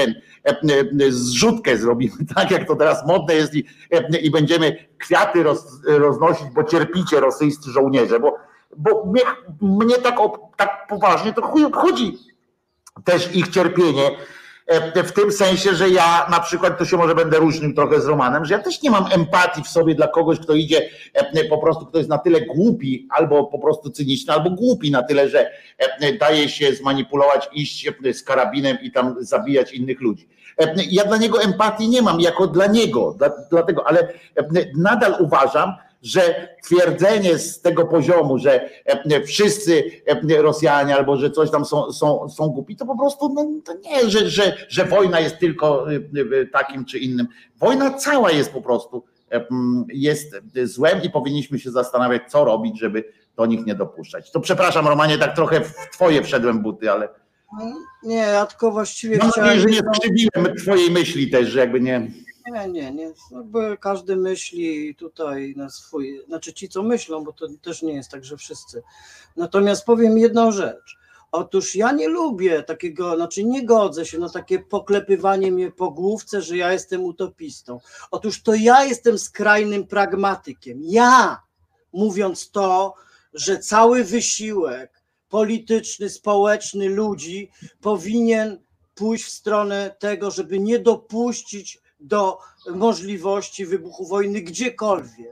zrzutkę zrobimy, tak jak to teraz modne jest i będziemy kwiaty roznosić, bo cierpicie rosyjscy żołnierze, bo mnie tak poważnie to obchodzi też ich cierpienie, w tym sensie, że ja na przykład, to się może będę różnił trochę z Romanem, że ja też nie mam empatii w sobie dla kogoś, kto idzie po prostu, kto jest na tyle głupi, albo po prostu cyniczny, albo głupi na tyle, że daje się zmanipulować, iść z karabinem i tam zabijać innych ludzi. Ja dla niego empatii nie mam, jako dla niego, dlatego, ale nadal uważam, że twierdzenie z tego poziomu, że wszyscy Rosjanie albo że coś tam są głupi, to po prostu to nie, że wojna jest tylko takim czy innym. Wojna cała jest po prostu jest złem i powinniśmy się zastanawiać, co robić, żeby do nich nie dopuszczać. To przepraszam, Romanie, tak trochę w twoje wszedłem buty, ale... Nie, ja tylko właściwie mam nadzieję, że nie skrzywiłem twojej myśli też, że jakby nie... Nie. Jakby każdy myśli tutaj na swój, znaczy ci, co myślą, bo to też nie jest tak, że wszyscy. Natomiast powiem jedną rzecz. Otóż ja nie lubię takiego, znaczy nie godzę się na takie poklepywanie mnie po główce, że ja jestem utopistą. Otóż to ja jestem skrajnym pragmatykiem. Ja, mówiąc to, że cały wysiłek polityczny, społeczny ludzi powinien pójść w stronę tego, żeby nie dopuścić do możliwości wybuchu wojny gdziekolwiek.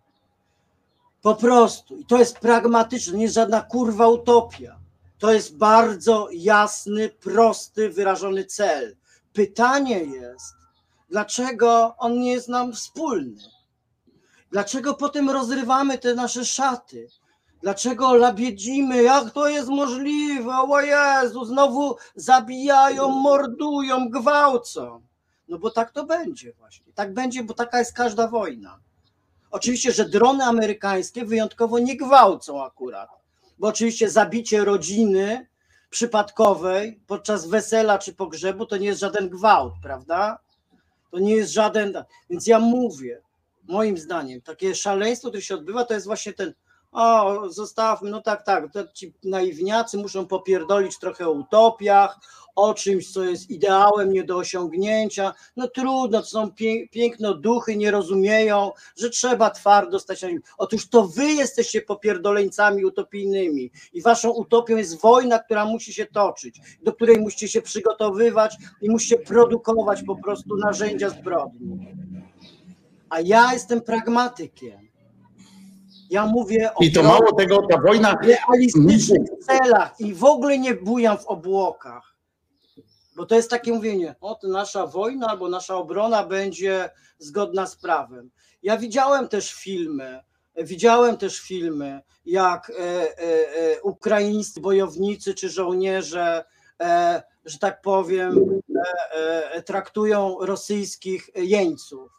Po prostu. I to jest pragmatyczne, nie jest żadna kurwa utopia. To jest bardzo jasny, prosty, wyrażony cel. Pytanie jest, dlaczego on nie jest nam wspólny? Dlaczego potem rozrywamy te nasze szaty? Dlaczego labiedzimy, jak to jest możliwe? O Jezu, znowu zabijają, mordują, gwałcą. No bo tak to będzie właśnie. Tak będzie, bo taka jest każda wojna. Oczywiście, że drony amerykańskie wyjątkowo nie gwałcą akurat. Bo oczywiście zabicie rodziny przypadkowej podczas wesela czy pogrzebu to nie jest żaden gwałt, prawda? To nie jest żaden... Więc ja mówię, moim zdaniem, takie szaleństwo, które się odbywa, to jest właśnie ten zostawmy, no tak, ci naiwniacy muszą popierdolić trochę o utopiach, o czymś, co jest ideałem nie do osiągnięcia, no trudno, to są piękno duchy, nie rozumieją, że trzeba twardo stać na nim. Otóż to wy jesteście popierdoleńcami utopijnymi i waszą utopią jest wojna, która musi się toczyć, do której musicie się przygotowywać i musicie produkować po prostu narzędzia zbrodni. A ja jestem pragmatykiem. Ja mówię o I to mało tego, ta wojna... realistycznych celach i w ogóle nie bujam w obłokach. Bo to jest takie mówienie, o to nasza wojna albo nasza obrona będzie zgodna z prawem. Ja widziałem też filmy, jak ukraińscy bojownicy czy żołnierze, że tak powiem, traktują rosyjskich jeńców.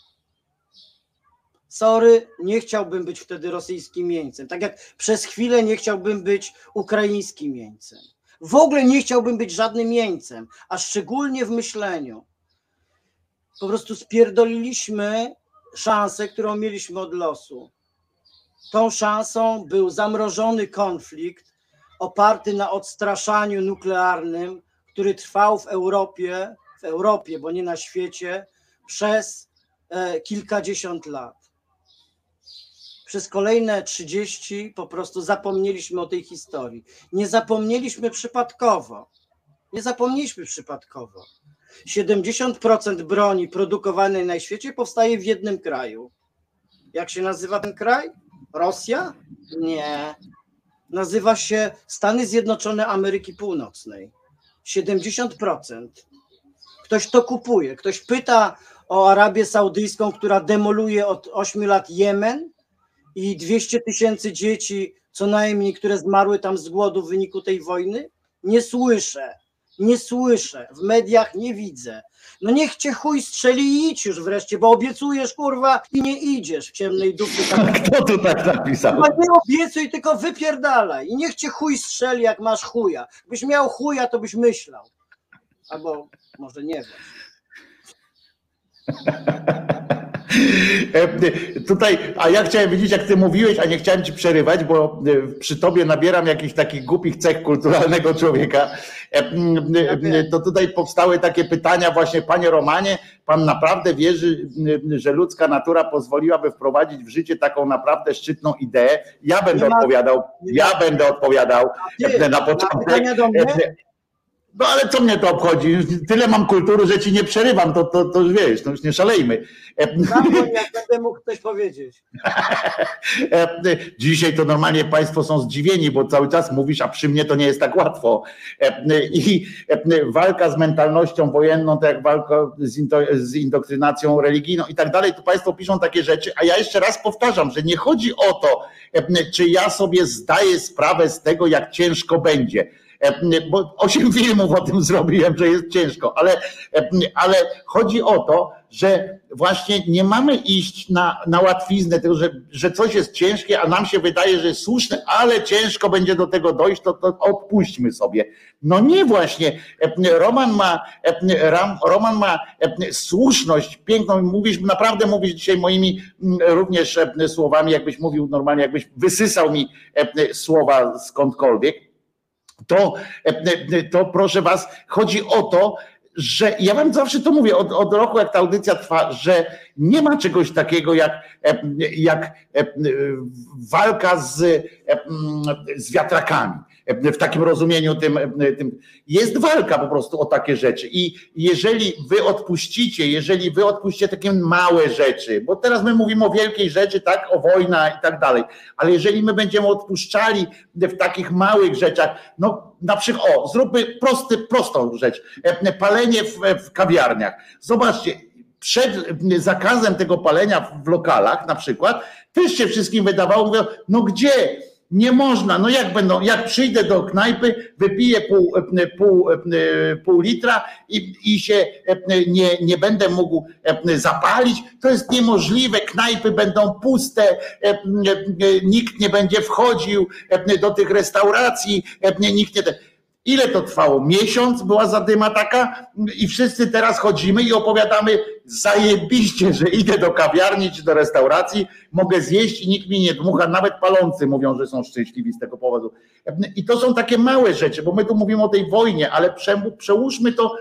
Sorry, nie chciałbym być wtedy rosyjskim jeńcem. Tak jak przez chwilę nie chciałbym być ukraińskim jeńcem. W ogóle nie chciałbym być żadnym jeńcem, a szczególnie w myśleniu. Po prostu spierdoliliśmy szansę, którą mieliśmy od losu. Tą szansą był zamrożony konflikt oparty na odstraszaniu nuklearnym, który trwał w Europie, bo nie na świecie, przez kilkadziesiąt lat. Przez kolejne 30 po prostu zapomnieliśmy o tej historii. Nie zapomnieliśmy przypadkowo. 70% broni produkowanej na świecie powstaje w jednym kraju. Jak się nazywa ten kraj? Rosja? Nie. Nazywa się Stany Zjednoczone Ameryki Północnej. 70%. Ktoś to kupuje. Ktoś pyta o Arabię Saudyjską, która demoluje od 8 lat Jemen i 200 000 dzieci co najmniej, które zmarły tam z głodu w wyniku tej wojny? Nie słyszę, w mediach nie widzę. No niech cię chuj strzeli i idź już wreszcie, bo obiecujesz, kurwa, i nie idziesz w ciemnej dupy. Kto tu tak napisał? No nie obiecuj, tylko wypierdalaj i niech cię chuj strzeli, jak masz chuja. Gdybyś miał chuja, to byś myślał. Albo może nie wiem. Tutaj, a ja chciałem wiedzieć, jak ty mówiłeś, a nie chciałem ci przerywać, bo przy tobie nabieram jakichś takich głupich cech kulturalnego człowieka. To tutaj powstały takie pytania właśnie, panie Romanie, pan naprawdę wierzy, że ludzka natura pozwoliłaby wprowadzić w życie taką naprawdę szczytną ideę? Ja będę odpowiadał na początek. No ale co mnie to obchodzi? Tyle mam kultury, że ci nie przerywam, to już wiesz, to już nie szalejmy. Jak będę mógł coś powiedzieć. Dzisiaj to normalnie państwo są zdziwieni, bo cały czas mówisz, a przy mnie to nie jest tak łatwo. I walka z mentalnością wojenną, tak jak walka z indoktrynacją religijną i tak dalej, to państwo piszą takie rzeczy, a ja jeszcze raz powtarzam, że nie chodzi o to, czy ja sobie zdaję sprawę z tego, jak ciężko będzie. Bo 8 filmów o tym zrobiłem, że jest ciężko, ale chodzi o to, że właśnie nie mamy iść na łatwiznę, tego, że coś jest ciężkie, a nam się wydaje, że jest słuszne, ale ciężko będzie do tego dojść, to odpuśćmy sobie. No nie właśnie. Roman ma słuszność piękną, naprawdę mówisz dzisiaj moimi również słowami, jakbyś mówił normalnie, jakbyś wysysał mi słowa skądkolwiek. To proszę was, chodzi o to, że ja wam zawsze to mówię od roku, jak ta audycja trwa, że nie ma czegoś takiego jak walka z wiatrakami. W takim rozumieniu tym jest walka po prostu o takie rzeczy. I jeżeli wy odpuścicie takie małe rzeczy, bo teraz my mówimy o wielkiej rzeczy, tak, o wojna i tak dalej, ale jeżeli my będziemy odpuszczali w takich małych rzeczach, no na przykład, zróbmy prostą rzecz, palenie w kawiarniach. Zobaczcie, przed zakazem tego palenia w lokalach na przykład, też się wszystkim wydawało, mówią, no gdzie? Nie można, no jak przyjdę do knajpy, wypiję pół litra i się nie będę mógł zapalić, to jest niemożliwe, knajpy będą puste, nikt nie będzie wchodził do tych restauracji, nikt nie... Ile to trwało? Miesiąc była zadyma taka i wszyscy teraz chodzimy i opowiadamy zajebiście, że idę do kawiarni czy do restauracji, mogę zjeść i nikt mi nie dmucha, nawet palący mówią, że są szczęśliwi z tego powodu. I to są takie małe rzeczy, bo my tu mówimy o tej wojnie, ale przełóżmy to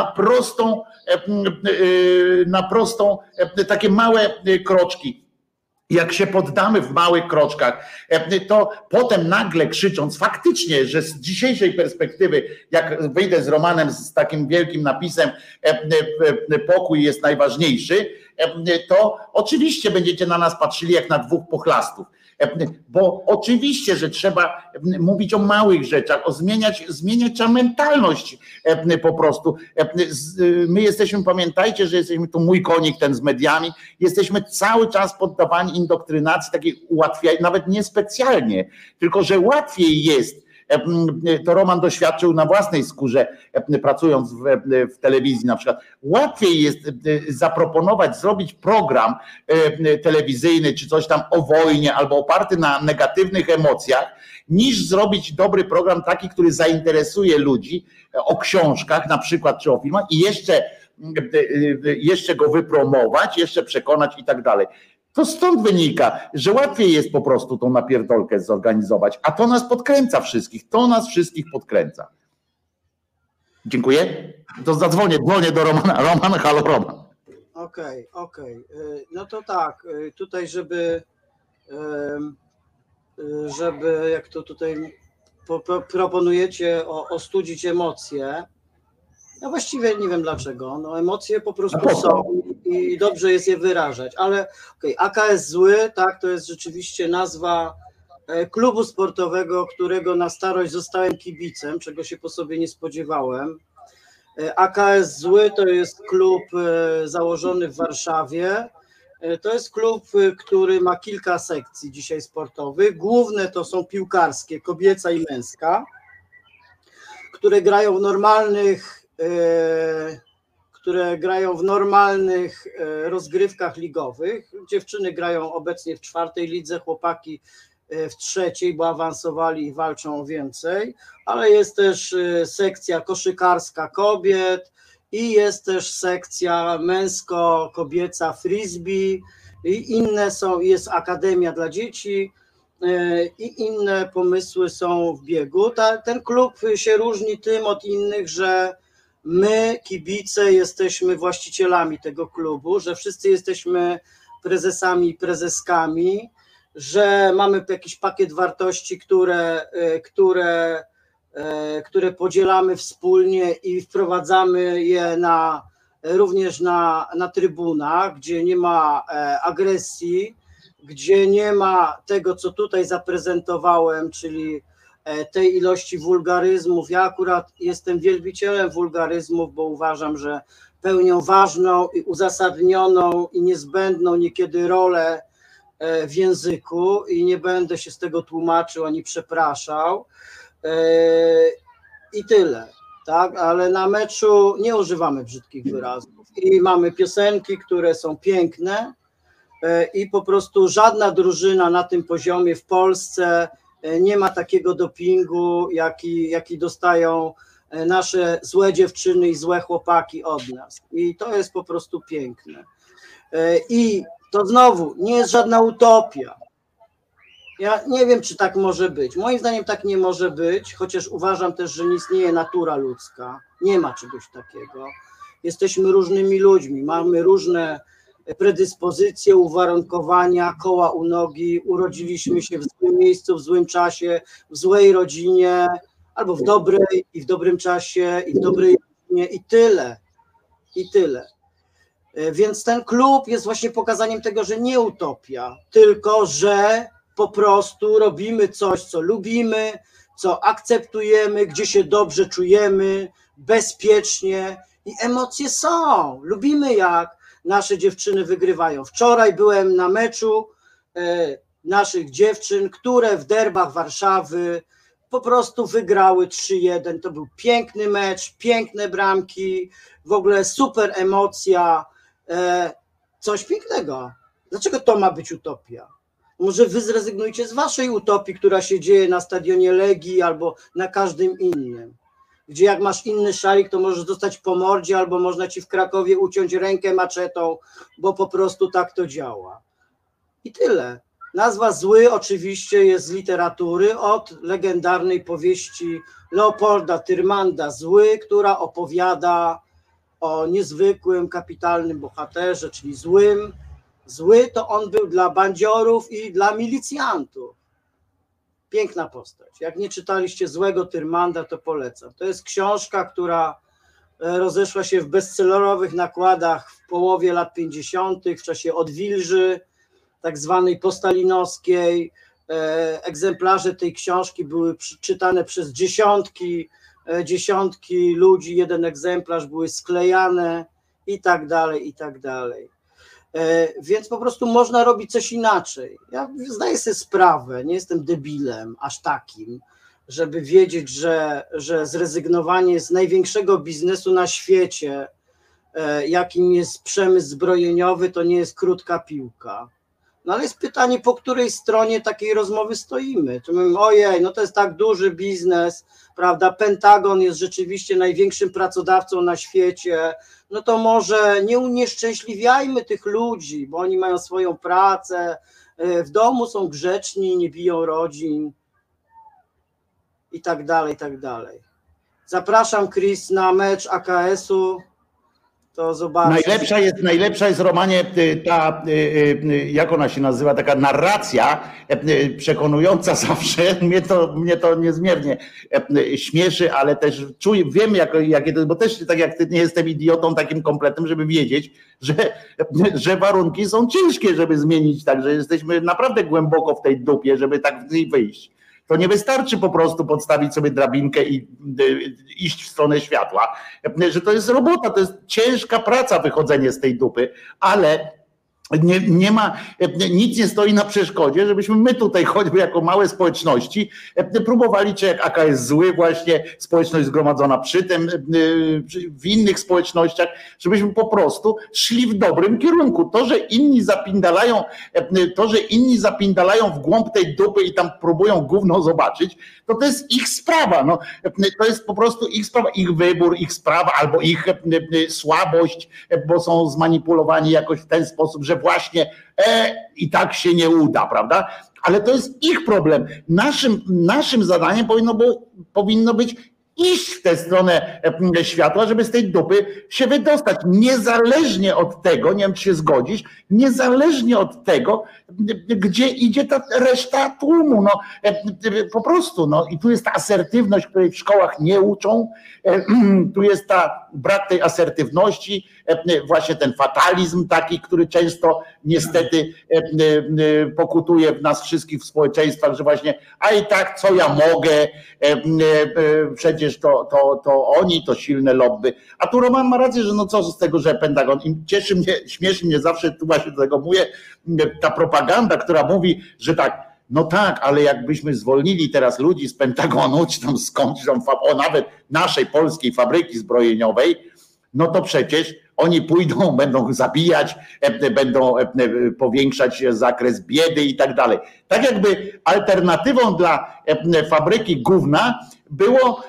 na prostą, takie małe kroczki. Jak się poddamy w małych kroczkach, to potem nagle krzycząc faktycznie, że z dzisiejszej perspektywy, jak wyjdę z Romanem z takim wielkim napisem pokój jest najważniejszy, to oczywiście będziecie na nas patrzyli jak na dwóch pochlastów. Bo oczywiście, że trzeba mówić o małych rzeczach, zmieniać trzeba mentalność po prostu. My jesteśmy, pamiętajcie, że jesteśmy tu mój konik ten z mediami, jesteśmy cały czas poddawani indoktrynacji takiej ułatwiaj, nawet niespecjalnie, tylko że łatwiej jest. To Roman doświadczył na własnej skórze, pracując w telewizji na przykład. Łatwiej jest zaproponować, zrobić program telewizyjny czy coś tam o wojnie albo oparty na negatywnych emocjach, niż zrobić dobry program taki, który zainteresuje ludzi o książkach na przykład czy o filmach i jeszcze go wypromować, jeszcze przekonać i tak dalej. To stąd wynika, że łatwiej jest po prostu tą napierdolkę zorganizować, a to nas podkręca wszystkich, to nas wszystkich podkręca. Dziękuję. To dzwonię do Romana. Roman, halo Roman. Okej. No to tak, tutaj żeby jak to tutaj proponujecie ostudzić emocje, no właściwie nie wiem dlaczego, no emocje po prostu są i dobrze jest je wyrażać, ale AKS Zły, tak, to jest rzeczywiście nazwa klubu sportowego, którego na starość zostałem kibicem, czego się po sobie nie spodziewałem. AKS Zły to jest klub założony w Warszawie, to jest klub, który ma kilka sekcji dzisiaj sportowych, główne to są piłkarskie, kobieca i męska, które grają w normalnych rozgrywkach ligowych. Dziewczyny grają obecnie w 4. lidze, chłopaki w 3., bo awansowali i walczą o więcej, ale jest też sekcja koszykarska kobiet i jest też sekcja męsko-kobieca frisbee i inne są, jest akademia dla dzieci i inne pomysły są w biegu. Ten klub się różni tym od innych, że my, kibice, jesteśmy właścicielami tego klubu, że wszyscy jesteśmy prezesami i prezeskami, że mamy jakiś pakiet wartości, które podzielamy wspólnie i wprowadzamy je również na trybunach, gdzie nie ma agresji, gdzie nie ma tego, co tutaj zaprezentowałem, czyli tej ilości wulgaryzmów. Ja akurat jestem wielbicielem wulgaryzmów, bo uważam, że pełnią ważną i uzasadnioną i niezbędną niekiedy rolę w języku i nie będę się z tego tłumaczył ani przepraszał. I tyle, tak? Ale na meczu nie używamy brzydkich wyrazów i mamy piosenki, które są piękne i po prostu żadna drużyna na tym poziomie w Polsce nie ma takiego dopingu, jaki dostają nasze złe dziewczyny i złe chłopaki od nas. I to jest po prostu piękne. I to znowu nie jest żadna utopia. Ja nie wiem, czy tak może być. Moim zdaniem tak nie może być, chociaż uważam też, że nie istnieje natura ludzka. Nie ma czegoś takiego. Jesteśmy różnymi ludźmi, mamy różne predyspozycje, uwarunkowania, koła u nogi, urodziliśmy się w złym miejscu, w złym czasie, w złej rodzinie, albo w dobrej i w dobrym czasie i w dobrej rodzinie i tyle. I tyle. Więc ten klub jest właśnie pokazaniem tego, że nie utopia, tylko że po prostu robimy coś, co lubimy, co akceptujemy, gdzie się dobrze czujemy, bezpiecznie i emocje są. Lubimy, jak nasze dziewczyny wygrywają. Wczoraj byłem na meczu naszych dziewczyn, które w derbach Warszawy po prostu wygrały 3-1. To był piękny mecz, piękne bramki, w ogóle super emocja, coś pięknego. Dlaczego to ma być utopia? Może wy zrezygnujcie z waszej utopii, która się dzieje na stadionie Legii albo na każdym innym. Gdzie jak masz inny szalik, to możesz dostać po mordzie, albo można ci w Krakowie uciąć rękę maczetą, bo po prostu tak to działa. I tyle. Nazwa Zły oczywiście jest z literatury, od legendarnej powieści Leopolda Tyrmanda Zły, która opowiada o niezwykłym, kapitalnym bohaterze, czyli złym. Zły to on był dla bandziorów i dla milicjantów. Piękna postać. Jak nie czytaliście Złego Tyrmanda, to polecam. To jest książka, która rozeszła się w bestsellerowych nakładach w połowie lat 50., w czasie odwilży. tak zwanej postalinowskiej. Egzemplarze tej książki były czytane przez dziesiątki ludzi, jeden egzemplarz, były sklejane i tak dalej, i tak dalej. Więc po prostu można robić coś inaczej. Ja zdaję sobie sprawę, nie jestem debilem aż takim, żeby wiedzieć, że zrezygnowanie z największego biznesu na świecie, jakim jest przemysł zbrojeniowy, to nie jest krótka piłka. No ale jest pytanie, po której stronie takiej rozmowy stoimy. Czy mówimy, ojej, no to jest tak duży biznes, prawda? Pentagon jest rzeczywiście największym pracodawcą na świecie, no to może nie unieszczęśliwiajmy tych ludzi, bo oni mają swoją pracę, w domu są grzeczni, nie biją rodzin i tak dalej, i tak dalej. Zapraszam, Chris, na mecz AKS-u. To zobaczysz. Najlepsza jest, Romanie, ta, jak ona się nazywa, taka narracja przekonująca zawsze, mnie to niezmiernie śmieszy, ale też czuję, wiem jakie to jest, bo też tak jak ty nie jestem idiotą takim kompletnym, żeby wiedzieć, że warunki są ciężkie, żeby zmienić tak, że jesteśmy naprawdę głęboko w tej dupie, żeby tak w niej wyjść. To nie wystarczy po prostu podstawić sobie drabinkę i iść w stronę światła, że to jest robota, to jest ciężka praca wychodzenie z tej dupy, ale nie ma, nic nie stoi na przeszkodzie, żebyśmy my tutaj choćby jako małe społeczności próbowali, czy jak AKS zły właśnie, społeczność zgromadzona przy tym, w innych społecznościach, żebyśmy po prostu szli w dobrym kierunku. To, że inni zapindalają w głąb tej dupy i tam próbują gówno zobaczyć, to jest ich sprawa. No, to jest po prostu ich sprawa, ich wybór, ich sprawa albo ich słabość, bo są zmanipulowani jakoś w ten sposób, że właśnie i tak się nie uda, prawda? Ale to jest ich problem. Naszym zadaniem powinno być iść w tę stronę światła, żeby z tej dupy się wydostać. Niezależnie od tego, nie wiem, czy się zgodzisz, niezależnie od tego, gdzie idzie ta reszta tłumu. No, po prostu. No. I tu jest ta asertywność, której w szkołach nie uczą. Tu jest brak tej asertywności, właśnie ten fatalizm taki, który często niestety pokutuje w nas wszystkich w społeczeństwach, że właśnie, a i tak co ja mogę, przecież to oni, to silne lobby. A tu Roman ma rację, że no co z tego, że Pentagon, cieszy mnie, śmieszy mnie zawsze, tu właśnie do tego mówię, ta propaganda, która mówi, że tak, no tak, ale jakbyśmy zwolnili teraz ludzi z Pentagonu, czy tam skądś, nawet naszej polskiej fabryki zbrojeniowej, no to przecież oni pójdą, będą zabijać, będą powiększać zakres biedy i tak dalej. Tak jakby alternatywą dla fabryki gówna było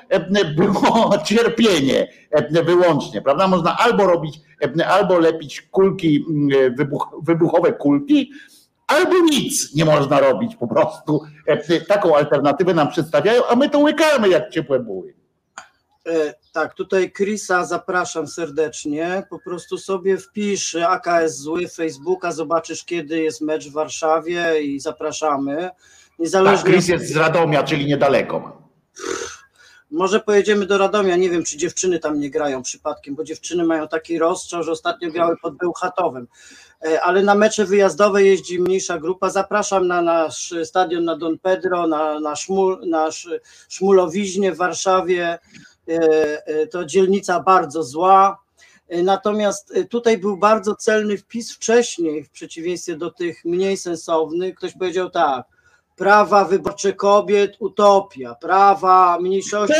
cierpienie wyłącznie, prawda? Można albo lepić kulki, wybuchowe kulki, albo nic nie można robić po prostu. Taką alternatywę nam przedstawiają, a my to łykamy jak ciepłe buły. Tak, tutaj Chrisa zapraszam serdecznie, po prostu sobie wpisz AKS zły Facebooka, zobaczysz kiedy jest mecz w Warszawie i zapraszamy. Tak, Chris jest z Radomia, czyli niedaleko. Może pojedziemy do Radomia, nie wiem czy dziewczyny tam nie grają przypadkiem, bo dziewczyny mają taki rozstrzał, że ostatnio grały pod Bełchatowem, ale na mecze wyjazdowe jeździ mniejsza grupa. Zapraszam na nasz stadion na Don Pedro, na Szmulowiźnie w Warszawie. To dzielnica bardzo zła, natomiast tutaj był bardzo celny wpis wcześniej, w przeciwieństwie do tych mniej sensownych. Ktoś powiedział tak, prawa wyborcze kobiet, utopia, prawa mniejszości,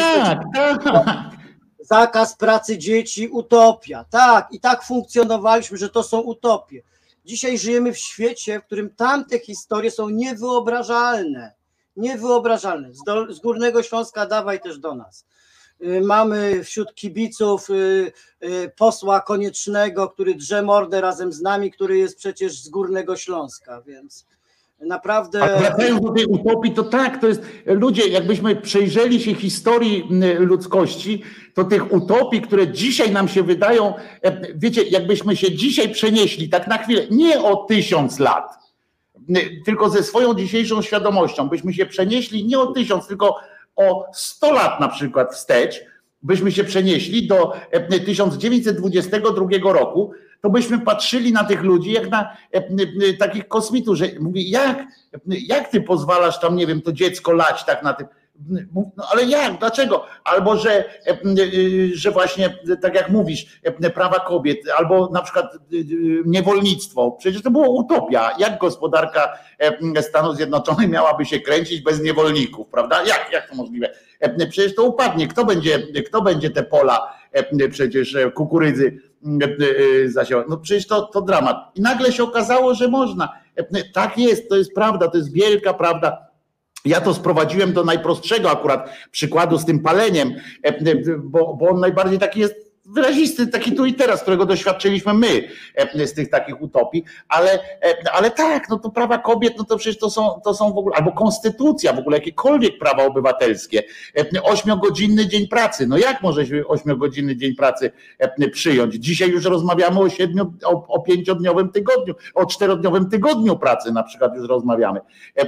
zakaz pracy dzieci, utopia. Tak, i tak funkcjonowaliśmy, że to są utopie. Dzisiaj żyjemy w świecie, w którym tamte historie są niewyobrażalne. Niewyobrażalne. Z Górnego Śląska dawaj też do nas. Mamy wśród kibiców posła Koniecznego, który drze mordę razem z nami, który jest przecież z Górnego Śląska, więc naprawdę... A wracając do tej utopii, to tak, to jest, ludzie, jakbyśmy przejrzeli się historii ludzkości, to tych utopii, które dzisiaj nam się wydają, wiecie, jakbyśmy się dzisiaj przenieśli, tak na chwilę, nie o 1000 lat, tylko ze swoją dzisiejszą świadomością, byśmy się przenieśli nie o 1000, tylko o 100 lat na przykład wstecz, byśmy się przenieśli do 1922 roku, to byśmy patrzyli na tych ludzi jak na takich kosmitów, że mówię, jak ty pozwalasz tam, nie wiem, to dziecko lać tak na tym. No ale jak? Dlaczego? Albo, że właśnie, tak jak mówisz, prawa kobiet, albo na przykład niewolnictwo. Przecież to była utopia. Jak gospodarka Stanów Zjednoczonych miałaby się kręcić bez niewolników, prawda? Jak to możliwe? Przecież to upadnie. Kto będzie te pola przecież kukurydzy zasiewał? No przecież to dramat. I nagle się okazało, że można. Tak jest, to jest prawda, to jest wielka prawda. Ja to sprowadziłem do najprostszego akurat przykładu z tym paleniem, bo on najbardziej taki jest wyrazisty, taki tu i teraz, którego doświadczyliśmy my z tych takich utopii, ale tak, no to prawa kobiet, no to przecież to są w ogóle, albo konstytucja, w ogóle jakiekolwiek prawa obywatelskie, 8-godzinny dzień pracy, no jak może się 8-godzinny dzień pracy przyjąć? Dzisiaj już rozmawiamy o 5-dniowym tygodniu, o 4-dniowym tygodniu pracy na przykład już rozmawiamy.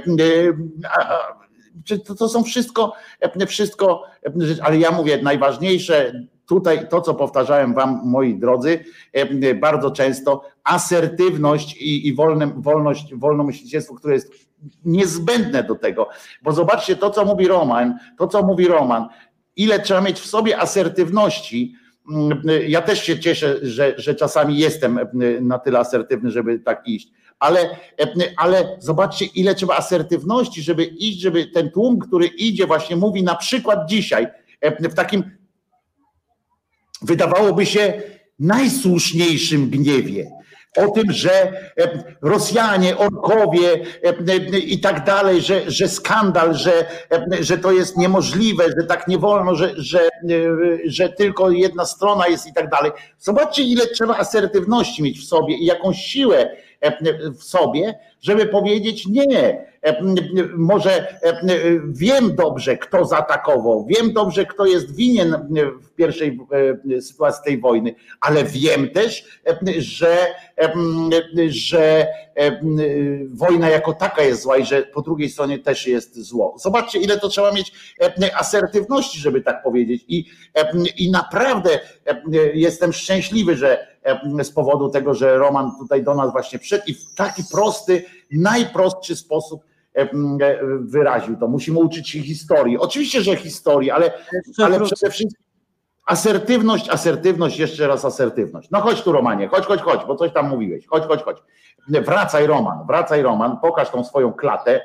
To są wszystko, ale ja mówię, najważniejsze tutaj to, co powtarzałem wam, moi drodzy, bardzo często, asertywność i wolnomyślicielstwo, które jest niezbędne do tego, bo zobaczcie to, co mówi Roman, ile trzeba mieć w sobie asertywności. Ja też się cieszę, że czasami jestem na tyle asertywny, żeby tak iść, ale zobaczcie, ile trzeba asertywności, żeby iść, żeby ten tłum, który idzie, właśnie mówi na przykład dzisiaj w takim, wydawałoby się, najsłuszniejszym gniewie. O tym, że Rosjanie, orkowie i tak dalej, że skandal, że to jest niemożliwe, że tak nie wolno, że tylko jedna strona jest i tak dalej. Zobaczcie, ile trzeba asertywności mieć w sobie i jakąś siłę w sobie, żeby powiedzieć nie. Może wiem dobrze, kto zaatakował, wiem dobrze, kto jest winien w pierwszej sytuacji tej wojny, ale wiem też, że wojna jako taka jest zła i że po drugiej stronie też jest zło. Zobaczcie, ile to trzeba mieć asertywności, żeby tak powiedzieć. I naprawdę jestem szczęśliwy, że z powodu tego, że Roman tutaj do nas właśnie przyszedł i w taki prosty, najprostszy sposób wyraził to. Musimy uczyć się historii. Oczywiście, że historii, ale przede wszystkim asertywność, jeszcze raz asertywność. No chodź tu, Romanie, chodź, bo coś tam mówiłeś. Chodź. Wracaj, Roman, pokaż tą swoją klatę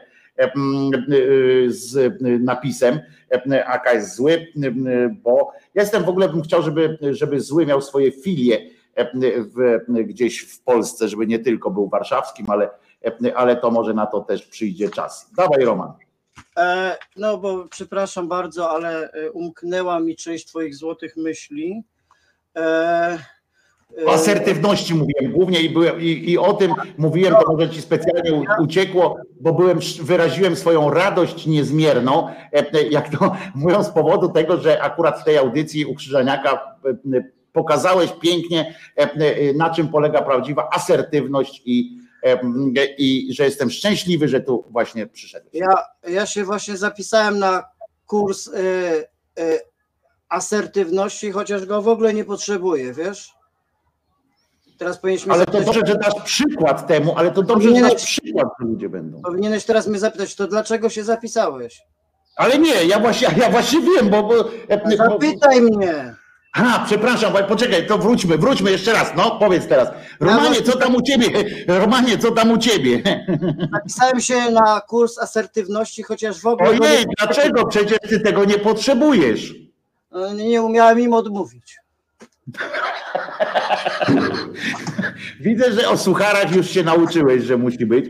z napisem AK jest zły, bo ja w ogóle bym chciał, żeby zły miał swoje filie gdzieś w Polsce, żeby nie tylko był warszawskim, ale to może na to też przyjdzie czas. Dawaj, Roman. No bo przepraszam bardzo, ale umknęła mi część twoich złotych myśli. O asertywności mówiłem głównie i o tym mówiłem, to może ci specjalnie uciekło, bo wyraziłem swoją radość niezmierną, jak to mówią, z powodu tego, że akurat w tej audycji u Krzyżaniaka pokazałeś pięknie, na czym polega prawdziwa asertywność i że jestem szczęśliwy, że tu właśnie przyszedłeś. Ja się właśnie zapisałem na kurs asertywności, chociaż go w ogóle nie potrzebuję, wiesz? Teraz powinieneś ale to dobrze, że dasz przykład temu, ale to dobrze, że dasz przykład, że ludzie będą. Powinieneś teraz mnie zapytać, to dlaczego się zapisałeś? Ale nie, ja właśnie wiem, bo zapytaj mnie. Przepraszam, poczekaj, to wróćmy jeszcze raz, no powiedz teraz. Romanie, co tam u ciebie? Romanie, co tam u ciebie? Napisałem się na kurs asertywności, chociaż w ogóle... Ojej, dlaczego? Przecież ty tego nie potrzebujesz. Nie umiałem im odmówić. Widzę, że o sucharach już się nauczyłeś, że musi być.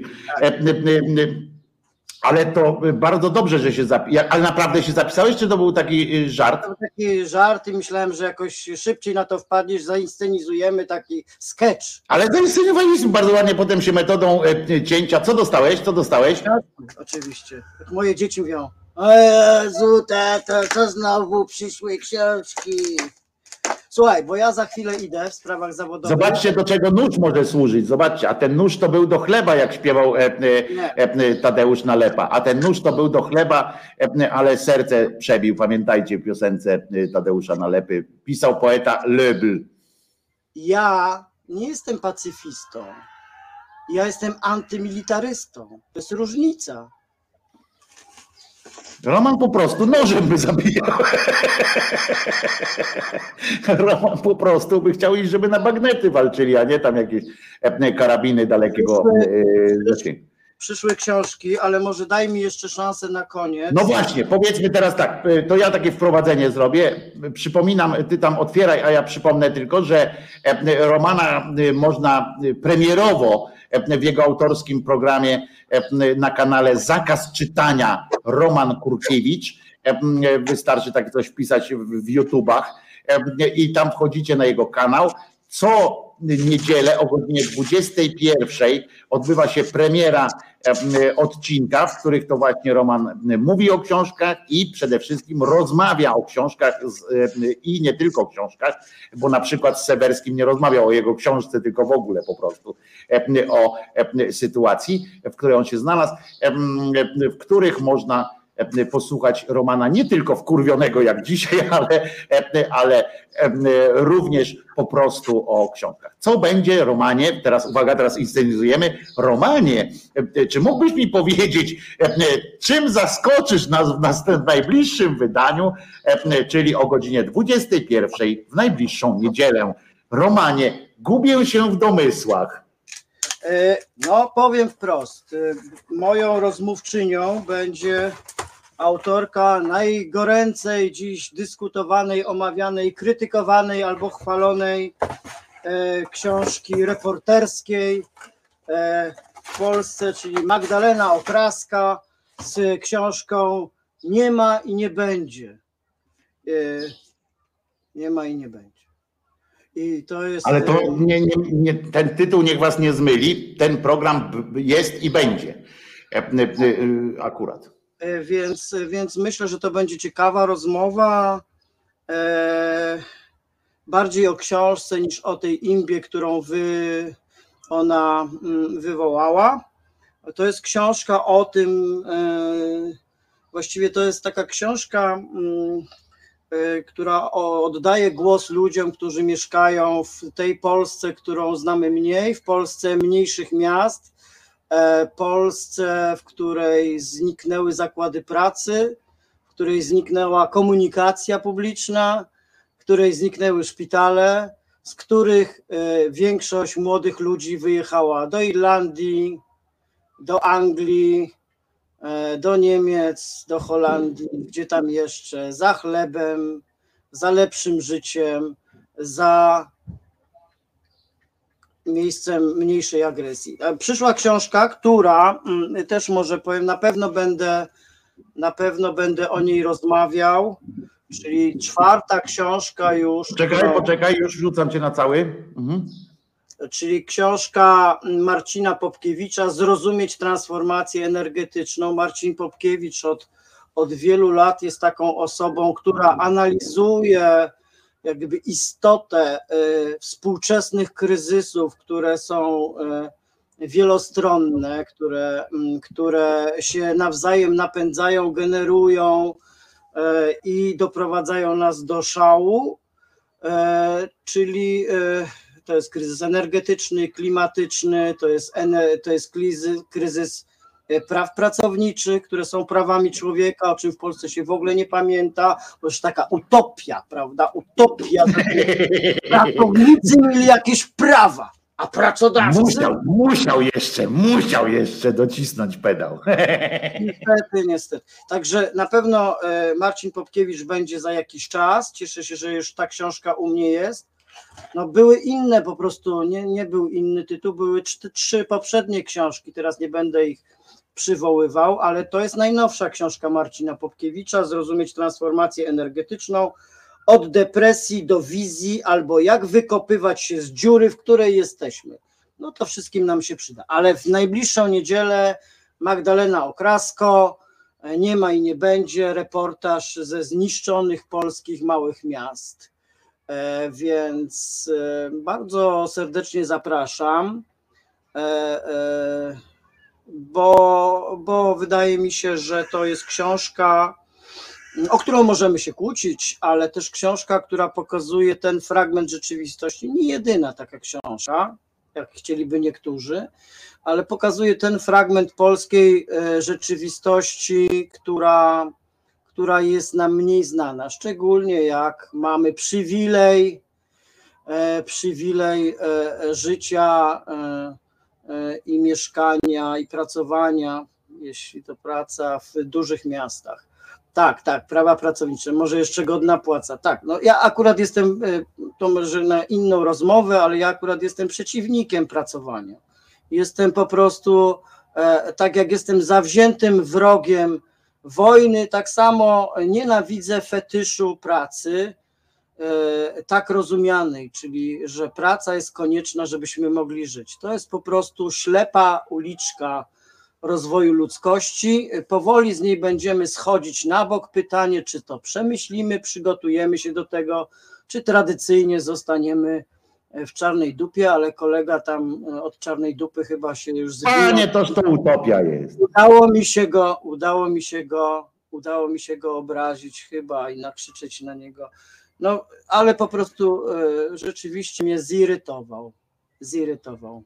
Ale to bardzo dobrze, że się zapisałeś. Ale naprawdę się zapisałeś, czy to był taki żart? To był taki żart i myślałem, że jakoś szybciej na to wpadniesz, zainscenizujemy taki sketch. Ale zainscenizowaliśmy bardzo ładnie potem się metodą cięcia. Co dostałeś? Oczywiście. Jak moje dzieci mówią, o Jezu, tato, co znowu przyszły książki? Słuchaj, bo ja za chwilę idę w sprawach zawodowych. Zobaczcie, do czego nóż może służyć. Zobaczcie, a ten nóż to był do chleba, jak śpiewał Tadeusz Nalepa. A ten nóż to był do chleba, ale serce przebił. Pamiętajcie w piosence Tadeusza Nalepy. Pisał poeta Löbl. Ja nie jestem pacyfistą. Ja jestem antymilitarystą. To jest różnica. Roman po prostu nożem by zabijał. Roman po prostu by chciał iść, żeby na bagnety walczyli, a nie tam jakieś karabiny dalekiego zasięgu. Przyszłe książki, ale może daj mi jeszcze szansę na koniec. No właśnie, powiedzmy teraz tak, to ja takie wprowadzenie zrobię. Przypominam, ty tam otwieraj, a ja przypomnę tylko, że Romana można premierowo w jego autorskim programie na kanale Zakaz Czytania Roman Kurkiewicz. Wystarczy tak coś wpisać w YouTubach i tam wchodzicie na jego kanał. Co niedzielę o godzinie 21 odbywa się premiera odcinka, w których to właśnie Roman mówi o książkach i przede wszystkim rozmawia o książkach i nie tylko o książkach, bo na przykład z Sewerskim nie rozmawiał o jego książce, tylko w ogóle po prostu o sytuacji, w której on się znalazł, w których można posłuchać Romana nie tylko wkurwionego jak dzisiaj, ale również po prostu o książkach. Co będzie, Romanie, teraz uwaga, teraz inscenizujemy. Romanie, czy mógłbyś mi powiedzieć, czym zaskoczysz nas w najbliższym wydaniu, czyli o godzinie 21 w najbliższą niedzielę? Romanie, gubię się w domysłach. No powiem wprost, moją rozmówczynią będzie autorka najgoręcej dziś dyskutowanej, omawianej, krytykowanej albo chwalonej książki reporterskiej w Polsce, czyli Magdalena Okraska z książką Nie ma i nie będzie. Nie ma i nie będzie. I to jest... Ale to nie, ten tytuł niech was nie zmyli, ten program jest i będzie akurat. Więc myślę, że to będzie ciekawa rozmowa, bardziej o książce niż o tej imbie, którą ona wywołała. To jest książka o tym, właściwie to jest taka książka, która oddaje głos ludziom, którzy mieszkają w tej Polsce, którą znamy mniej, w Polsce mniejszych miast, Polsce, w której zniknęły zakłady pracy, w której zniknęła komunikacja publiczna, w której zniknęły szpitale, z których większość młodych ludzi wyjechała do Irlandii, do Anglii, do Niemiec, do Holandii, gdzie tam jeszcze, za chlebem, za lepszym życiem, za miejscem mniejszej agresji. Przyszła książka, która też może powiem, na pewno będę o niej rozmawiał, czyli czwarta książka już. Poczekaj, już wrzucam cię na cały. Mhm. Czyli książka Marcina Popkiewicza Zrozumieć transformację energetyczną. Marcin Popkiewicz od wielu lat jest taką osobą, która analizuje jakby istotę współczesnych kryzysów, które są wielostronne, które się nawzajem napędzają, generują i doprowadzają nas do szału, czyli to jest kryzys energetyczny, klimatyczny, to jest kryzys praw pracowniczych, które są prawami człowieka, o czym w Polsce się w ogóle nie pamięta, bo już taka utopia, prawda? Utopia, pracownicy mieli jakieś prawa, a pracodawcy... Musiał jeszcze docisnąć pedał. Niestety. Także na pewno Marcin Popkiewicz będzie za jakiś czas. Cieszę się, że już ta książka u mnie jest. No były inne po prostu, nie był inny tytuł, były trzy poprzednie książki, teraz nie będę ich przywoływał, ale to jest najnowsza książka Marcina Popkiewicza, Zrozumieć transformację energetyczną, od depresji do wizji, albo jak wykopywać się z dziury, w której jesteśmy. No to wszystkim nam się przyda, ale w najbliższą niedzielę Magdalena Okrasko, Nie ma i nie będzie, reportaż ze zniszczonych polskich małych miast. Więc bardzo serdecznie zapraszam, bo wydaje mi się, że to jest książka, o którą możemy się kłócić, ale też książka, która pokazuje ten fragment rzeczywistości, nie jedyna taka książka, jak chcieliby niektórzy, ale pokazuje ten fragment polskiej rzeczywistości, która jest nam mniej znana, szczególnie jak mamy przywilej życia i mieszkania i pracowania, jeśli to praca w dużych miastach. Tak, prawa pracownicze, może jeszcze godna płaca. Tak, no ja akurat jestem, to może na inną rozmowę, ale ja akurat jestem przeciwnikiem pracowania. Jestem po prostu, tak jak jestem zawziętym wrogiem wojny, tak samo nienawidzę fetyszu pracy, tak rozumianej, czyli że praca jest konieczna, żebyśmy mogli żyć. To jest po prostu ślepa uliczka rozwoju ludzkości. Powoli z niej będziemy schodzić na bok. Pytanie, czy to przemyślimy, przygotujemy się do tego, czy tradycyjnie zostaniemy w czarnej dupie, ale kolega tam od czarnej dupy chyba się już zwinął. A nie, to utopia jest. Udało mi się go obrazić chyba i nakrzyczeć na niego. No, ale po prostu rzeczywiście mnie zirytował. Zirytował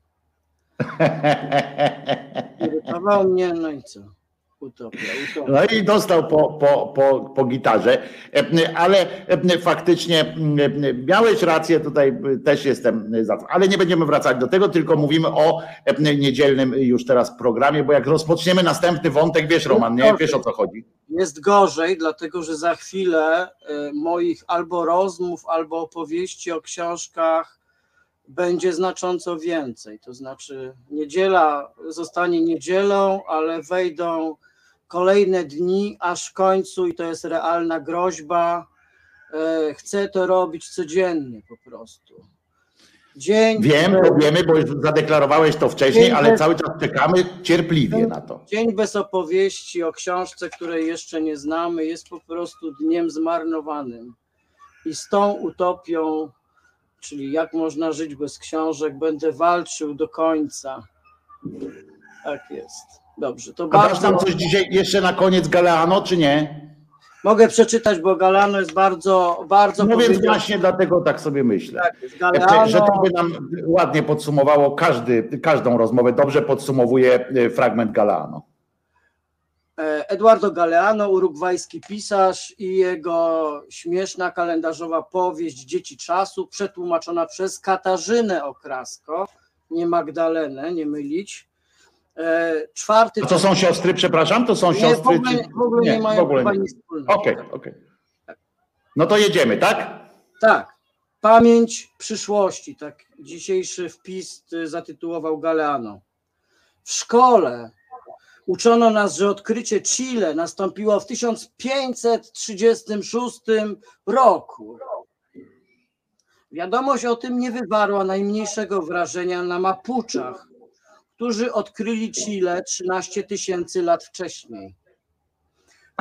mnie, no i co? Utopia. No i dostał po gitarze, ale faktycznie miałeś rację, tutaj też jestem za to, ale nie będziemy wracać do tego, tylko mówimy o niedzielnym już teraz programie, bo jak rozpoczniemy następny wątek, wiesz Roman, nie? Wiesz o co chodzi. Jest gorzej, dlatego że za chwilę moich albo rozmów, albo opowieści o książkach będzie znacząco więcej, to znaczy niedziela zostanie niedzielą, ale wejdą kolejne dni, aż w końcu, i to jest realna groźba, chcę to robić codziennie po prostu. Wiemy, bo już zadeklarowałeś to wcześniej, ale cały czas czekamy cierpliwie na to. Dzień bez opowieści o książce, której jeszcze nie znamy, jest po prostu dniem zmarnowanym. I z tą utopią, czyli jak można żyć bez książek, będę walczył do końca. Tak jest. Dobrze. To a dasz nam coś dzisiaj jeszcze na koniec Galeano, czy nie? Mogę przeczytać, bo Galeano jest bardzo, bardzo... No więc właśnie dlatego tak sobie myślę. Tak, jest Galeano... Że to by nam ładnie podsumowało każdą rozmowę. Dobrze podsumowuje fragment Galeano. Eduardo Galeano, urugwajski pisarz, i jego śmieszna kalendarzowa powieść Dzieci czasu, przetłumaczona przez Katarzynę Okrasko, nie Magdalenę, nie mylić. A to są siostry, przepraszam? To są siostry? W ogóle nie mają chyba nic wspólnego. Okej. No to jedziemy, tak? Tak. Pamięć przyszłości, tak dzisiejszy wpis zatytułował Galeano. W szkole uczono nas, że odkrycie Chile nastąpiło w 1536 roku. Wiadomość o tym nie wywarła najmniejszego wrażenia na Mapuczach, którzy odkryli Chile 13 000 lat wcześniej. W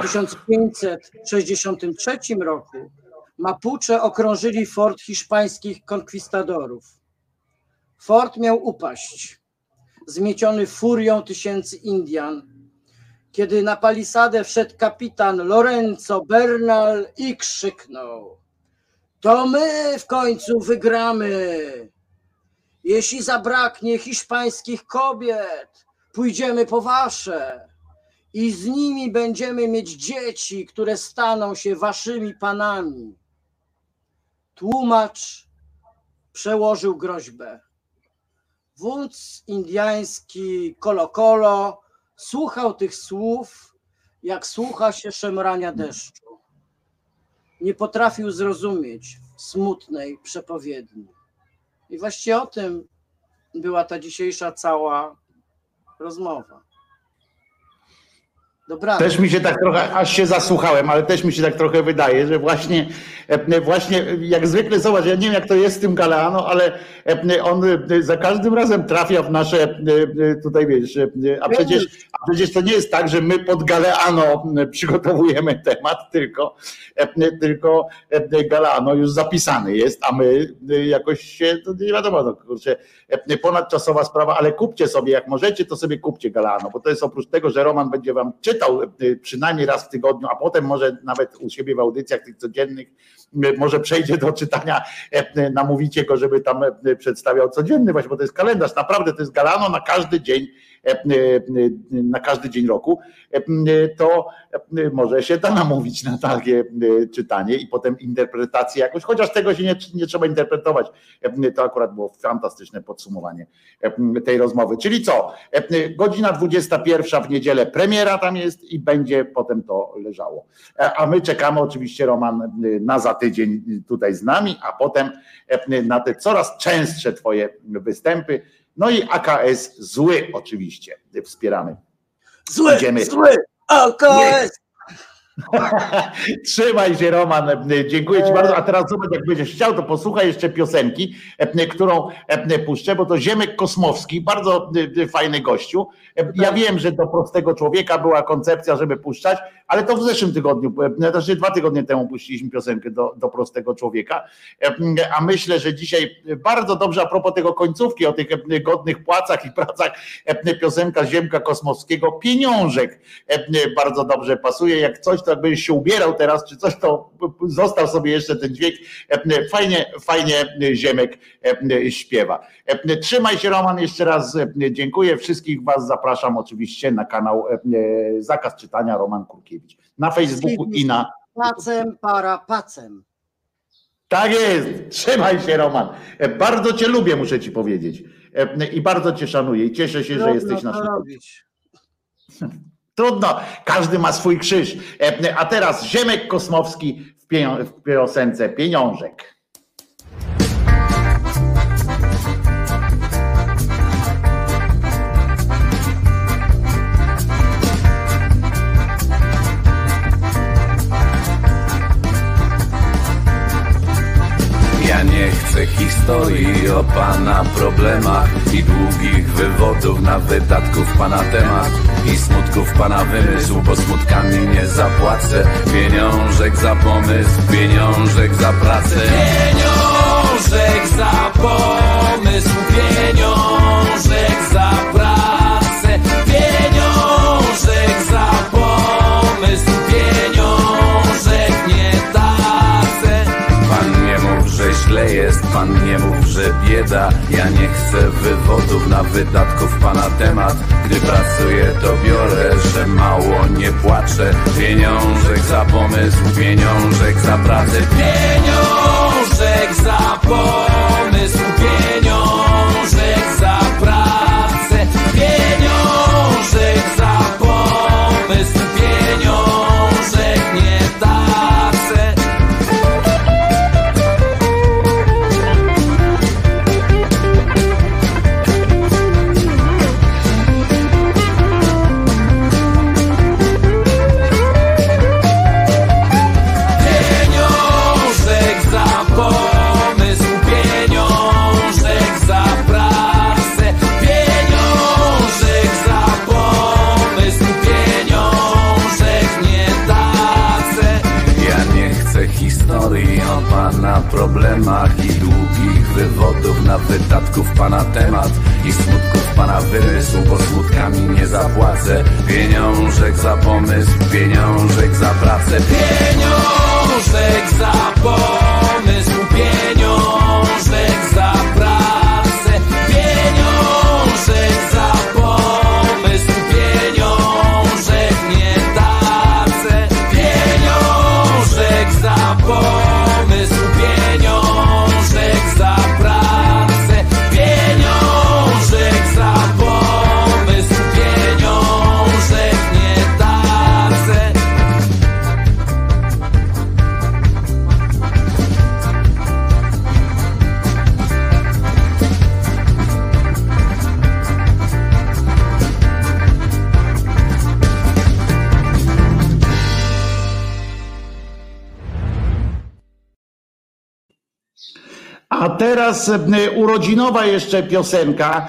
1563 roku Mapucze okrążyli fort hiszpańskich konkwistadorów. Fort miał upaść, zmieciony furią tysięcy Indian, kiedy na palisadę wszedł kapitan Lorenzo Bernal i krzyknął: to my w końcu wygramy! Jeśli zabraknie hiszpańskich kobiet, pójdziemy po wasze i z nimi będziemy mieć dzieci, które staną się waszymi panami. Tłumacz przełożył groźbę. Wódz indyjski Kolo Kolo słuchał tych słów, jak słucha się szemrania deszczu. Nie potrafił zrozumieć smutnej przepowiedni. I właściwie o tym była ta dzisiejsza cała rozmowa. Dobra. Też mi się tak trochę, aż się zasłuchałem, ale też mi się tak trochę wydaje, że właśnie jak zwykle, zobacz, ja nie wiem jak to jest z tym Galeano, ale on za każdym razem trafia w nasze, tutaj wiesz, a przecież to nie jest tak, że my pod Galeano przygotowujemy temat, tylko Galeano już zapisany jest, a my jakoś się, to nie wiadomo, no kurczę, ponadczasowa sprawa, ale kupcie sobie, jak możecie, to sobie kupcie Galeano, bo to jest oprócz tego, że Roman będzie wam czytał czytał przynajmniej raz w tygodniu, a potem może nawet u siebie w audycjach tych codziennych może przejdzie do czytania, namówicie go, żeby tam przedstawiał codzienny właśnie, bo to jest kalendarz, naprawdę to jest Galano na każdy dzień roku, to może się da namówić na takie czytanie i potem interpretację jakoś, chociaż tego się nie trzeba interpretować. To akurat było fantastyczne podsumowanie tej rozmowy. Czyli co? Godzina 21 w niedzielę premiera tam jest i będzie potem to leżało. A my czekamy oczywiście, Roman, na za tydzień tutaj z nami, a potem na te coraz częstsze twoje występy. No i AKS zły oczywiście wspieramy. Zły AKS! Trzymaj się, Roman, dziękuję ci bardzo, a teraz zobacz, jak będziesz chciał, to posłuchaj jeszcze piosenki, którą puszczę, bo to Ziemek Kosmowski, bardzo fajny gościu. Ja wiem, że do Prostego Człowieka była koncepcja, żeby puszczać, ale to w zeszłym tygodniu, znaczy 2 tygodnie temu puściliśmy piosenkę do Prostego Człowieka, a myślę, że dzisiaj bardzo dobrze, a propos tego końcówki, o tych godnych płacach i pracach, piosenka Ziemka Kosmowskiego, Pieniążek, bardzo dobrze pasuje, jak coś, to jak będziesz się ubierał teraz, czy coś, to został sobie jeszcze ten dźwięk, fajnie Ziemek śpiewa. Trzymaj się, Roman, jeszcze raz dziękuję, wszystkich was zapraszam oczywiście na kanał Zakaz Czytania Roman Kurkiewicz, na Facebooku i na... Pacem para pacem. Tak jest, trzymaj się, Roman, bardzo cię lubię, muszę ci powiedzieć, i bardzo cię szanuję i cieszę się, że jesteś naszym... Trudno, każdy ma swój krzyż. A teraz Ziemek Kosmowski w piosence Pieniążek. Ja nie chcę historii o pana problemach i długich wywodów na wydatków pana temat i smutków pana wymysł, bo smutkami nie zapłacę. Pieniążek za pomysł, pieniążek za pracę. Pieniążek za pomysł, pieniążek za pracę. Pieniążek za pomysł, pieniążek nie tacę. Pan nie mów, że źle jest, pan nie mów, że bieda. Ja nie chcę wywodów na wydatków pana temat. Gdy pracuję, to biorę, że mało nie płaczę. Pieniążek za pomysł, pieniążek za pracę. Pieniążek za pomysł, pieniążek za pracę. Pieniążek za pomysł, pieniążek nie tacę. Na problemach i długich wywodów na wydatków pana temat i smutków pana wymysł, bo smutkami nie zapłacę. Pieniążek za pomysł, pieniążek za pracę. Pieniążek za pomysł, pieniążek za pracę. Pieniążek za pomysł, pieniążek nie tacę. Pieniążek za pomysł, pieniążek za pracę. Pieniążek za pomysł, pieniążek nie tacę. A teraz urodzinowa jeszcze piosenka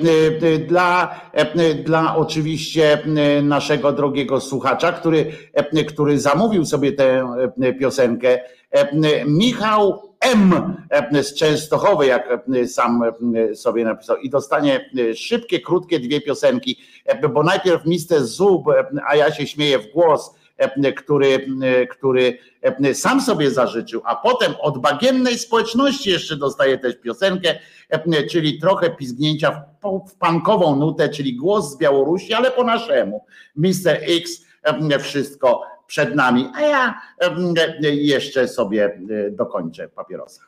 dla oczywiście naszego drogiego słuchacza, który zamówił sobie tę piosenkę. Michał M z Częstochowy, jak sam sobie napisał, i dostanie szybkie, krótkie 2 piosenki, bo najpierw Mr. Zub, a ja się śmieję w głos, który sam sobie zażyczył, a potem od bagiennej społeczności jeszcze dostaje też piosenkę, czyli trochę pizgnięcia w punkową nutę, czyli głos z Białorusi, ale po naszemu. Mr. X, wszystko przed nami, a ja jeszcze sobie dokończę papierosa.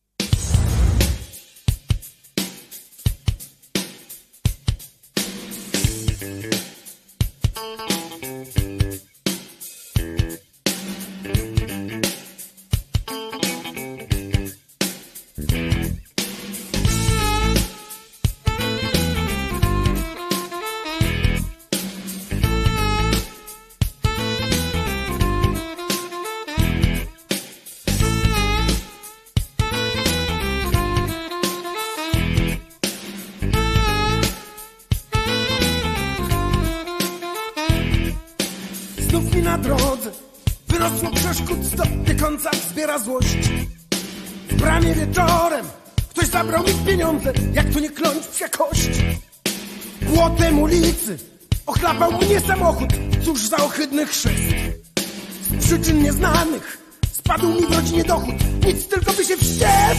Złość. W bramie wieczorem ktoś zabrał mi pieniądze, jak tu nie kląć psia kość. Płotem ulicy ochlapał mnie samochód, cóż za ohydny chrzest. Z przyczyn nieznanych spadł mi w rodzinie dochód, nic tylko by się wściekł.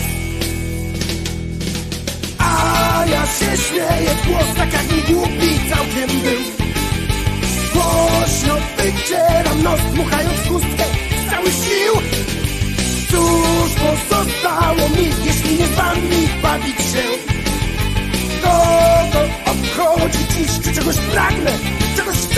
A ja się śmieję w głos, tak jak mi głupi całkiem był. Głośno wycieram nos, dmuchając chustkę z całych sił. Cóż pozostało mi, jeśli nie z wami bawić się? Kogo obchodzi dziś, czy czegoś pragnę, czegoś chcę?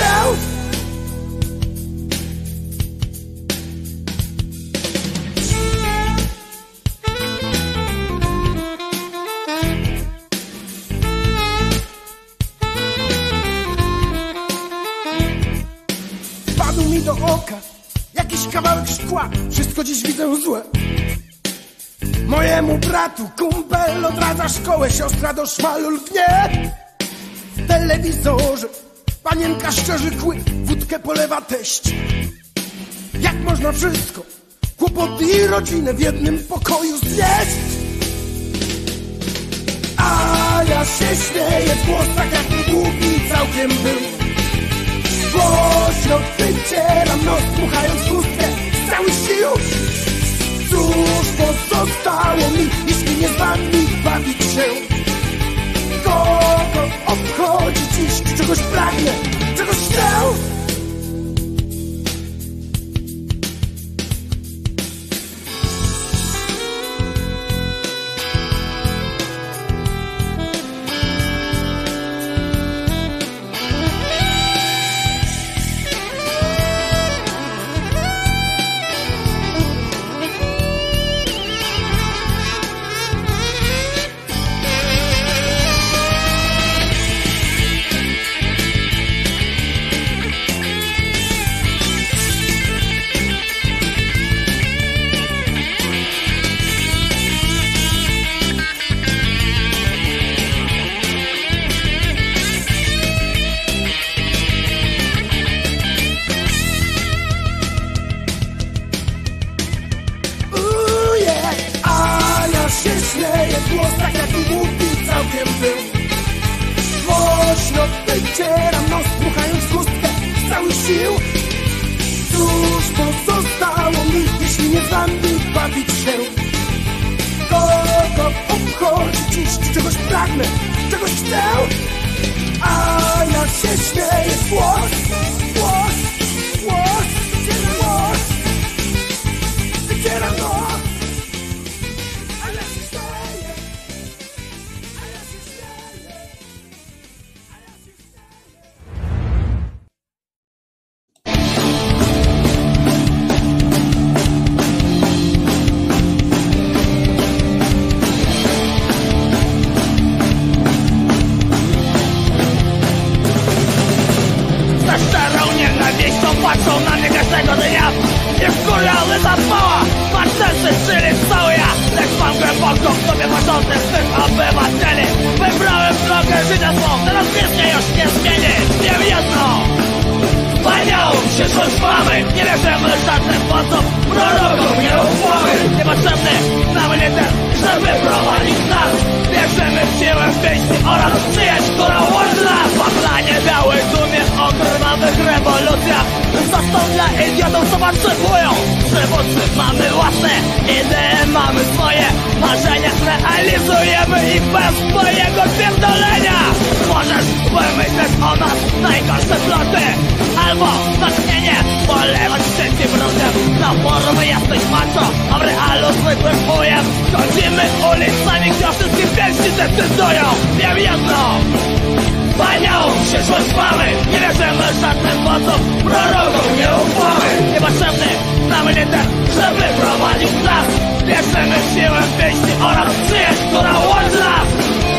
Wpadł mi do oka jakiś kawałek szkła, wszystko dziś widzę złe. Mojemu bratu kumpel odradza szkołę, siostra do szmalu lgnie. W telewizorze panienka szczerzy kły, wódkę polewa teść. Jak można wszystko, kłopoty i rodzinę w jednym pokoju znieść? A ja się śmieję w głos, tak jak mi głupi całkiem był. Głośno wycieram nos, dmuchając chustkę z całych sił. Cóż pozostało mi, jeśli nie z wami bawić się? Kogo obchodzi dziś, czy czegoś pragnę, czegoś chcę? Niepotrzebny, nawet idiotów, co potrzebują. Przywódcy mamy własne idee, mamy swoje marzenia, realizujemy ich bez swojego pierdolenia. Możesz wymyśleć o nas najgorsze ploty, albo zacznienie polewać wszędzie brudem. Na forum jesteś macho, a w realu zwykłym chujem. Chodzimy ulicami, gdzie o wszystkim pięści decydują. Wiem jedno, wspaniałą przyszłość mamy. Nie wierzymy żadnym wodzom, prorogom nie ufamy. Niepotrzebny nam lider, żeby prowadzić nas. Wierzymy w siłę pięści oraz przyjaźń, która łączy nas.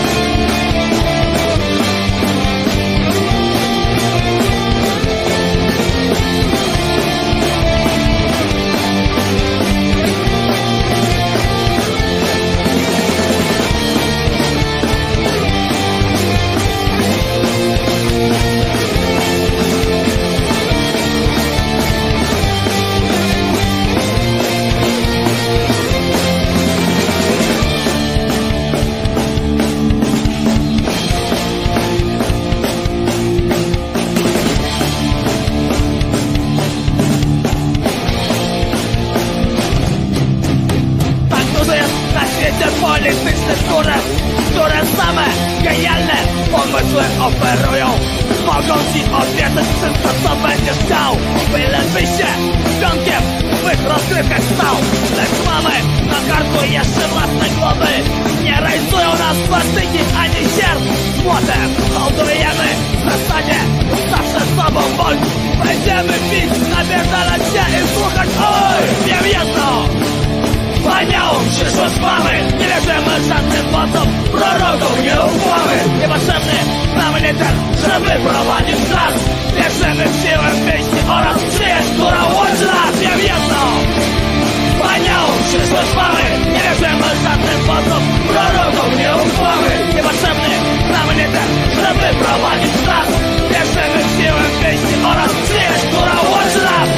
Polityczne, które same genialne pomysły oferują. Mogą ci obiecać wszystko, co będziesz chciał, byle by się pionkiem w twych rozgrywkach stał. Lecz mamy na karku jeszcze własne głowy. Nie realizują nas plastyki ani sierp. Młotem hołdujemy w zasadzie zawsze sobą bądź. Będziemy pić, napierdalać się i słuchać. Oj, wiem jedno, wspaniałą przyszłość mamy. Nie wierzymy żadnym wodzom, prorogom nie ufamy. Niepotrzebny nam lider, żeby prowadzić nas. Wierzymy w siłę pięści oraz przyjaźń, która łączy nas. Wiem jedno, wspaniałą przyszłość mamy. Nie wierzymy żadnym wodzom, prorogom nie ufamy. Niepotrzebny nam lider, żeby prowadzić nas. Wierzymy w siłę pięści oraz przyjaźń, która łączy nas.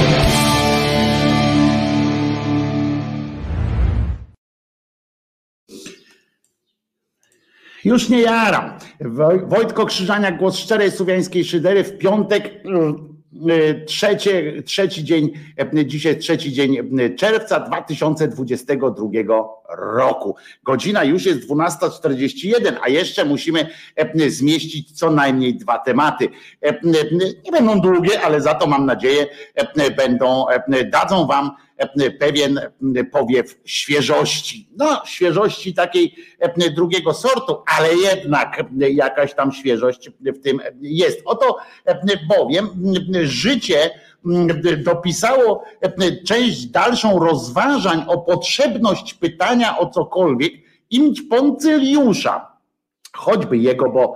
Już nie jaram. Wojtko Krzyżaniak, głos szczerej słowiańskiej szydery w piątek, trzeci dzień, dzisiaj trzeci dzień czerwca 2022 roku. Godzina już jest 12:41, a jeszcze musimy zmieścić co najmniej 2 tematy. Nie będą długie, ale za to mam nadzieję dadzą wam pewien powiew świeżości. No, świeżości takiej drugiego sortu, ale jednak jakaś tam świeżość w tym jest. Oto bowiem życie dopisało część dalszą rozważań o potrzebność pytania o cokolwiek imć Poncyliusza. Choćby jego, bo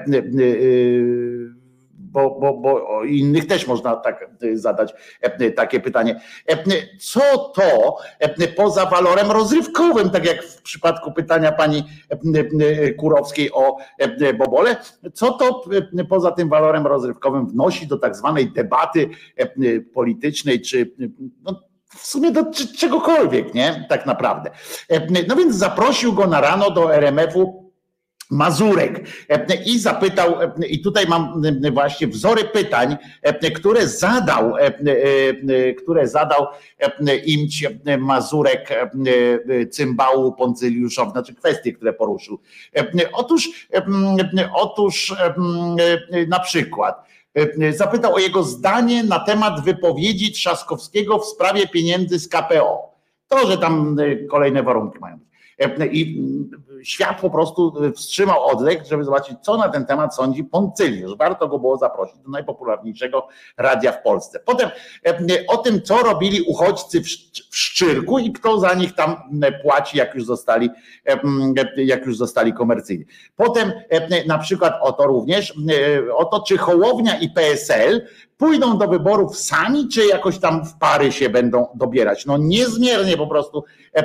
o innych też można tak zadać takie pytanie. Co to poza walorem rozrywkowym, tak jak w przypadku pytania pani Kurowskiej o Bobole, co to poza tym walorem rozrywkowym wnosi do tak zwanej debaty politycznej, czy no, w sumie do czegokolwiek, nie? Tak naprawdę. No więc zaprosił go na rano do RMF-u Mazurek i zapytał, i tutaj mam właśnie wzory pytań, które zadał imć Mazurek cymbału Poncyliuszowi, znaczy kwestie, które poruszył. Otóż na przykład zapytał o jego zdanie na temat wypowiedzi Trzaskowskiego w sprawie pieniędzy z KPO. To, że tam kolejne warunki mają być. I świat po prostu wstrzymał oddech, żeby zobaczyć, co na ten temat sądzi Poncyliusz. Warto go było zaprosić do najpopularniejszego radia w Polsce. Potem o tym, co robili uchodźcy w Szczyrku i kto za nich tam płaci, jak już zostali komercyjni. Potem na przykład o to, czy Hołownia i PSL pójdą do wyborów sami, czy jakoś tam w pary się będą dobierać. No niezmiernie po prostu,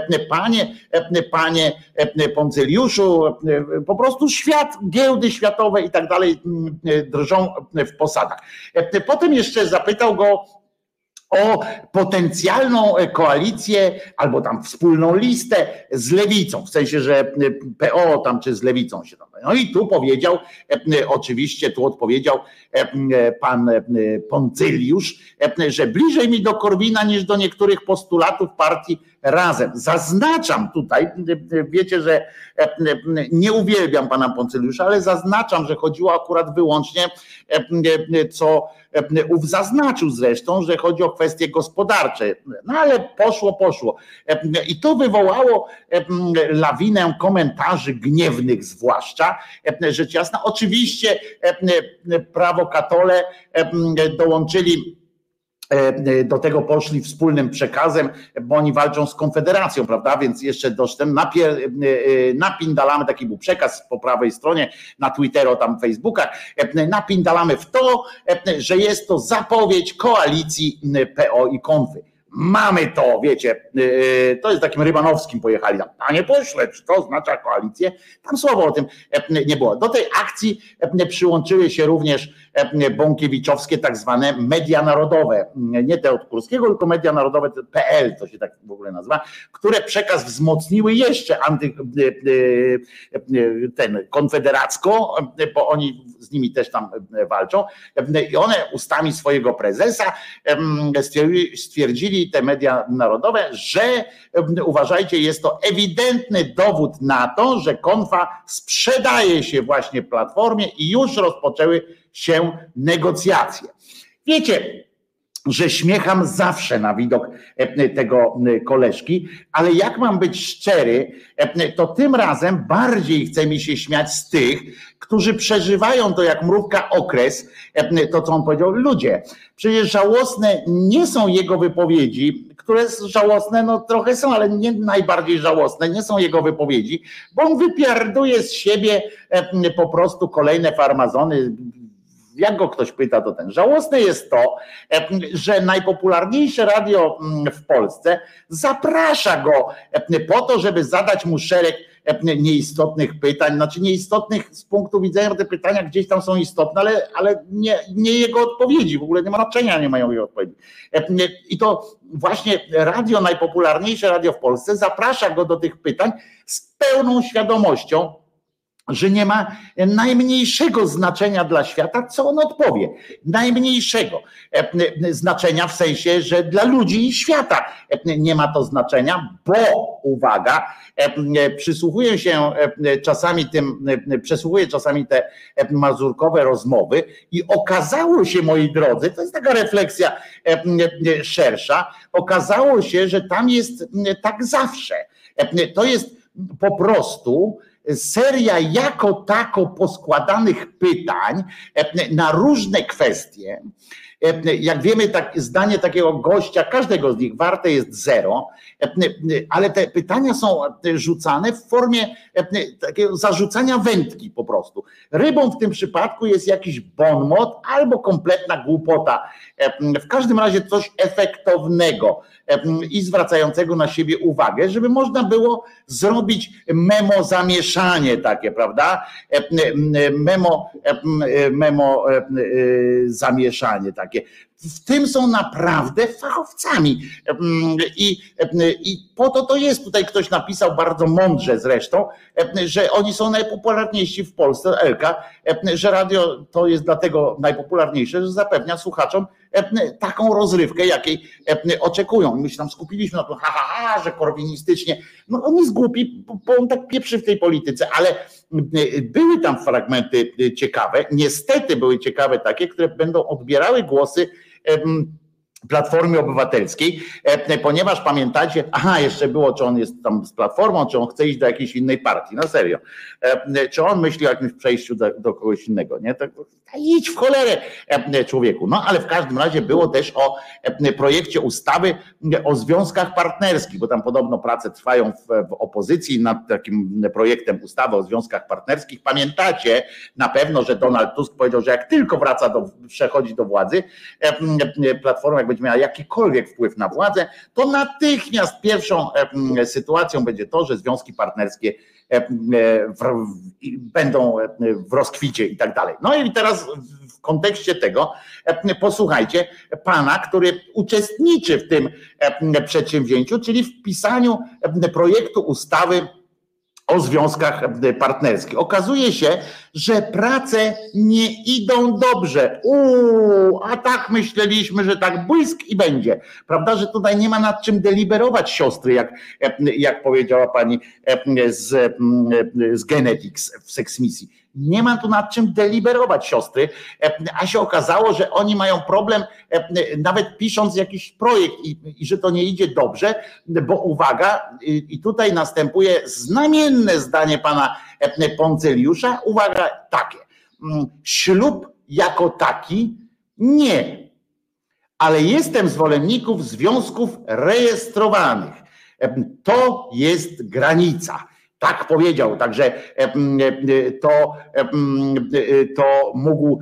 panie Poncyliuszu, po prostu świat, giełdy światowe i tak dalej drżą w posadach. Potem jeszcze zapytał go o potencjalną koalicję albo tam wspólną listę z lewicą, w sensie, że PO tam czy z lewicą się tam. No i tu powiedział, oczywiście tu odpowiedział pan Poncyliusz, że bliżej mi do Korwina niż do niektórych postulatów partii Razem. Zaznaczam tutaj, wiecie, że nie uwielbiam pana Poncyliusza, ale zaznaczam, że chodziło akurat wyłącznie, co ów zaznaczył zresztą, że chodzi o kwestie gospodarcze. No ale poszło. I to wywołało lawinę komentarzy gniewnych zwłaszcza, rzecz jasna. Oczywiście prawokatole dołączyli do tego, poszli wspólnym przekazem, bo oni walczą z Konfederacją, prawda, więc jeszcze dosztem napindalamy, taki był przekaz po prawej stronie na Twitterze, tam Facebookach, napindalamy w to, że jest to zapowiedź koalicji PO i Konfy. Mamy to, wiecie, to jest takim Rymanowskim pojechali tam, panie pośle, czy to oznacza koalicję? Tam słowo o tym nie było. Do tej akcji przyłączyły się również bąkiewiczowskie tak zwane media narodowe, nie te od Kurskiego, tylko media narodowe PL, to się tak w ogóle nazywa, które przekaz wzmocniły jeszcze ten konfederacko, bo oni z nimi też tam walczą i one ustami swojego prezesa stwierdzili, te media narodowe, że uważajcie, jest to ewidentny dowód na to, że Konfa sprzedaje się właśnie Platformie i już rozpoczęły się negocjacje. Wiecie, że śmiecham zawsze na widok tego koleżki, ale jak mam być szczery, to tym razem bardziej chce mi się śmiać z tych, którzy przeżywają to jak mrówka okres, to co on powiedział. Ludzie, przecież żałosne nie są jego wypowiedzi, które żałosne no trochę są, ale nie najbardziej żałosne nie są jego wypowiedzi, bo on wypiarduje z siebie po prostu kolejne farmazony. Jak go ktoś pyta, to ten. Żałosne jest to, że najpopularniejsze radio w Polsce zaprasza go po to, żeby zadać mu szereg nieistotnych pytań, znaczy nieistotnych z punktu widzenia, że te pytania gdzieś tam są istotne, ale nie jego odpowiedzi, w ogóle nie ma znaczenia, nie mają jego odpowiedzi. I to właśnie radio, najpopularniejsze radio w Polsce zaprasza go do tych pytań z pełną świadomością, że nie ma najmniejszego znaczenia dla świata, co on odpowie. Najmniejszego znaczenia w sensie, że dla ludzi i świata nie ma to znaczenia, bo uwaga, przysłuchuję czasami te mazurkowe rozmowy i okazało się, moi drodzy, to jest taka refleksja szersza, okazało się, że tam jest tak zawsze. To jest po prostu seria jako tako poskładanych pytań na różne kwestie. Jak wiemy, zdanie takiego gościa, każdego z nich warte jest 0, ale te pytania są rzucane w formie takiego zarzucania wędki po prostu. Rybą w tym przypadku jest jakiś bon mot albo kompletna głupota. W każdym razie coś efektownego i zwracającego na siebie uwagę, żeby można było zrobić memo zamieszanie takie, prawda? Memo zamieszanie takie. W tym są naprawdę fachowcami i po to jest, tutaj ktoś napisał bardzo mądrze zresztą, że oni są najpopularniejsi w Polsce, Elka, że radio to jest dlatego najpopularniejsze, że zapewnia słuchaczom taką rozrywkę, jakiej oczekują. My się tam skupiliśmy na to, że korwinistycznie, no on jest głupi, bo on tak pieprzy w tej polityce, ale były tam fragmenty ciekawe, niestety były ciekawe takie, które będą odbierały głosy Platformy Obywatelskiej, ponieważ pamiętacie, jeszcze było, czy on jest tam z Platformą, czy on chce iść do jakiejś innej partii, na serio, czy on myśli o jakimś przejściu do kogoś innego, nie? Tak, idź w cholerę, człowieku. No ale w każdym razie było też o projekcie ustawy o związkach partnerskich, bo tam podobno prace trwają w opozycji nad takim projektem ustawy o związkach partnerskich. Pamiętacie na pewno, że Donald Tusk powiedział, że jak tylko przechodzi do władzy, Platforma, jak będzie będzie miała jakikolwiek wpływ na władzę, to natychmiast pierwszą sytuacją będzie to, że związki partnerskie będą w rozkwicie i tak dalej. No i teraz w kontekście tego posłuchajcie pana, który uczestniczy w tym przedsięwzięciu, czyli w pisaniu projektu ustawy o związkach partnerskich. Okazuje się, że prace nie idą dobrze. A tak myśleliśmy, że tak błysk i będzie. Prawda, że tutaj nie ma nad czym deliberować siostry, jak powiedziała pani z Genetics w Seksmisji. Nie ma tu nad czym deliberować siostry, a się okazało, że oni mają problem nawet pisząc jakiś projekt i że to nie idzie dobrze, bo uwaga, i tutaj następuje znamienne zdanie pana Poncyliusza, uwaga takie, ślub jako taki nie, ale jestem zwolenników związków rejestrowanych. To jest granica. Tak powiedział, także to mógł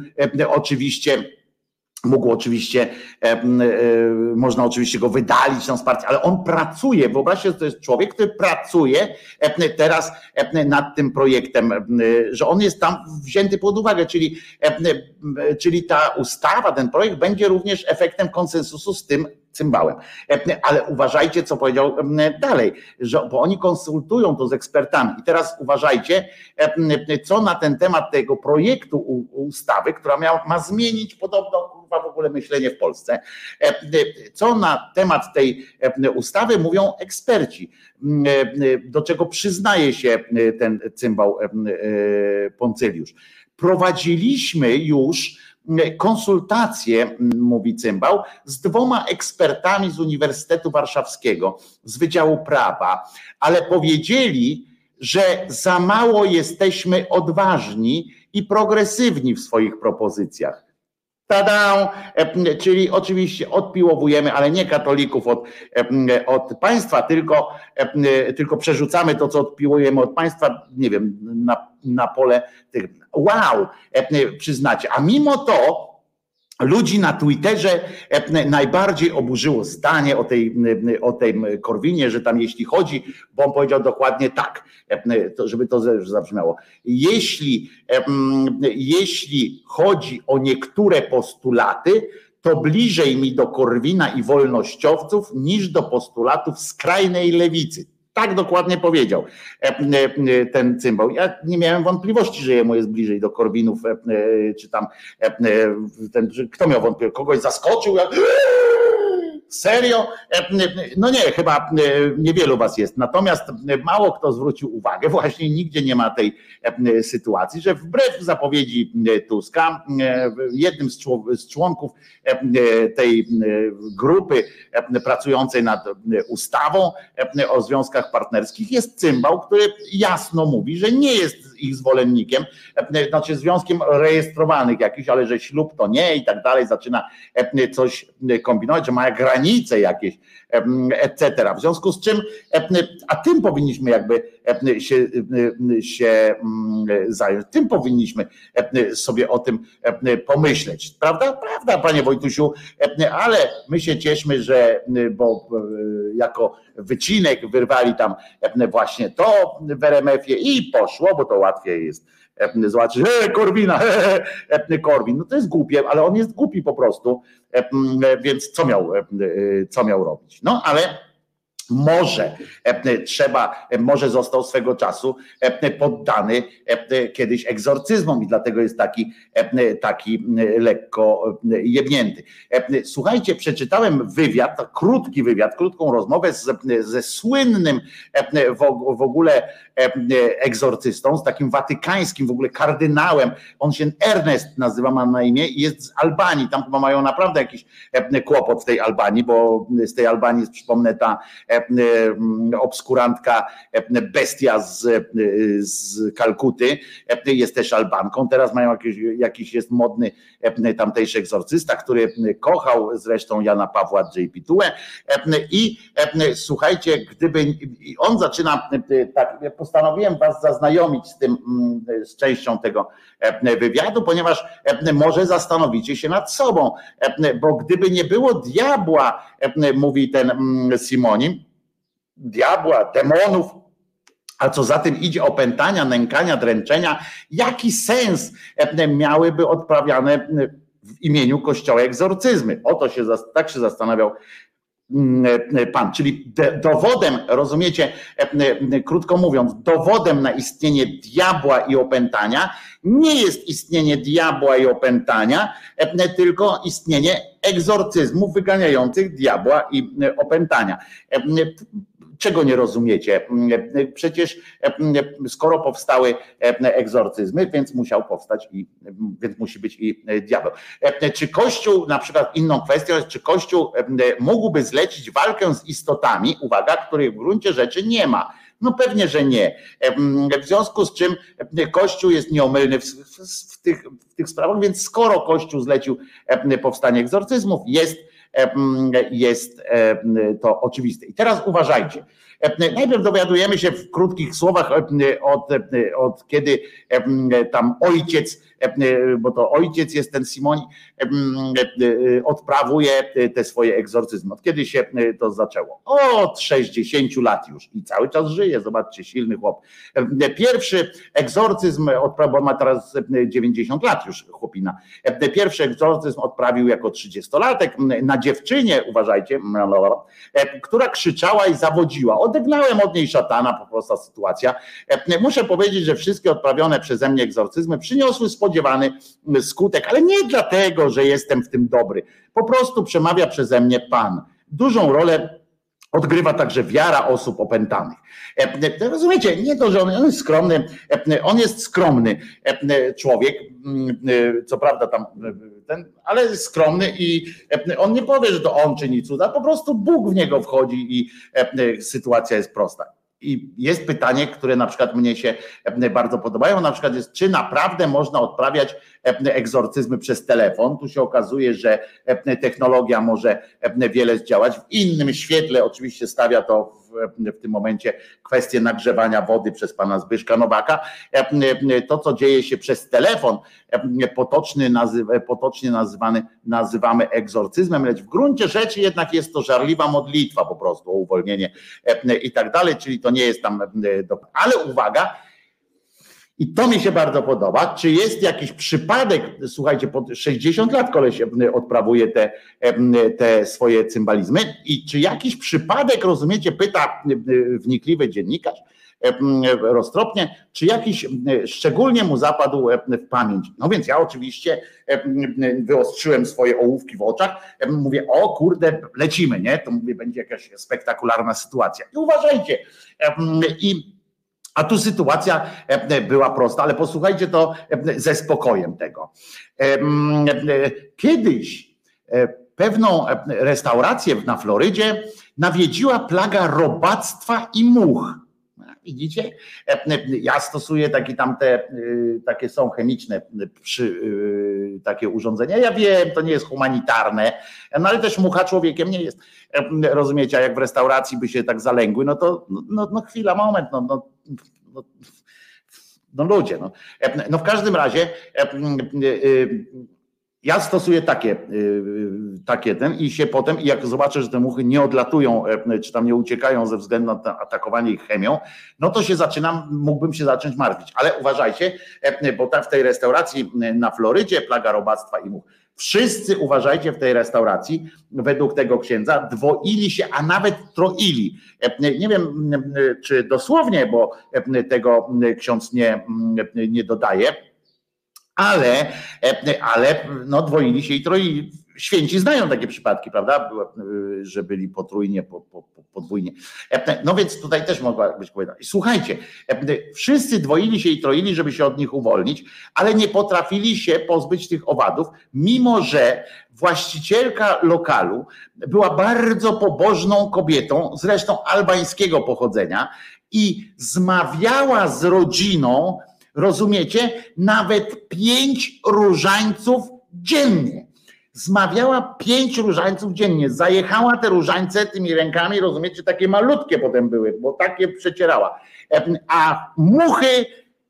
oczywiście, można oczywiście go wydalić z partii, ale on pracuje, wyobraźcie, że to jest człowiek, który pracuje teraz nad tym projektem, że on jest tam wzięty pod uwagę, czyli ta ustawa, ten projekt będzie również efektem konsensusu z tym cymbałem. Ale uważajcie, co powiedział dalej, bo oni konsultują to z ekspertami. I teraz uważajcie, co na ten temat tego projektu ustawy, która ma zmienić podobno w ogóle myślenie w Polsce. Co na temat tej ustawy mówią eksperci, do czego przyznaje się ten cymbał Poncyliusz. Prowadziliśmy już konsultacje, mówi cymbał, z 2 ekspertami z Uniwersytetu Warszawskiego, z Wydziału Prawa, ale powiedzieli, że za mało jesteśmy odważni i progresywni w swoich propozycjach. Tada! Czyli oczywiście odpiłowujemy, ale nie katolików od państwa, tylko przerzucamy to, co odpiłujemy od państwa, nie wiem, na pole tych. Wow, przyznacie. A mimo to ludzi na Twitterze najbardziej oburzyło zdanie o tej Korwinie, że tam jeśli chodzi, bo on powiedział dokładnie tak, żeby to zabrzmiało. Jeśli chodzi o niektóre postulaty, to bliżej mi do Korwina i wolnościowców niż do postulatów skrajnej lewicy. Tak dokładnie powiedział ten cymbał. Ja nie miałem wątpliwości, że jemu jest bliżej do Korwinów, czy tam kto miał wątpliwość? Kogoś zaskoczył? Serio? No nie, chyba niewielu was jest. Natomiast mało kto zwrócił uwagę, właśnie nigdzie nie ma tej sytuacji, że wbrew zapowiedzi Tuska, jednym z członków tej grupy pracującej nad ustawą o związkach partnerskich jest cymbał, który jasno mówi, że nie jest ich zwolennikiem, znaczy związkiem rejestrowanych jakiś, ale że ślub to nie i tak dalej, zaczyna coś kombinować, że ma granice jakieś, etc. W związku z czym, a tym powinniśmy jakby się zająć, tym powinniśmy sobie o tym pomyśleć. Prawda? Prawda, panie Wojtusiu, ale my się cieszmy, że bo jako wycinek wyrwali tam właśnie to w RMF-ie i poszło, bo to łatwiej jest zobaczyć, Korwina, Korwin, no to jest głupie, ale on jest głupi po prostu, więc co miał robić? No ale może został swego czasu poddany kiedyś egzorcyzmom i dlatego jest taki lekko jebnięty. Słuchajcie, przeczytałem wywiad, krótką rozmowę ze słynnym w ogóle egzorcystą, z takim watykańskim w ogóle kardynałem, on się Ernest nazywa, ma na imię i jest z Albanii, tam chyba mają naprawdę jakiś kłopot w tej Albanii, bo z tej Albanii jest, przypomnę, ta obskurantka, bestia z Kalkuty, jest też Albanką. Teraz mają jakiś jest modny tamtejszy egzorcysta, który kochał zresztą Jana Pawła Tułę. I słuchajcie, i on zaczyna, tak, postanowiłem was zaznajomić z częścią tego wywiadu, ponieważ może zastanowicie się nad sobą, bo gdyby nie było diabła, mówi ten Simoni, diabła, demonów, a co za tym idzie, opętania, nękania, dręczenia, jaki sens miałyby odprawiane w imieniu Kościoła egzorcyzmy? Oto tak się zastanawiał Pan, czyli dowodem, rozumiecie, krótko mówiąc, dowodem na istnienie diabła i opętania nie jest istnienie diabła i opętania, tylko istnienie egzorcyzmów wyganiających diabła i opętania. Czego nie rozumiecie? Przecież skoro powstały egzorcyzmy, więc więc musi być i diabeł. Czy Kościół, na przykład inną kwestią jest, czy Kościół mógłby zlecić walkę z istotami, uwaga, których w gruncie rzeczy nie ma? No pewnie, że nie. W związku z czym Kościół jest nieomylny w tych sprawach, więc skoro Kościół zlecił powstanie egzorcyzmów, jest to oczywiste. I teraz uważajcie. Najpierw dowiadujemy się w krótkich słowach od kiedy tam ojciec, bo to ojciec jest ten Simoni, odprawuje te swoje egzorcyzmy. Od kiedy się to zaczęło? Od 60 lat już i cały czas żyje. Zobaczcie, silny chłop. Pierwszy egzorcyzm odprawił, ma teraz 90 lat już chłopina. Pierwszy egzorcyzm odprawił jako 30-latek na dziewczynie, uważajcie, która krzyczała i zawodziła. Odegnałem od niej szatana, po prostu sytuacja. Muszę powiedzieć, że wszystkie odprawione przeze mnie egzorcyzmy przyniosły spodziewany skutek, ale nie dlatego, że jestem w tym dobry. Po prostu przemawia przeze mnie Pan. Dużą rolę odgrywa także wiara osób opętanych. Rozumiecie, nie to, że on jest skromny, on jest skromny człowiek, co prawda tam ale jest skromny i on nie powie, że to on czyni cuda, po prostu Bóg w niego wchodzi i sytuacja jest prosta. I jest pytanie, które na przykład mnie się bardzo podobają, na przykład jest, czy naprawdę można odprawiać egzorcyzmy przez telefon? Tu się okazuje, że technologia może wiele zdziałać. W innym świetle oczywiście stawia to w tym momencie kwestię nagrzewania wody przez pana Zbyszka Nowaka. To, co dzieje się przez telefon, potocznie nazywamy egzorcyzmem, lecz w gruncie rzeczy jednak jest to żarliwa modlitwa po prostu o uwolnienie i tak dalej, czyli to nie jest tam... Ale uwaga, i to mi się bardzo podoba, czy jest jakiś przypadek, słuchajcie, po 60 lat koleś odprawuje te swoje cymbalizmy i czy jakiś przypadek, rozumiecie, pyta wnikliwy dziennikarz, roztropnie, czy jakiś szczególnie mu zapadł w pamięć. No więc ja oczywiście wyostrzyłem swoje ołówki w oczach, mówię, o kurde, lecimy, nie? To mówię, będzie jakaś spektakularna sytuacja. I uważajcie, a tu sytuacja była prosta, ale posłuchajcie to ze spokojem tego. Kiedyś pewną restaurację na Florydzie nawiedziła plaga robactwa i much. Widzicie? Ja stosuję takie są chemiczne takie urządzenia. Ja wiem, to nie jest humanitarne, no ale też mucha człowiekiem nie jest. Rozumiecie, a jak w restauracji by się tak zalęgły, no to chwila, moment, ludzie. No w każdym razie ja stosuję takie i się potem, i jak zobaczę, że te muchy nie odlatują, czy tam nie uciekają ze względu na atakowanie ich chemią, no to mógłbym się zacząć martwić. Ale uważajcie, bo w tej restauracji na Florydzie plaga robactwa i much. Wszyscy, uważajcie, w tej restauracji, według tego księdza, dwoili się, a nawet troili. Nie wiem, czy dosłownie, bo tego ksiądz nie dodaje, ale dwoili się i troili. Święci znają takie przypadki, prawda, że byli potrójnie podwójnie. No więc tutaj też mogła być powiedziane. Słuchajcie, wszyscy dwoili się i troili, żeby się od nich uwolnić, ale nie potrafili się pozbyć tych owadów, mimo że właścicielka lokalu była bardzo pobożną kobietą, zresztą albańskiego pochodzenia i zmawiała z rodziną, rozumiecie, nawet 5 różańców dziennie. Zmawiała 5 różańców dziennie. Zajechała te różańce tymi rękami, rozumiecie, takie malutkie potem były, bo takie przecierała. A muchy,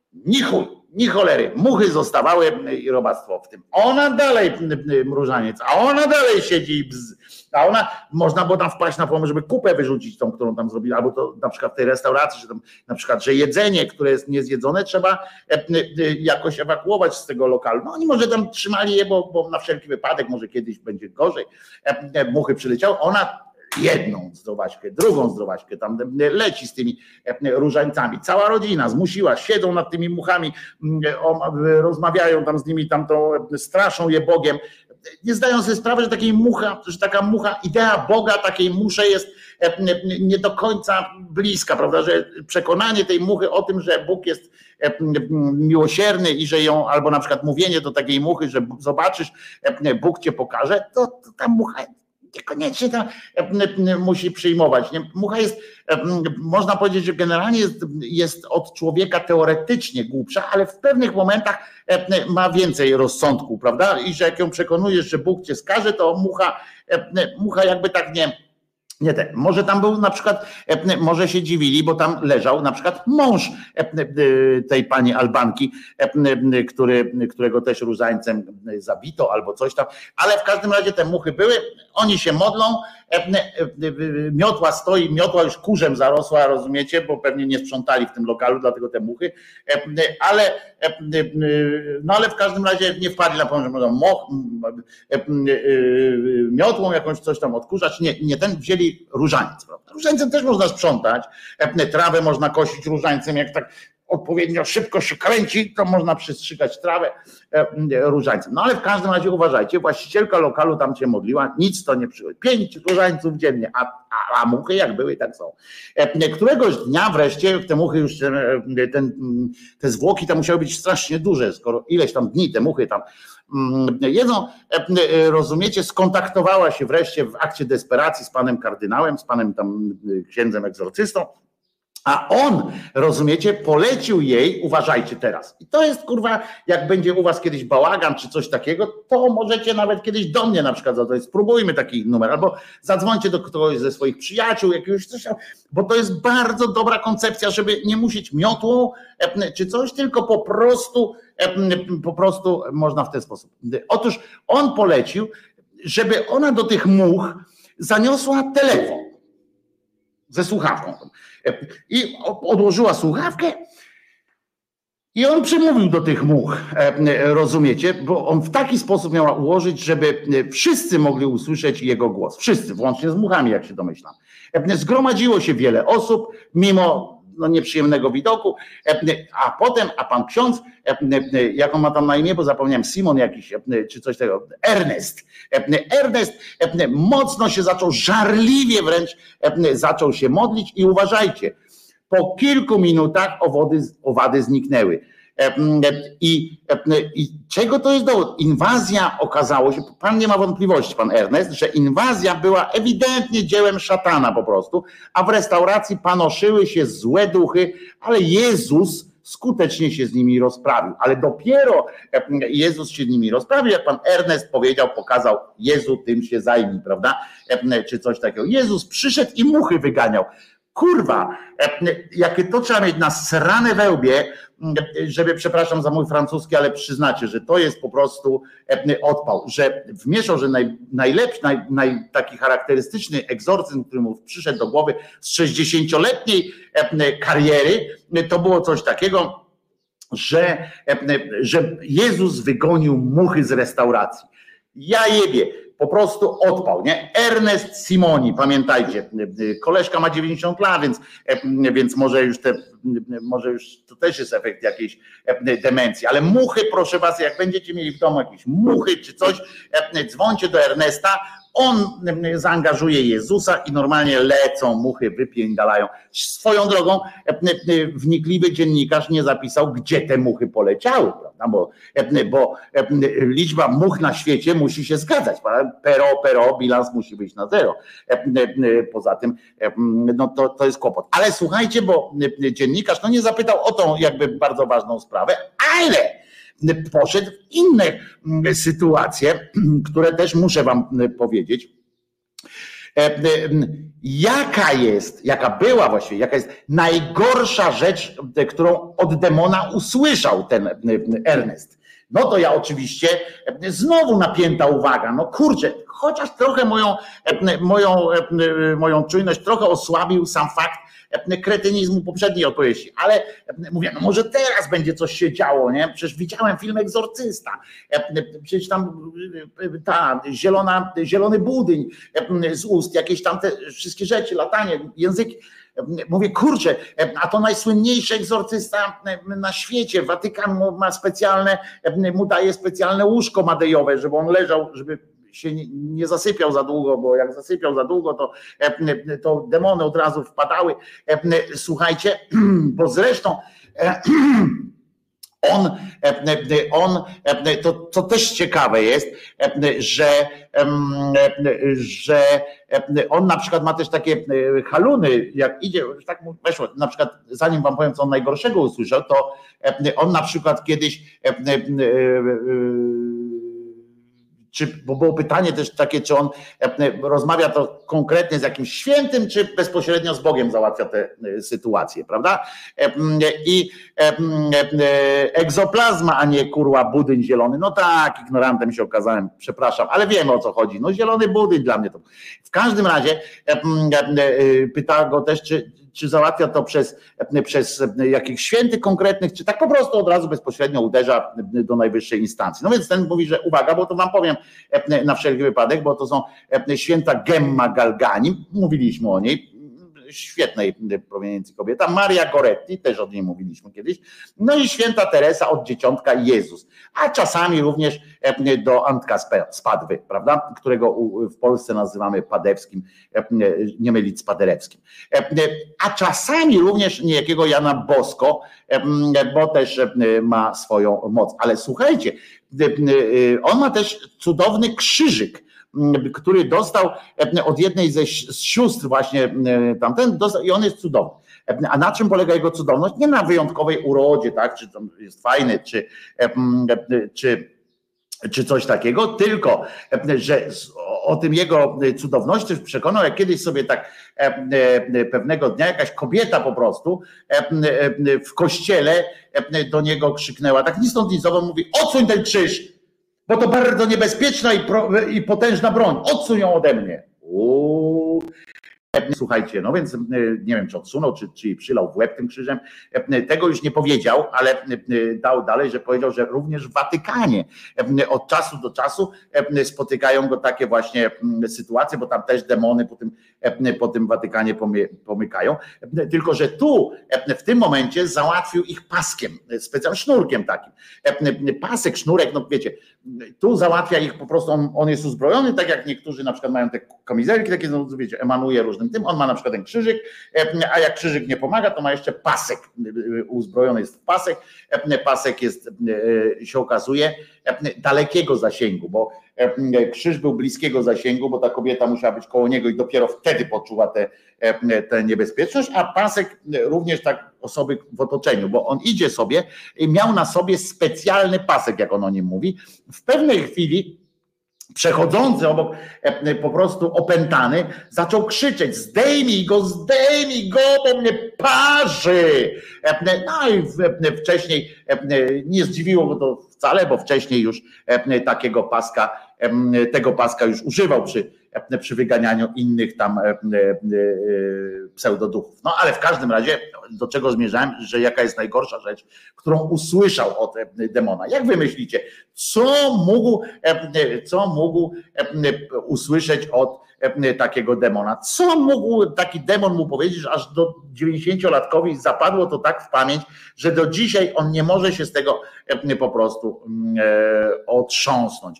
ni cholery, muchy zostawały i robactwo w tym. Ona dalej różaniec, a ona dalej siedzi, a ona, można było tam wpaść na pomysł, żeby kupę wyrzucić tą, którą tam zrobili, albo to na przykład w tej restauracji, czy tam na przykład, że jedzenie, które jest niezjedzone, trzeba jakoś ewakuować z tego lokalu. No oni może tam trzymali je, bo na wszelki wypadek, może kiedyś będzie gorzej. Muchy przyleciały, ona jedną zdrowaśkę, drugą zdrowaśkę, tam leci z tymi różańcami. Cała rodzina zmusiła, siedzą nad tymi muchami, rozmawiają tam z nimi, tam to straszą je Bogiem. Nie zdają sobie sprawy, że taka mucha, idea Boga takiej musze jest nie do końca bliska, prawda, że przekonanie tej muchy o tym, że Bóg jest miłosierny i że ją, albo na przykład mówienie do takiej muchy, że zobaczysz, Bóg cię pokaże, to ta mucha niekoniecznie musi przyjmować. Mucha jest, można powiedzieć, że generalnie jest od człowieka teoretycznie głupsza, ale w pewnych momentach ma więcej rozsądku, prawda? I że jak ją przekonujesz, że Bóg cię skaże, to mucha jakby tak nie ten. Może tam był na przykład, może się dziwili, bo tam leżał na przykład mąż tej pani Albanki, którego też różańcem zabito albo coś tam, ale w każdym razie te muchy były, oni się modlą, miotła stoi, miotła już kurzem zarosła, rozumiecie, bo pewnie nie sprzątali w tym lokalu, dlatego te muchy, ale w każdym razie nie wpadli na pomysł, że miotłą jakąś coś tam odkurzać, nie ten, wzięli różaniec. Różańcem też można sprzątać, trawę można kosić różańcem, jak tak odpowiednio szybko się kręci, to można przystrzygać trawę różańcem. No ale w każdym razie uważajcie, właścicielka lokalu tam się modliła, nic to nie przychodzi. 5 różańców dziennie, a muchy jak były, tak są. Któregoś dnia wreszcie te muchy już, te zwłoki tam musiały być strasznie duże, skoro ileś tam dni te muchy tam jedzą, rozumiecie, skontaktowała się wreszcie w akcie desperacji z panem kardynałem, z panem tam księdzem egzorcystą, a on, rozumiecie, polecił jej, uważajcie teraz, i to jest kurwa, jak będzie u was kiedyś bałagan czy coś takiego, to możecie nawet kiedyś do mnie na przykład zadzwonić, spróbujmy taki numer, albo zadzwońcie do kogoś ze swoich przyjaciół, jakiegoś coś, bo to jest bardzo dobra koncepcja, żeby nie musieć miotłą czy coś, tylko po prostu można w ten sposób. Otóż on polecił, żeby ona do tych much zaniosła telefon ze słuchawką i odłożyła słuchawkę i on przemówił do tych much, rozumiecie, bo on w taki sposób miała ułożyć, żeby wszyscy mogli usłyszeć jego głos, wszyscy, włącznie z muchami, jak się domyślam. Zgromadziło się wiele osób, mimo nieprzyjemnego widoku, a pan ksiądz, jak on ma tam na imię, bo zapomniałem, Simon jakiś, czy coś takiego, Ernest mocno się zaczął, żarliwie wręcz zaczął się modlić i uważajcie, po kilku minutach owady zniknęły. I czego to jest dowód? Inwazja, okazało się, pan nie ma wątpliwości, pan Ernest, że inwazja była ewidentnie dziełem szatana po prostu, a w restauracji panoszyły się złe duchy, ale Jezus skutecznie się z nimi rozprawił. Ale dopiero Jezus się z nimi rozprawił, jak pan Ernest powiedział, pokazał, Jezu, tym się zajmij, prawda? Czy coś takiego. Jezus przyszedł i muchy wyganiał. Kurwa, jakie to trzeba mieć nasrane we łbie, żeby, przepraszam za mój francuski, ale przyznacie, że to jest po prostu odpał, że wmieszał, że najlepszy, taki charakterystyczny egzorcyzm, który mu przyszedł do głowy z 60-letniej kariery, to było coś takiego, że Jezus wygonił muchy z restauracji. Ja jebie. Po prostu odpał, nie? Ernest Simoni, pamiętajcie, koleżka ma 90 lat, więc może już to też jest efekt jakiejś demencji, ale muchy, proszę was, jak będziecie mieli w domu jakieś muchy czy coś, dzwońcie do Ernesta, On zaangażuje Jezusa i normalnie lecą, muchy wypiędalają. Swoją drogą wnikliwy dziennikarz nie zapisał, gdzie te muchy poleciały, prawda? Bo liczba much na świecie musi się zgadzać. Pero, bilans musi być na zero. Poza tym no to jest kłopot. Ale słuchajcie, bo dziennikarz nie zapytał o tą jakby bardzo ważną sprawę, ale poszedł w inne sytuacje, które też muszę wam powiedzieć. Jaka była właściwie, jaka jest najgorsza rzecz, którą od demona usłyszał ten Ernest. No to ja oczywiście, znowu napięta uwaga, no kurczę, chociaż trochę moją czujność trochę osłabił sam fakt kretynizmu poprzedniej opowieści, ale mówię, no może teraz będzie coś się działo, nie? Przecież widziałem film Egzorcysta, przecież tam zielony budyń z ust, jakieś tam te wszystkie rzeczy, latanie, języki. Mówię, kurczę, a to najsłynniejszy egzorcysta na świecie, Watykan ma specjalne, mu daje specjalne łóżko madejowe, żeby on leżał, żeby się nie zasypiał za długo, bo jak zasypiał za długo, to demony od razu wpadały. Słuchajcie, bo zresztą to też ciekawe jest, że on na przykład ma też takie haluny, jak idzie, tak mu weszło, na przykład zanim wam powiem, co on najgorszego usłyszał, to on na przykład kiedyś bo było pytanie też takie, czy on rozmawia to konkretnie z jakimś świętym, czy bezpośrednio z Bogiem załatwia tę sytuację, prawda? I egzoplazma, a nie kurwa budyń zielony. No tak, ignorantem się okazałem, przepraszam, ale wiemy, o co chodzi. No zielony budyń dla mnie to. W każdym razie pytała go też, czy załatwia to przez jakichś świętych konkretnych, czy tak po prostu od razu bezpośrednio uderza do najwyższej instancji. No więc ten mówi, że uwaga, bo to wam powiem na wszelki wypadek, bo to są święta Gemma Galgani, mówiliśmy o niej, świetnej proweniencji kobieta, Maria Goretti, też o niej mówiliśmy kiedyś, no i święta Teresa od Dzieciątka Jezus, a czasami również do Antka z Padwy, prawda, którego w Polsce nazywamy Padewskim, nie mylić z Paderewskim, a czasami również niejakiego Jana Bosko, bo też ma swoją moc, ale słuchajcie, on ma też cudowny krzyżyk, który dostał od jednej z sióstr właśnie tamten, dostał, i on jest cudowny. A na czym polega jego cudowność? Nie na wyjątkowej urodzie, tak? Czy to jest fajny, czy coś takiego, tylko że o tym jego cudowności przekonał, jak kiedyś sobie tak pewnego dnia jakaś kobieta po prostu w kościele do niego krzyknęła, tak ni stąd ni zowąd, mówi: odsuń ten krzyż, bo to bardzo niebezpieczna i potężna broń. Odsuń ją ode mnie. Słuchajcie, no więc nie wiem, czy odsunął, czy jej przylał w łeb tym krzyżem. Tego już nie powiedział, ale dał dalej, że powiedział, że również w Watykanie od czasu do czasu spotykają go takie właśnie sytuacje, bo tam też demony po tym Watykanie pomykają. Tylko że tu w tym momencie załatwił ich paskiem, specjalnym sznurkiem takim. Pasek, sznurek, no wiecie, tu załatwia ich po prostu, on jest uzbrojony, tak jak niektórzy na przykład mają te kamizelki takie, no wiecie, emanuje różnym tym, on ma na przykład ten krzyżyk, a jak krzyżyk nie pomaga, to ma jeszcze pasek, uzbrojony jest w pasek, pasek jest, się okazuje, dalekiego zasięgu, bo krzyż był bliskiego zasięgu, bo ta kobieta musiała być koło niego i dopiero wtedy poczuła tę niebezpieczność, a pasek również tak osoby w otoczeniu, bo on idzie sobie i miał na sobie specjalny pasek, jak on o nim mówi. W pewnej chwili przechodzący obok, po prostu opętany, zaczął krzyczeć: zdejmij go, bo mnie parzy. No i wcześniej nie zdziwiło go to wcale, bo wcześniej już tego paska już używał przy wyganianiu innych tam pseudoduchów. No ale w każdym razie, do czego zmierzałem, że jaka jest najgorsza rzecz, którą usłyszał od demona. Jak wy myślicie, co mógł usłyszeć od takiego demona. Co mógł taki demon mu powiedzieć, że aż do 90-latkowi zapadło to tak w pamięć, że do dzisiaj on nie może się z tego po prostu otrząsnąć.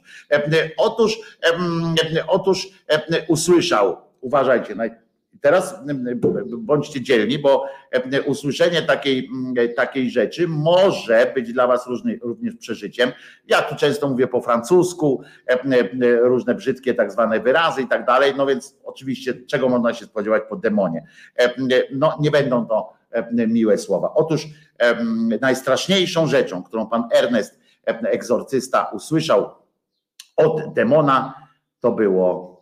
Otóż usłyszał, uważajcie, teraz bądźcie dzielni, bo usłyszenie takiej rzeczy może być dla was również przeżyciem. Ja tu często mówię po francusku, różne brzydkie tak zwane wyrazy i tak dalej, no więc oczywiście czego można się spodziewać po demonie. No nie będą to miłe słowa. Otóż najstraszniejszą rzeczą, którą pan Ernest, egzorcysta, usłyszał od demona, to było: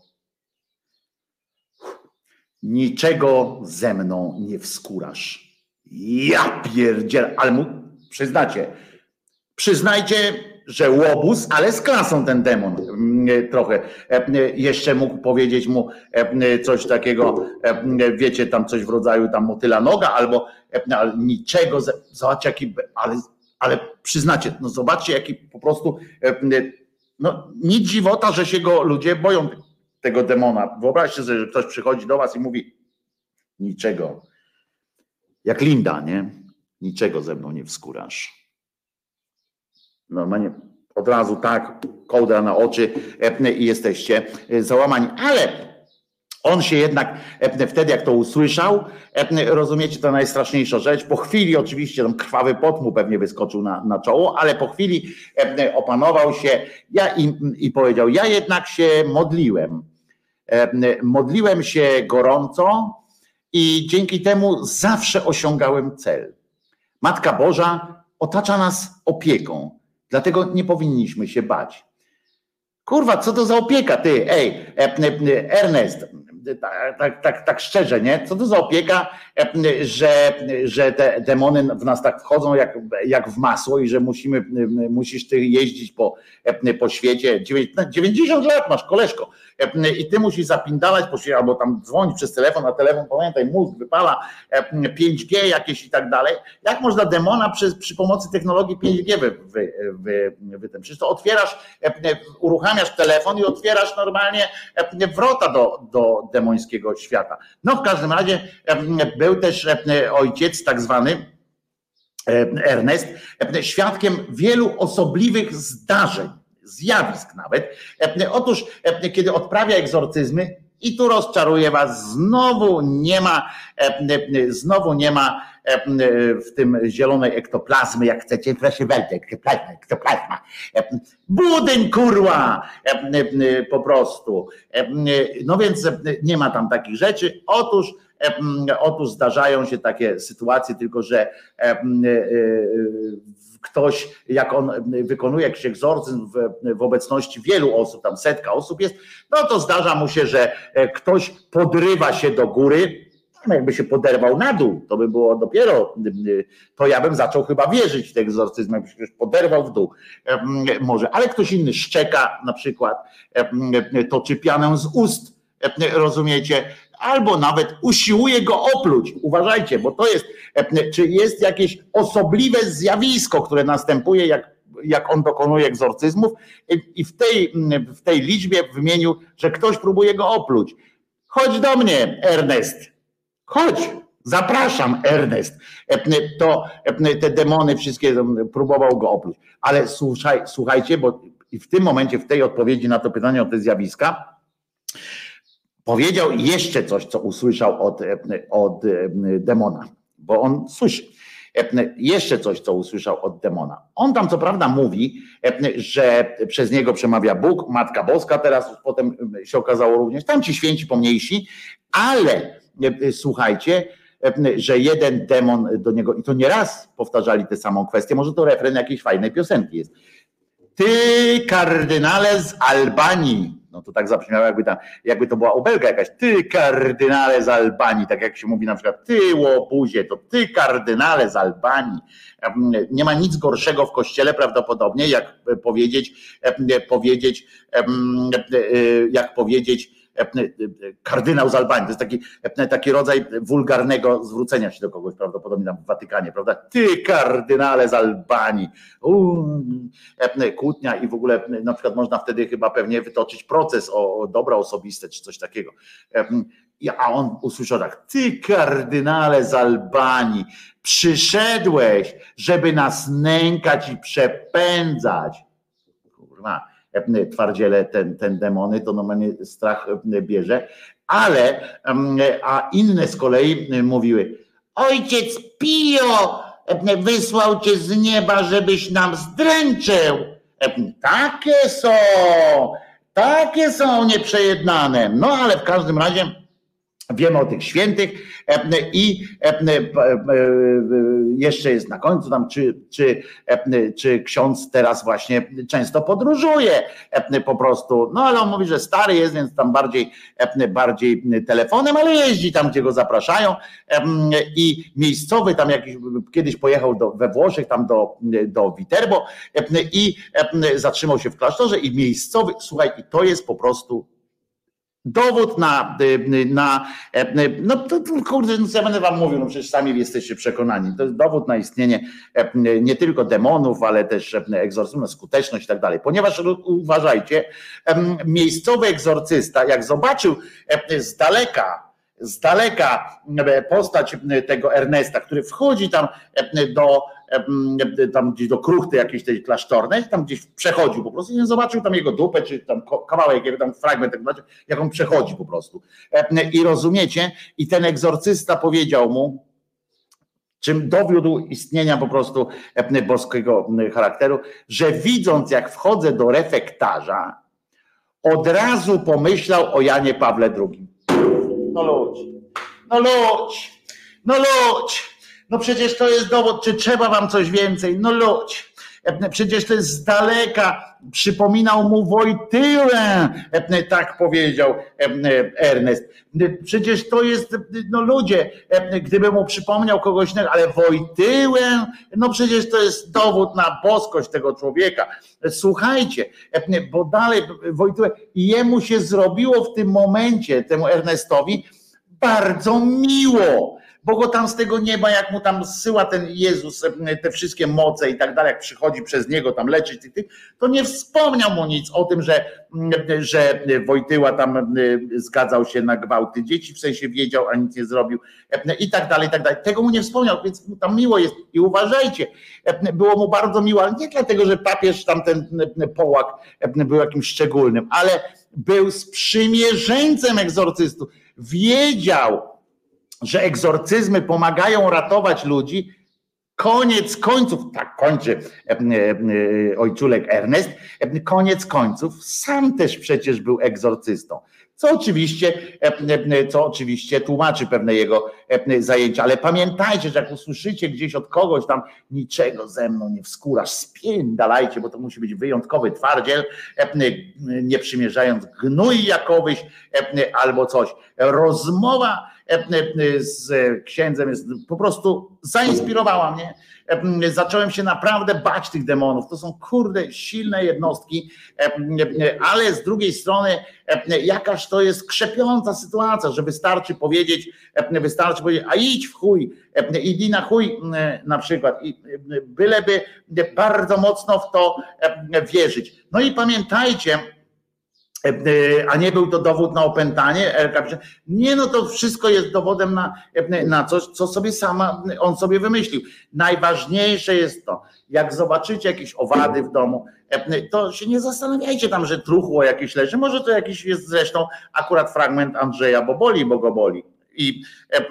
niczego ze mną nie wskórasz. Ja pierdzielę, ale mu przyznajcie, że łobuz, ale z klasą ten demon trochę. Jeszcze mógł powiedzieć mu coś takiego, wiecie, tam coś w rodzaju tam motyla noga, albo niczego, zobaczcie jaki, ale przyznacie, no zobaczcie jaki po prostu, no nic dziwota, że się go ludzie boją, tego demona. Wyobraźcie sobie, że ktoś przychodzi do was i mówi: niczego, jak Linda, nie? Niczego ze mną nie wskórasz. Normalnie od razu tak, kołdra na oczy i jesteście załamani. Ale on się jednak wtedy, jak to usłyszał, rozumiecie, to najstraszniejsza rzecz. Po chwili oczywiście tam krwawy pot mu pewnie wyskoczył na czoło, ale po chwili opanował się i powiedział: ja jednak się modliłem. Modliłem się gorąco i dzięki temu zawsze osiągałem cel. Matka Boża otacza nas opieką, dlatego nie powinniśmy się bać. Kurwa, co to za opieka, ty? Ej, Ernest, tak szczerze, nie? Co to za opieka, że te demony w nas tak wchodzą jak w masło i że musisz ty jeździć po świecie. 90 lat masz, koleżko. I ty musisz zapindalać po świecie, albo tam dzwonić przez telefon, a telefon, pamiętaj, mózg wypala 5G jakieś i tak dalej. Jak można demona przy pomocy technologii 5G przecież to otwierasz, uruchamiasz telefon i otwierasz normalnie wrota do demońskiego świata. No w każdym razie był też ojciec tak zwany Ernest świadkiem wielu osobliwych zdarzeń, zjawisk nawet. Otóż kiedy odprawia egzorcyzmy, i tu rozczaruję was, znowu nie ma w tym zielonej ektoplazmy, jak chcecie, proszę bardzo, ektoplazma. Budyń, kurwa, po prostu. No więc nie ma tam takich rzeczy. Otóż zdarzają się takie sytuacje, tylko że ktoś, jak on wykonuje jakiś egzorcyzm w obecności wielu osób, tam 100 osób jest, no to zdarza mu się, że ktoś podrywa się do góry. Jakby się poderwał na dół, to by było dopiero, to ja bym zaczął chyba wierzyć w ten egzorcyzm, jakby się poderwał w dół. Może, ale ktoś inny szczeka na przykład, toczy pianę z ust, rozumiecie, albo nawet usiłuje go opluć. Uważajcie, bo to jest, czy jest jakieś osobliwe zjawisko, które następuje, jak on dokonuje egzorcyzmów, i w tej liczbie wymienił, że ktoś próbuje go opluć. Chodź do mnie, Ernest. Chodź, zapraszam, Ernest. To te demony wszystkie próbował go opluć. Ale słuchajcie, bo w tym momencie, w tej odpowiedzi na to pytanie o te zjawiska, powiedział jeszcze coś, co usłyszał od demona, bo on słyszy. Jeszcze coś, co usłyszał od demona. On tam co prawda mówi, że przez niego przemawia Bóg, Matka Boska, teraz potem się okazało również, tam ci święci pomniejsi, ale słuchajcie, że jeden demon do niego, i to nieraz powtarzali tę samą kwestię, może to refren jakiejś fajnej piosenki jest. Ty, kardynale z Albanii. No to tak zabrzmiało, jakby to była obelga jakaś. Ty, kardynale z Albanii, tak jak się mówi na przykład, ty, łobuzie, to ty, kardynale z Albanii. Nie ma nic gorszego w kościele prawdopodobnie, jak powiedzieć kardynał z Albanii, to jest taki rodzaj wulgarnego zwrócenia się do kogoś, prawdopodobnie tam w Watykanie, prawda? Ty kardynale z Albanii, kłótnia i w ogóle na przykład można wtedy chyba pewnie wytoczyć proces o dobra osobiste czy coś takiego. A on usłyszał tak, ty kardynale z Albanii, przyszedłeś, żeby nas nękać i przepędzać. Kurwa, twardziele ten demony, to normalnie strach bierze, a inne z kolei mówiły, ojciec Pio wysłał cię z nieba, żebyś nam zdręczył. Takie są nieprzejednane. No ale w każdym razie wiemy o tych świętych i jeszcze jest na końcu tam, czy ksiądz teraz właśnie często podróżuje po prostu, no ale on mówi, że stary jest, więc tam bardziej telefonem, ale jeździ tam, gdzie go zapraszają i miejscowy tam jakiś, kiedyś pojechał we Włoszech tam do Viterbo i zatrzymał się w klasztorze i miejscowy, słuchaj, i to jest po prostu dowód no to kurde, no co ja będę wam mówił, no przecież sami jesteście przekonani, to jest dowód na istnienie nie tylko demonów, ale też egzorcyzmu, skuteczność i tak dalej, ponieważ uważajcie, miejscowy egzorcysta, jak zobaczył z daleka postać tego Ernesta, który wchodzi tam gdzieś do kruchty jakiejś tej klasztornej, tam gdzieś przechodził po prostu i nie zobaczył tam jego dupę, czy tam kawałek, jego tam fragment, jak on przechodzi po prostu. I rozumiecie? I ten egzorcysta powiedział mu, czym dowiódł istnienia po prostu boskiego charakteru, że widząc jak wchodzę do refektarza, od razu pomyślał o Janie Pawle II. No ludź. No przecież to jest dowód, czy trzeba wam coś więcej? No ludź. Przecież to jest z daleka, przypominał mu Wojtyłę, tak powiedział Ernest. Przecież to jest, no ludzie, gdyby mu przypomniał kogoś innego, ale Wojtyłę, no przecież to jest dowód na boskość tego człowieka. Słuchajcie, bo dalej Wojtyłę, jemu się zrobiło w tym momencie, temu Ernestowi, bardzo miło. Bo go tam z tego nieba, jak mu tam zsyła ten Jezus te wszystkie moce i tak dalej, jak przychodzi przez niego tam leczyć, to nie wspomniał mu nic o tym, że Wojtyła tam zgadzał się na gwałty dzieci, w sensie wiedział, a nic nie zrobił i tak dalej, i tak dalej. Tego mu nie wspomniał, więc mu tam miło jest i uważajcie, było mu bardzo miło, ale nie dlatego, że papież tam ten Połak był jakimś szczególnym, ale był sprzymierzeńcem egzorcystów, wiedział, że egzorcyzmy pomagają ratować ludzi, koniec końców, tak kończy ojczulek Ernest, koniec końców sam też przecież był egzorcystą, co oczywiście tłumaczy pewne jego zajęcia, ale pamiętajcie, że jak usłyszycie gdzieś od kogoś tam niczego ze mną nie wskórasz, spiędalajcie, bo to musi być wyjątkowy twardziel, nie przymierzając gnój jakowyś albo coś. Rozmowa z księdzem jest po prostu zainspirowała mnie. Zacząłem się naprawdę bać tych demonów. To są kurde silne jednostki, ale z drugiej strony jakaż to jest krzepiąca sytuacja, że wystarczy powiedzieć, a idź w chuj, idź na chuj na przykład. I byleby bardzo mocno w to wierzyć. No i pamiętajcie, a nie był to dowód na opętanie? Nie, no to wszystko jest dowodem na coś, co sobie on sobie wymyślił. Najważniejsze jest to, jak zobaczycie jakieś owady w domu, to się nie zastanawiajcie tam, że truchło jakieś leży, może to jakiś jest zresztą akurat fragment Andrzeja Boboli, bo go boli. I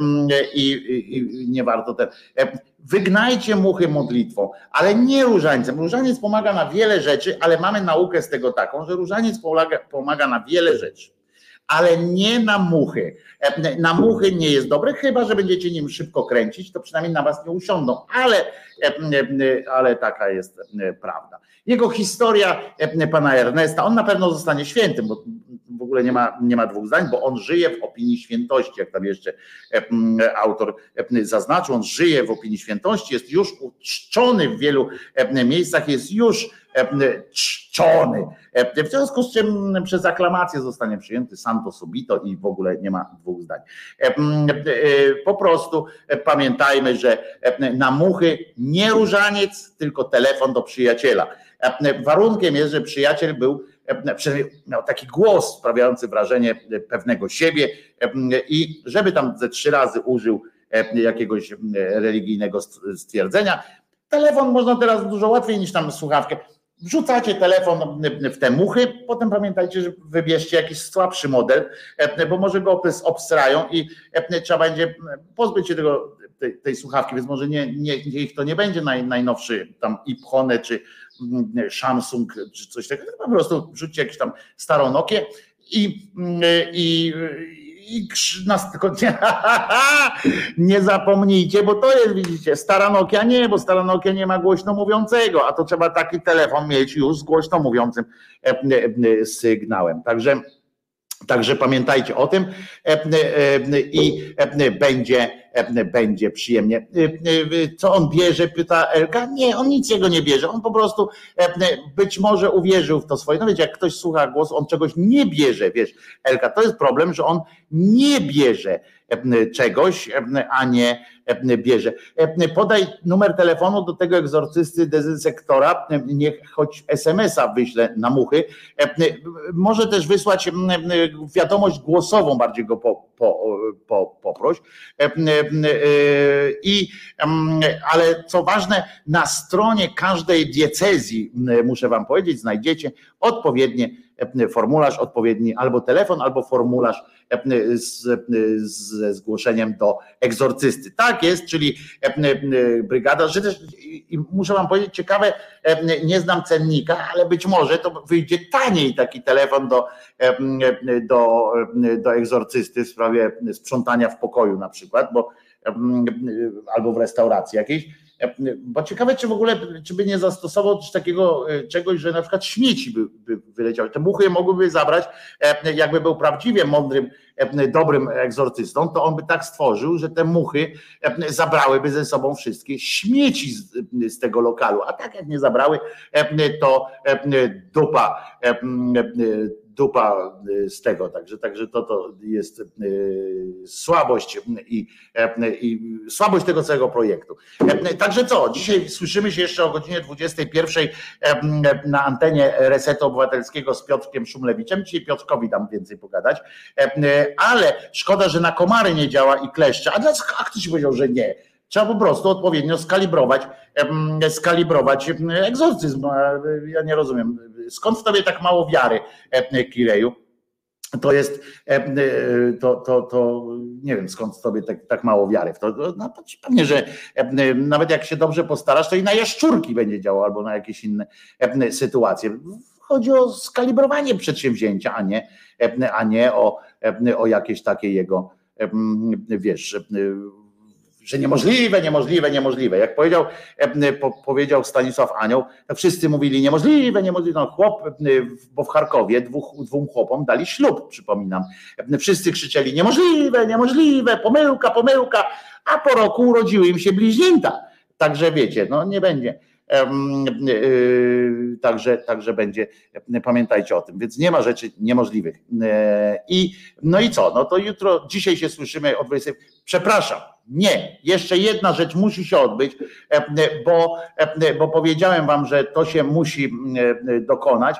nie warto wygnajcie muchy modlitwą, ale nie różańcem. Różaniec pomaga na wiele rzeczy, ale mamy naukę z tego taką, że różaniec pomaga na wiele rzeczy, ale nie na muchy. Na muchy nie jest dobre, chyba że będziecie nim szybko kręcić, to przynajmniej na was nie usiądą, ale taka jest prawda. Jego historia pana Ernesta, on na pewno zostanie świętym, bo w ogóle ogóle nie ma dwóch zdań, bo on żyje w opinii świętości, jak tam jeszcze autor zaznaczył, on żyje w opinii świętości, jest już uczczony w wielu miejscach, jest już czczony. W związku z czym przez aklamację zostanie przyjęty santo subito i w ogóle nie ma dwóch zdań. Po prostu pamiętajmy, że na muchy nie różaniec, tylko telefon do przyjaciela. Warunkiem jest, że przyjaciel miał taki głos sprawiający wrażenie pewnego siebie i żeby tam ze 3 razy użył jakiegoś religijnego stwierdzenia. Telefon można teraz dużo łatwiej niż tam słuchawkę. Wrzucacie telefon w te muchy, potem pamiętajcie, że wybierzcie jakiś słabszy model, bo może go obsrają i trzeba będzie pozbyć się tej słuchawki, więc może niech to nie będzie najnowszy tam Ipchone czy Samsung czy coś takiego, po prostu wrzućcie jakąś tam starą Nokię nie zapomnijcie, bo to jest, widzicie, stara Nokia bo stara Nokia nie ma głośno mówiącego, a to trzeba taki telefon mieć już z głośno mówiącym sygnałem. Także pamiętajcie o tym i będzie przyjemnie. Co on bierze, pyta Elka? Nie, on nic jego nie bierze, on po prostu być może uwierzył w to swoje, no wiecie, jak ktoś słucha głosu, on czegoś nie bierze, wiesz, Elka, to jest problem, że on nie bierze czegoś, a nie bierze. Podaj numer telefonu do tego egzorcysty, dezynsektora, niech choć SMS-a wyśle na muchy. Może też wysłać wiadomość głosową, bardziej go poproś. Ale co ważne, na stronie każdej diecezji, muszę wam powiedzieć, znajdziecie odpowiedni formularz, odpowiedni albo telefon, albo formularz ze zgłoszeniem do egzorcysty. Tak jest, czyli brygada, że też, muszę wam powiedzieć, ciekawe, nie znam cennika, ale być może to wyjdzie taniej taki telefon do egzorcysty w sprawie sprzątania w pokoju na przykład, albo w restauracji jakiejś. Bo ciekawe, czy w ogóle, czy by nie zastosował też takiego czegoś, że na przykład śmieci by wyleciały. Te muchy mogłyby zabrać, jakby był prawdziwie mądrym, dobrym egzorcystą, to on by tak stworzył, że te muchy zabrałyby ze sobą wszystkie śmieci z tego lokalu. A tak jak nie zabrały, to dupa z tego, także to jest słabość i słabość tego całego projektu. Także co, dzisiaj słyszymy się jeszcze o godzinie 21 na antenie Resetu Obywatelskiego z Piotrkiem Szumlewiczem. Dzisiaj Piotrkowi dam więcej pogadać, ale szkoda, że na komary nie działa i kleszcze. A ktoś powiedział, że nie. Trzeba po prostu odpowiednio skalibrować egzorcyzm. Ja nie rozumiem. Skąd w tobie tak mało wiary, Kireju? To jest, to nie wiem, skąd w tobie tak mało wiary w to. No, pewnie, że nawet jak się dobrze postarasz, to i na jaszczurki będzie działało, albo na jakieś inne sytuacje. Chodzi o skalibrowanie przedsięwzięcia, a nie o jakieś takie jego, wiesz, że niemożliwe. Jak powiedział Stanisław Anioł, to wszyscy mówili niemożliwe. No chłop, bo w Charkowie dwóm chłopom dali ślub, przypominam. Wszyscy krzyczeli niemożliwe, pomyłka, a po roku urodziły im się bliźnięta. Także wiecie, no nie będzie. Także będzie, pamiętajcie o tym, więc nie ma rzeczy niemożliwych. No i co? No to jutro, dzisiaj się słyszymy o 20. Przepraszam, nie, jeszcze jedna rzecz musi się odbyć, bo powiedziałem wam, że to się musi dokonać.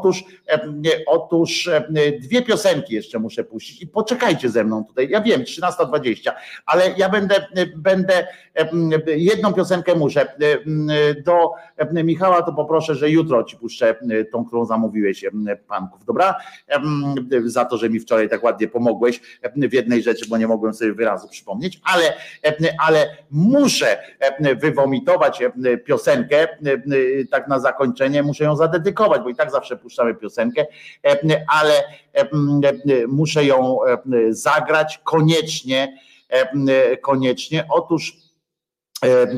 Otóż 2 piosenki jeszcze muszę puścić i poczekajcie ze mną tutaj. Ja wiem, 13:20, ale ja będę jedną piosenkę muszę. Do Michała to poproszę, że jutro ci puszczę tą, którą zamówiłeś, Panków, dobra? Za to, że mi wczoraj tak ładnie pomogłeś w jednej rzeczy, bo nie mogłem sobie wyrazu przypomnieć, ale muszę wywomitować piosenkę, tak na zakończenie, muszę ją zadedykować, bo i tak zawsze puszczamy piosenkę, ale muszę ją zagrać koniecznie.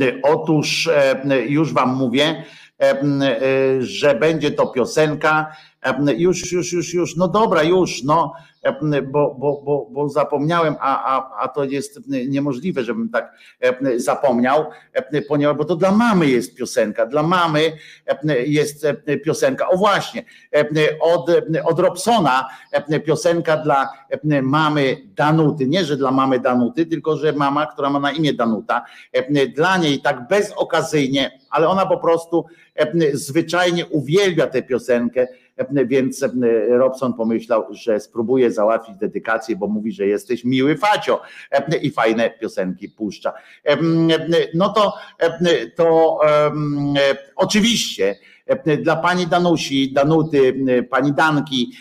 Otóż już wam mówię, że będzie to piosenka Już, no dobra, już, no, bo zapomniałem, a to jest niemożliwe, żebym tak zapomniał, ponieważ, bo to dla mamy jest piosenka, dla mamy jest piosenka, o właśnie, od Robsona piosenka dla mamy Danuty, nie, że dla mamy Danuty, tylko że mama, która ma na imię Danuta, dla niej tak bezokazyjnie, ale ona po prostu zwyczajnie uwielbia tę piosenkę, więc Robson pomyślał, że spróbuje załatwić dedykację, bo mówi, że jesteś miły facio i fajne piosenki puszcza. No to oczywiście dla pani Danusi, Danuty, pani Danki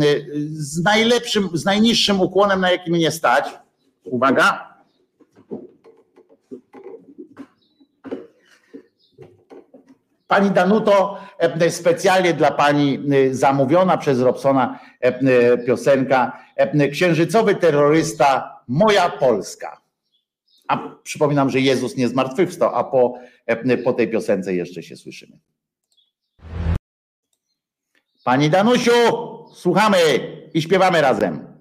z najniższym ukłonem, na jaki mnie stać. Uwaga. Pani Danuto, specjalnie dla pani zamówiona przez Robsona piosenka Księżycowy terrorysta, moja Polska. A przypominam, że Jezus nie zmartwychwstał, a po tej piosence jeszcze się słyszymy. Pani Danusiu, słuchamy i śpiewamy razem.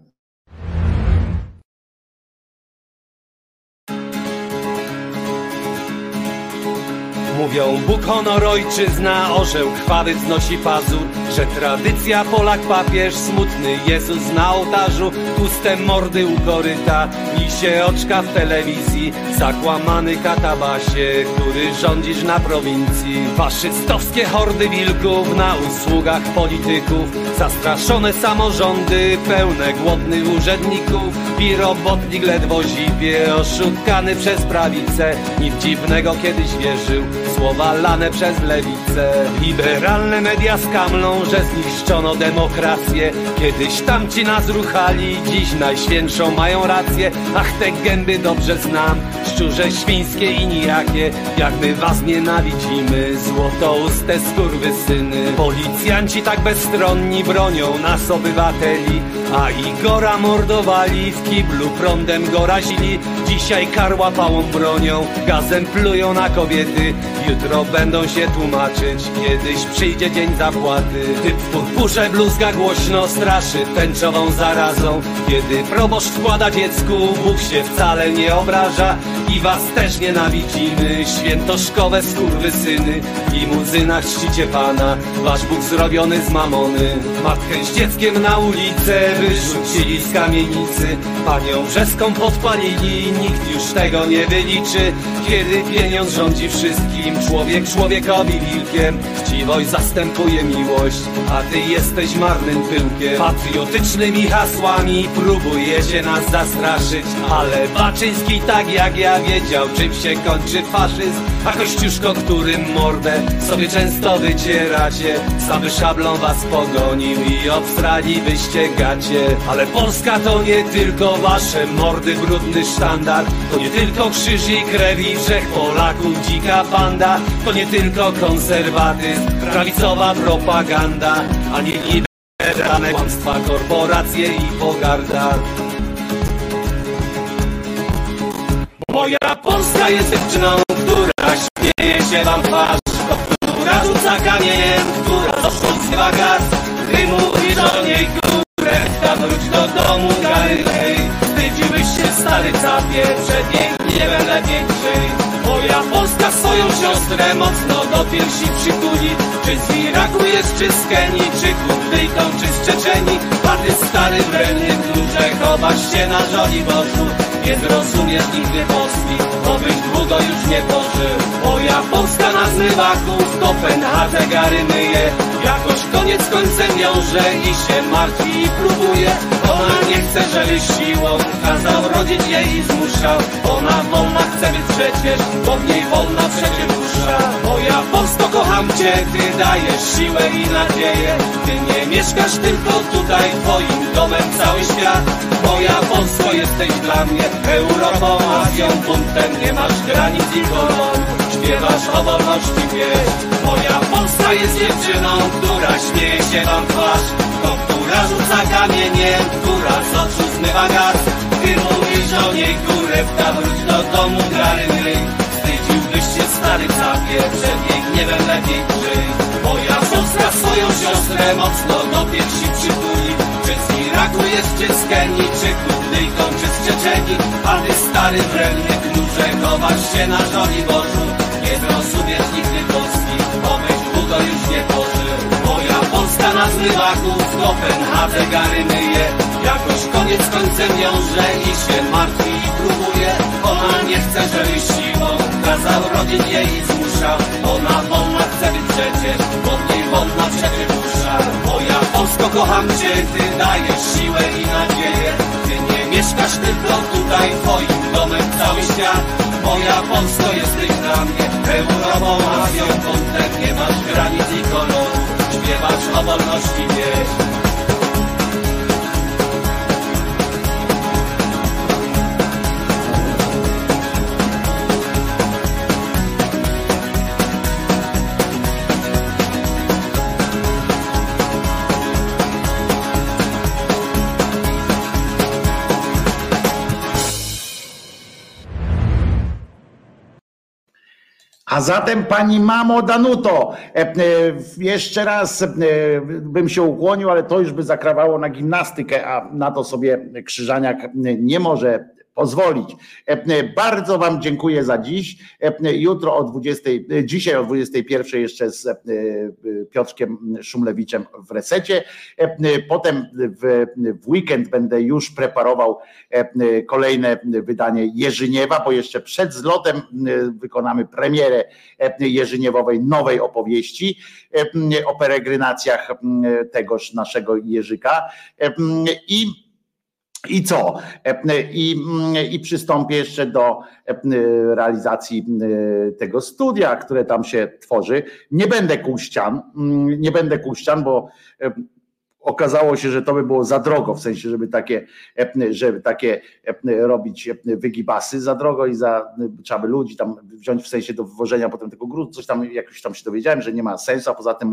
Mówią, Bóg, honor, ojczyzna, orzeł krwawy wznosi pazur, że tradycja, Polak, papież, smutny Jezus na ołtarzu, puste mordy u koryta, lisie oczka w telewizji, zakłamany katabasie, który rządzisz na prowincji. Faszystowskie hordy wilków na usługach polityków, zastraszone samorządy, pełne głodnych urzędników, i robotnik ledwo zipie, oszukany przez prawicę, nic dziwnego kiedyś wierzył, słowa lane przez lewicę. Liberalne media skamlą, że zniszczono demokrację. Kiedyś tamci nas ruchali, dziś najświętszą mają rację. Ach, te gęby dobrze znam, szczurze świńskie i nijakie, jak my was nienawidzimy, złotouste skurwysyny. Policjanci tak bezstronni bronią nas obywateli, a Igora mordowali, w kiblu prądem go razili. Dzisiaj karła pałą bronią, gazem plują na kobiety. Jutro będą się tłumaczyć, kiedyś przyjdzie dzień zapłaty. Typ w purpurze bluzga głośno straszy tęczową zarazą. Kiedy proboszcz wkłada dziecku, Bóg się wcale nie obraża. I was też nienawidzimy, świętoszkowe skurwysyny. W limuzynach czcicie Pana, wasz Bóg zrobiony z mamony. Matkę z dzieckiem na ulicę wyrzucili z kamienicy. Panią Brzeską podpalili, nikt już tego nie wyliczy. Kiedy pieniądz rządzi wszystkim, człowiek człowiekowi wilkiem. Chciwość zastępuje miłość, a ty jesteś marnym pyłkiem. Patriotycznymi hasłami próbujecie nas zastraszyć, ale Baczyński tak jak ja wiedział, czym się kończy faszyzm. A Kościuszko, którym mordę sobie często wycieracie, sam by szablą was pogonił i obstrali byście gacie. Ale Polska to nie tylko wasze mordy, brudny sztandar, to nie tylko krzyż i krew i wszech Polaków dzika banda, to nie tylko konserwatyzm, prawicowa propaganda, a nie liberalne kłamstwa, korporacje i pogarda. Moja Polska jest dziewczyną, która śmieje się wam twarz, która rzuca kamieniem, która zosządzywa gaz. Ty mówisz o niej, kurewka, wróć do domu, gary, hej. Wstydziłbyś się, stary capie, przed jej niebem lepiej żyj. Moja Polska swoją siostrę mocno do piersi przykuli. Czy z Iraku jest, czy z Kenii, czy Kurdyjką, czy z Czeczenii. A ty stary wredny klucze, chowasz się na żoli Bożu. Nie zrozumiesz nigdy Polski, bo byś długo już nie pożył. Moja Polska na zmywaku w Kopenhadze gary myje. Jakoś koniec końcem wiąże i się martwi i próbuje. Ona nie chce, żebyś siłą kazał rodzić jej i zmuszał. Ona wolna chce być przecież, bo w niej wolna przecież dusza. Moja Polsko, kocham cię, ty dajesz siłę i nadzieję. Ty nie mieszkasz tylko tutaj, twoim domem cały świat. Moja Polsko, jesteś dla mnie Europą, Azją, buntem. Nie masz granic i kolorów, śpiewasz o wolności pieśń. Moja Polska jest dziewczyną, która śmieje się wam twarz, to która rzuca kamieniem, która z oczu zmywa gaz. Ty mówisz o niej, kurewka, wróć do domu, gary ryj. Wstydziłbyś się, stary capie, przed jej gniewem lepiej żyj. Moja Polska a swoją siostrę mocno do piersi przytuli. Czy z Iraku jest, czy z Kenii, czy Kurdyjką, czy z Czeczenii, a ty stary wredny knurze, chowasz się na Żoliborzu. Nie zrozumiesz nigdy Polski, bo byś długo już nie pożył. Moja Polska na zmywaku w Kopenhadze gary myje, jakoś koniec końcem wiąże i się martwi i próbuje. Ona nie chce, żebyś siłą kazał rodzić jej i zmuszał. Ona wolna chce być przecież, bo w niej wolna przecież dusza. Moja Polsko, kocham cię, ty dajesz siłę i nadzieję. Ty nie mieszkasz tylko tutaj, twoim domem cały świat. Moja Polsko, jesteś dla mnie Europą, Azją, kątem. Nie masz granic i koloru, śpiewasz o wolności wieś. A zatem pani mamo Danuto, jeszcze raz bym się ukłonił, ale to już by zakrawało na gimnastykę, a na to sobie Krzyżaniak nie może pozwolić. Bardzo wam dziękuję za dziś. Jutro o 20, dzisiaj o 21 jeszcze z Piotrkiem Szumlewiczem w Resecie. Potem w weekend będę już preparował kolejne wydanie Jerzyniewa, bo jeszcze przed zlotem wykonamy premierę jerzyniewowej nowej opowieści o peregrynacjach tegoż naszego Jerzyka. I co? I przystąpię jeszcze do realizacji tego studia, które tam się tworzy. Nie będę kłuł ścian, bo okazało się, że to by było za drogo, w sensie, żeby takie robić wygibasy, za drogo i trzeba by ludzi tam wziąć w sensie do wywożenia potem tego gruzu, coś tam, jakoś tam się dowiedziałem, że nie ma sensu, a poza tym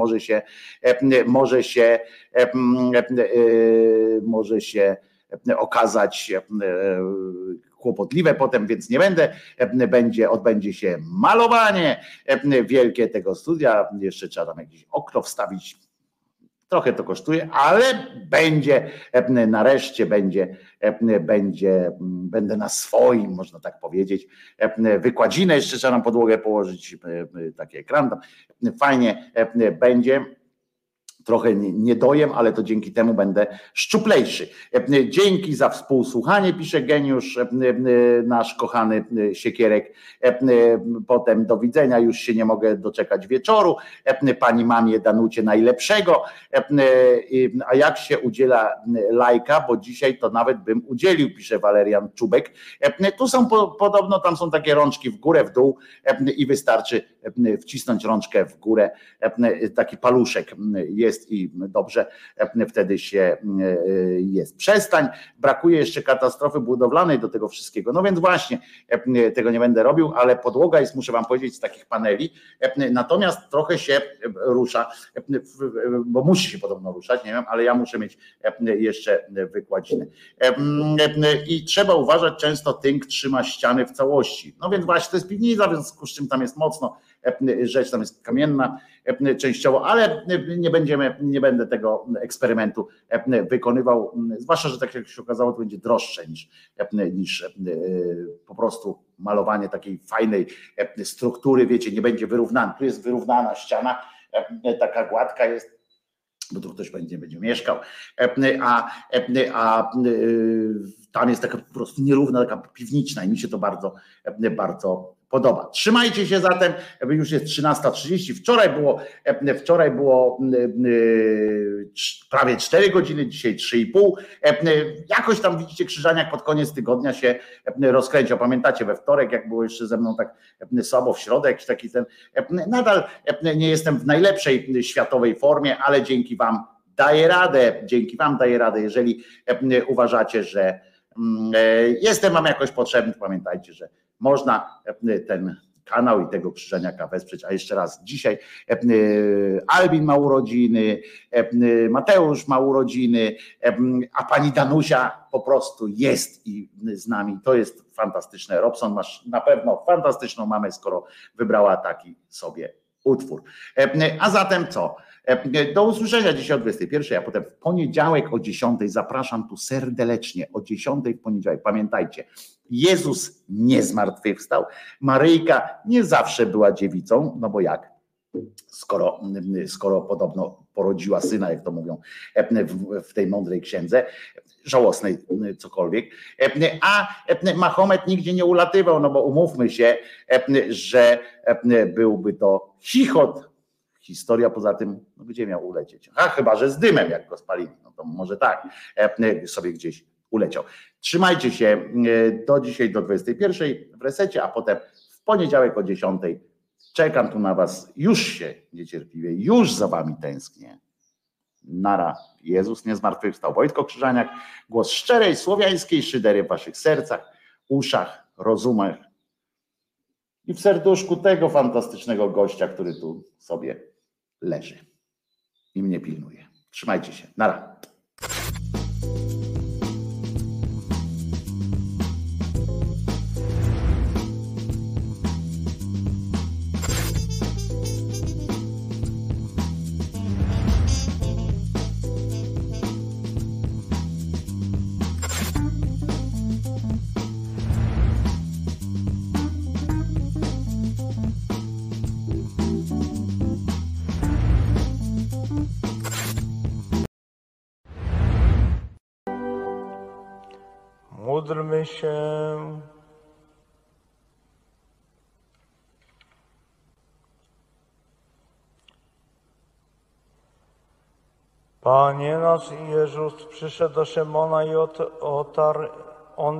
może się okazać kłopotliwe potem, więc nie będę. Odbędzie się malowanie wielkie tego studia, jeszcze trzeba tam jakieś okno wstawić, trochę to kosztuje, ale będzie, nareszcie będę na swoim, można tak powiedzieć, wykładzinę, jeszcze trzeba na podłogę położyć taki ekran, fajnie będzie. Trochę nie dojem, ale to dzięki temu będę szczuplejszy. Dzięki za współsłuchanie, pisze geniusz, nasz kochany Siekierek. Potem do widzenia, już się nie mogę doczekać wieczoru. Pani mamie Danucie najlepszego. A jak się udziela lajka, bo dzisiaj to nawet bym udzielił, pisze Walerian Czubek. Tu są podobno, tam są takie rączki w górę, w dół i wystarczy wcisnąć rączkę w górę, taki paluszek jest i dobrze, wtedy się jest. Przestań, brakuje jeszcze katastrofy budowlanej do tego wszystkiego. No więc właśnie, tego nie będę robił, ale podłoga jest, muszę wam powiedzieć, z takich paneli, natomiast trochę się rusza, bo musi się podobno ruszać, nie wiem, ale ja muszę mieć jeszcze wykładzinę. I trzeba uważać, często tynk trzyma ściany w całości. No więc właśnie, to jest piwnica, w związku z czym tam jest mocno, rzecz tam jest kamienna częściowo, ale nie będę tego eksperymentu wykonywał, zwłaszcza, że tak jak się okazało, to będzie droższe niż po prostu malowanie takiej fajnej struktury, wiecie, nie będzie wyrównane. Tu jest wyrównana ściana, taka gładka jest, bo tu ktoś będzie mieszkał, a tam jest taka po prostu nierówna, taka piwniczna i mi się to bardzo, bardzo podoba. Trzymajcie się zatem, już jest 13:30, wczoraj było prawie 4 godziny, dzisiaj 3,5. Jakoś tam widzicie, Krzyżaniak pod koniec tygodnia się rozkręcił. Pamiętacie, we wtorek, jak było jeszcze ze mną tak słabo, w środę jakiś taki ten, nadal nie jestem w najlepszej światowej formie, ale dzięki wam daję radę, jeżeli uważacie, że jestem wam jakoś potrzebny, pamiętajcie, że można ten kanał i tego Krzyżaniaka wesprzeć. A jeszcze raz, dzisiaj Albin ma urodziny, Mateusz ma urodziny, a pani Danusia po prostu jest i z nami. To jest fantastyczne. Robson, masz na pewno fantastyczną mamę, skoro wybrała taki sobie utwór. A zatem co? Do usłyszenia dzisiaj o 21, a potem w poniedziałek o 10 zapraszam tu serdecznie, o 10 w poniedziałek. Pamiętajcie, Jezus nie zmartwychwstał, Maryjka nie zawsze była dziewicą, no bo jak? Skoro podobno porodziła syna, jak to mówią w tej mądrej księdze, żałosnej cokolwiek, a Mahomet nigdzie nie ulatywał, no bo umówmy się, że byłby to chichot. Historia poza tym, no gdzie miał ulecieć? A chyba, że z dymem, jak go spalili, no to może tak, sobie gdzieś uleciał. Trzymajcie się do dzisiaj, do 21 w resecie, a potem w poniedziałek o 10 czekam tu na was, już się niecierpliwie, już za wami tęsknię. Nara, Jezus nie zmartwychwstał. Wojtko Krzyżaniak, głos szczerej, słowiańskiej szydery w waszych sercach, uszach, rozumach i w serduszku tego fantastycznego gościa, który tu sobie leży i mnie pilnuje. Trzymajcie się. Nara. Módlmy się. Panie nasz Jezus przyszedł do Szymona i otarł on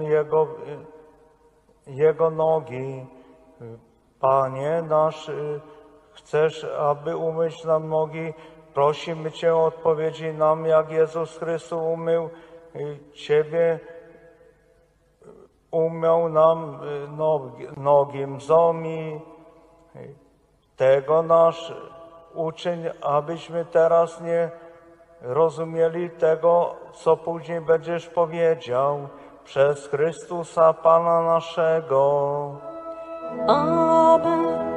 jego nogi. Panie nasz, chcesz, aby umyć nam nogi? Prosimy Cię o odpowiedzi nam, jak Jezus Chrystus umył Ciebie. Umył nam nogi mzomi. Tego nasz uczyń, abyśmy teraz nie rozumieli tego, co później będziesz powiedział, przez Chrystusa Pana naszego. Amen.